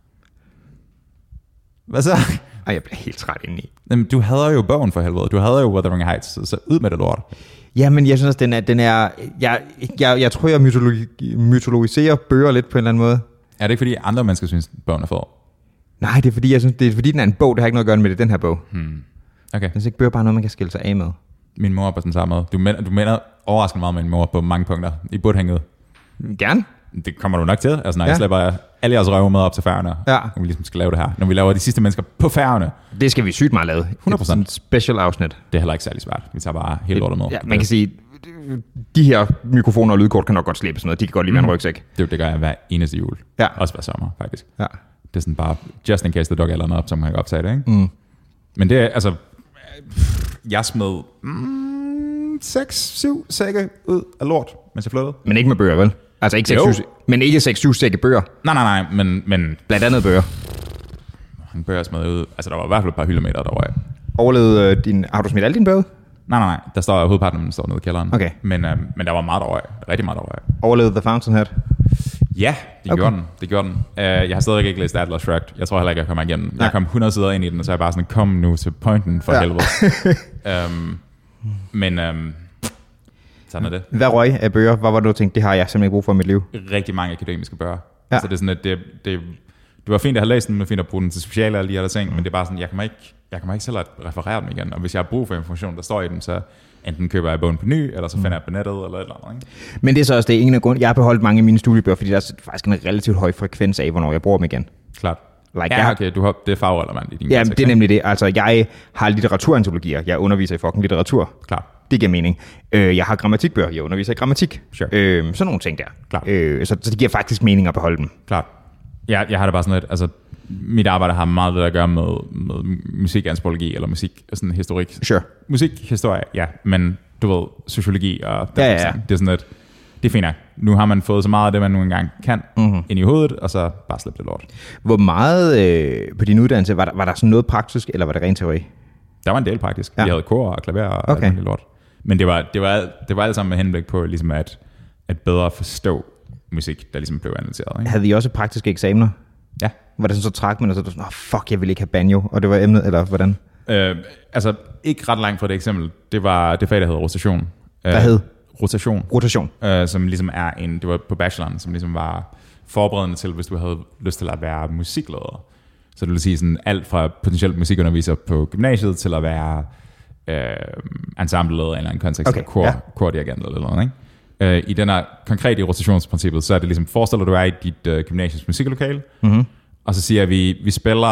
[SPEAKER 1] Hvad så?
[SPEAKER 2] Ej, jeg bliver helt træt indeni.
[SPEAKER 1] Jamen, du hader jo bogen for helvede. Du hader jo Wuthering Heights, så, så ud med det lort.
[SPEAKER 2] Ja, men jeg synes, den er... Den er jeg, jeg, jeg tror, jeg mytologi, mytologiserer bøger lidt på en eller anden måde.
[SPEAKER 1] Er det ikke, fordi andre mennesker synes, bogen er fed?
[SPEAKER 2] Nej, det er fordi, jeg synes, det er fordi, den er en bog. Det har ikke noget at gøre med det, den her bog.
[SPEAKER 1] Hmm. Okay.
[SPEAKER 2] Jeg synes ikke, bøger bare noget, man kan skille sig af med.
[SPEAKER 1] Min mor er på sådan samme måde. Du mener, du mener overraskende meget med min mor på mange punkter. I burde hænge ud.
[SPEAKER 2] Gerne.
[SPEAKER 1] Det kommer du nok til. Altså, når ja. jeg slipper alle jeres røve med op til Færøerne,
[SPEAKER 2] ja.
[SPEAKER 1] når vi ligesom skal lave det her. Når vi laver de sidste mennesker på Færøerne.
[SPEAKER 2] Det skal vi sygt meget lave.
[SPEAKER 1] hundrede procent.
[SPEAKER 2] Et special afsnit.
[SPEAKER 1] Det er heller ikke særlig svært. Vi tager bare helt lortet med.
[SPEAKER 2] Ja, man kan sige, de her mikrofoner og lydkort kan nok godt slippe sådan noget. De kan godt lige være en rygsæk.
[SPEAKER 1] Det, det gør jeg hver eneste jul.
[SPEAKER 2] Ja.
[SPEAKER 1] Også hver sommer, faktisk.
[SPEAKER 2] Ja.
[SPEAKER 1] Det er sådan bare, just in case der dukker eller noget op, som man kan optage det, ikke?
[SPEAKER 2] Mm.
[SPEAKER 1] Men det er, altså, jeg smed mm, seks, syv sække ud af lort, mens jeg flyttede.
[SPEAKER 2] Men ikke med bøger, vel? Altså ikke seks, syv, men ikke seks syv sække bøger?
[SPEAKER 1] Nej, nej, nej, men... men
[SPEAKER 2] blandt andet bøger.
[SPEAKER 1] En bøger smed ud. Altså, der var i hvert fald et par hyldemeter derovre.
[SPEAKER 2] Overlevede øh, din... Har du smidt alle dine bøger?
[SPEAKER 1] Nej, nej, nej. Der står hovedparten, den står nede i kælderen.
[SPEAKER 2] Okay.
[SPEAKER 1] Men, øh, men der var meget derovre. Rigtig meget derovre.
[SPEAKER 2] Overlevede The Fountainhead?
[SPEAKER 1] Ja, det okay. gjorde den. Det gjorde den. Uh, jeg har stadigvæk ikke læst Atlas Shrugged. Jeg tror heller ikke, jeg kommer igennem. Nej. Jeg kom hundrede sider ind i den, og så er jeg bare sådan, kom nu til pointen for ja. helvede. um, men um, sådan er det.
[SPEAKER 2] Hvad røg af bøger? Hvad var det, du tænkte, det har jeg simpelthen ikke brug for i mit liv?
[SPEAKER 1] Rigtig mange akademiske bøger.
[SPEAKER 2] Ja.
[SPEAKER 1] Så det er sådan, at det, det, det var fint at have læst den, men fint at bruge den til speciale og alle de her ting, mm. men det er bare sådan, jeg kommer ikke, jeg kommer ikke selv at referere dem igen. Og hvis jeg har brug for information, der står i den, så enten køber jeg bogen på ny, eller så finder jeg på nettet, eller et eller andet. Ikke?
[SPEAKER 2] Men det er så også det ingen af grund. Jeg har beholdt mange af mine studiebøger, fordi der er faktisk en relativt høj frekvens af, hvornår jeg bruger dem igen.
[SPEAKER 1] Klart.
[SPEAKER 2] Like,
[SPEAKER 1] ja, okay, du har, det er fagrelevant i din
[SPEAKER 2] ja, det er nemlig det. Altså, jeg har litteraturantologier. Jeg underviser i fucking litteratur.
[SPEAKER 1] Klar.
[SPEAKER 2] Det giver mening. Jeg har grammatikbøger. Jeg underviser i grammatik.
[SPEAKER 1] Sure.
[SPEAKER 2] Øh, sådan nogle ting der.
[SPEAKER 1] Klar.
[SPEAKER 2] Øh, så, så det giver faktisk mening at beholde dem.
[SPEAKER 1] Klart. Jeg, jeg har det bare sådan lidt, altså, mit arbejde har meget det at gøre med, med musikantropologi, eller musik, sådan historik.
[SPEAKER 2] Sure.
[SPEAKER 1] Musikhistorie, ja, men du ved, sociologi og
[SPEAKER 2] ja, ja, ja.
[SPEAKER 1] det er sådan lidt, det er fint nok. Nu har man fået så meget af det, man nu engang kan, mm-hmm. ind i hovedet, og så bare slippe det lort.
[SPEAKER 2] Hvor meget øh, på din uddannelse, var der, var der sådan noget praktisk, eller var det ren teori?
[SPEAKER 1] Der var en del praktisk. Ja. Vi havde kor og klaver og
[SPEAKER 2] okay.
[SPEAKER 1] alt det lort. Men det var, det var, det var alt sammen med henblik på ligesom at, at bedre forstå musik, der ligesom blev analyseret. Ikke?
[SPEAKER 2] Havde I også praktiske eksamener?
[SPEAKER 1] Ja.
[SPEAKER 2] Var det sådan, så trak man, og så sådan, oh, fuck, jeg vil ikke have banjo, og det var emnet, eller hvordan?
[SPEAKER 1] Øh, altså, ikke ret langt fra det eksempel. Det var det fag, der hedder rotation.
[SPEAKER 2] Hvad øh, hed?
[SPEAKER 1] Rotation.
[SPEAKER 2] Rotation.
[SPEAKER 1] Øh, som ligesom er en, det var på bacheloren, som ligesom var forberedende til, hvis du havde lyst til at være musikleder. Så det vil sige sådan alt fra potentielt musikunderviser på gymnasiet, til at være øh, ensembleleder eller en kontekst, okay. kor, ja. kordirigent eller noget, ikke? Øh, I den her konkrete rotationsprincippet, så er det ligesom, forestiller du dig i dit øh, gymnasiets musiklokale, mm-hmm. og så siger vi, vi spiller,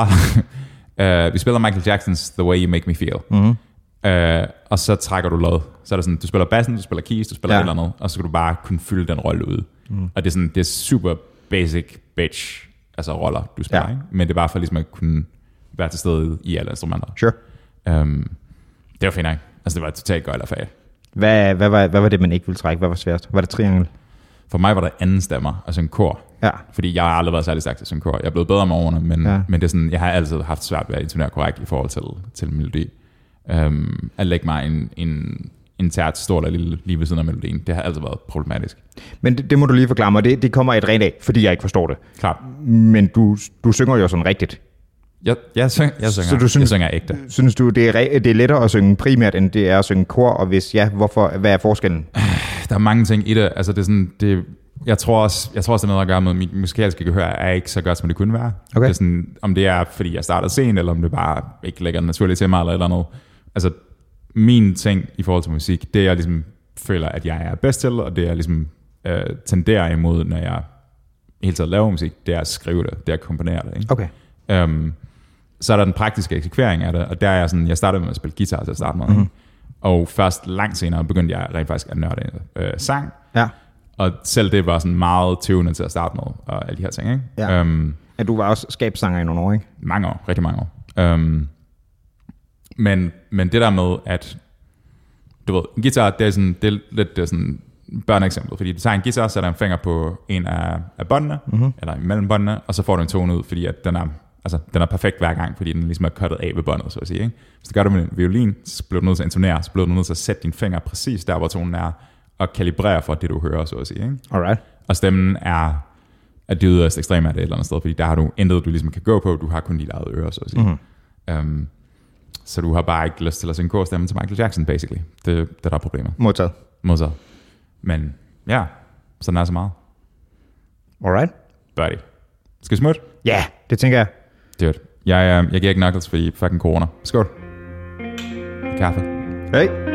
[SPEAKER 1] øh, vi spiller Michael Jacksons The Way You Make Me Feel. Mm-hmm. Øh, og så trækker du lod. Så er det sådan, du spiller bassen, du spiller keys, du spiller ja. et eller andet, og så skal du bare kunne fylde den rolle ud. Mm. Og det er sådan, det er super basic bitch, altså roller, du spiller, ja. Ikke? Men det er bare for ligesom at kunne være til stede i alle instrumenter.
[SPEAKER 2] Sure.
[SPEAKER 1] Um, det var fint, ikke? Altså det var et totalt gøjlerfag.
[SPEAKER 2] Hvad, hvad, var, hvad var det, man ikke ville trække? Hvad var svært? Var det triangel?
[SPEAKER 1] For mig var der anden stemmer, altså en kor.
[SPEAKER 2] Ja.
[SPEAKER 1] Fordi jeg har aldrig været særlig stærk til sådan en kor. Jeg er blevet bedre med årene, men, ja. men det er sådan, jeg har altid haft svært ved at intonere korrekt i forhold til, til melodi. Um, at lægge mig en, en, en tært stor eller lille lige ved siden af melodien, det har altid været problematisk.
[SPEAKER 2] Men det, det må du lige forklare mig, det, det kommer et rent af, fordi jeg ikke forstår det.
[SPEAKER 1] Klart.
[SPEAKER 2] Men du, du synger jo sådan rigtigt.
[SPEAKER 1] Jeg, jeg, synger, jeg, synger, så du synes, jeg synger ægte.
[SPEAKER 2] Synes du, det er, det er lettere at synge primært, end det er at synge kor, og hvis ja, hvorfor, hvad er forskellen?
[SPEAKER 1] Der er mange ting i det. Altså det er sådan, det, jeg tror også, jeg tror også, det er noget at gøre med, at mit musikalske gehør er ikke så godt, som det kunne være.
[SPEAKER 2] Okay.
[SPEAKER 1] Det er sådan, om det er, fordi jeg startede sent, eller om det bare ikke lægger naturligt til mig, eller eller andet. Altså, min ting i forhold til musik, det jeg ligesom føler, at jeg er bedst til, og det jeg ligesom øh, tenderer imod, når jeg hele tiden laver musik, det er at skrive det, det er at komponere det. Ikke?
[SPEAKER 2] Okay.
[SPEAKER 1] Um, så er der den praktiske eksekvering af det, og der er jeg sådan, jeg startede med at spille guitar til at starte med, mm-hmm. og først langt senere begyndte jeg rent faktisk at nørde øh, sang,
[SPEAKER 2] ja.
[SPEAKER 1] Og selv det var sådan meget tøvende til at starte med, og alle de her ting, ikke?
[SPEAKER 2] Ja. Um, ja, du var også skabssanger i nogle år, ikke?
[SPEAKER 1] Mange år, rigtig mange år. Um, men, men det der med, at du ved, en guitar, det er sådan, det er lidt det er sådan børneeksempel, fordi du tager en guitar, sætter en finger på en af, af båndene, mm-hmm. eller imellem båndene, og så får du en tone ud, fordi at den er, altså, den er perfekt hver gang, fordi den ligesom er cuttet af ved båndet, så at sige. Ikke? Hvis du gør det med en violin, så bliver du nødt til at intonere, så bliver du nødt til at sætte dine fingre præcis der, hvor tonen er, og kalibrere for det, du hører, så at sige. Ikke?
[SPEAKER 2] Alright.
[SPEAKER 1] Og stemmen er, at det yderst ekstremt af det et eller andet sted, fordi der har du intet, du ligesom kan gå på, du har kun dit eget øre, så at sige. Mm-hmm. Um, så du har bare ikke lyst til at synge korstemmen til Michael Jackson, basically. Det, det der er problemet.
[SPEAKER 2] Modtaget.
[SPEAKER 1] Modtaget. Men ja, sådan er så meget.
[SPEAKER 2] Alright.
[SPEAKER 1] Buddy. Skal vi smutte?
[SPEAKER 2] Ja, yeah, det tænker jeg.
[SPEAKER 1] Dude, jeg, jeg giver ikke knuckles, fordi fucking corona. Skål. Kaffe.
[SPEAKER 2] Hej.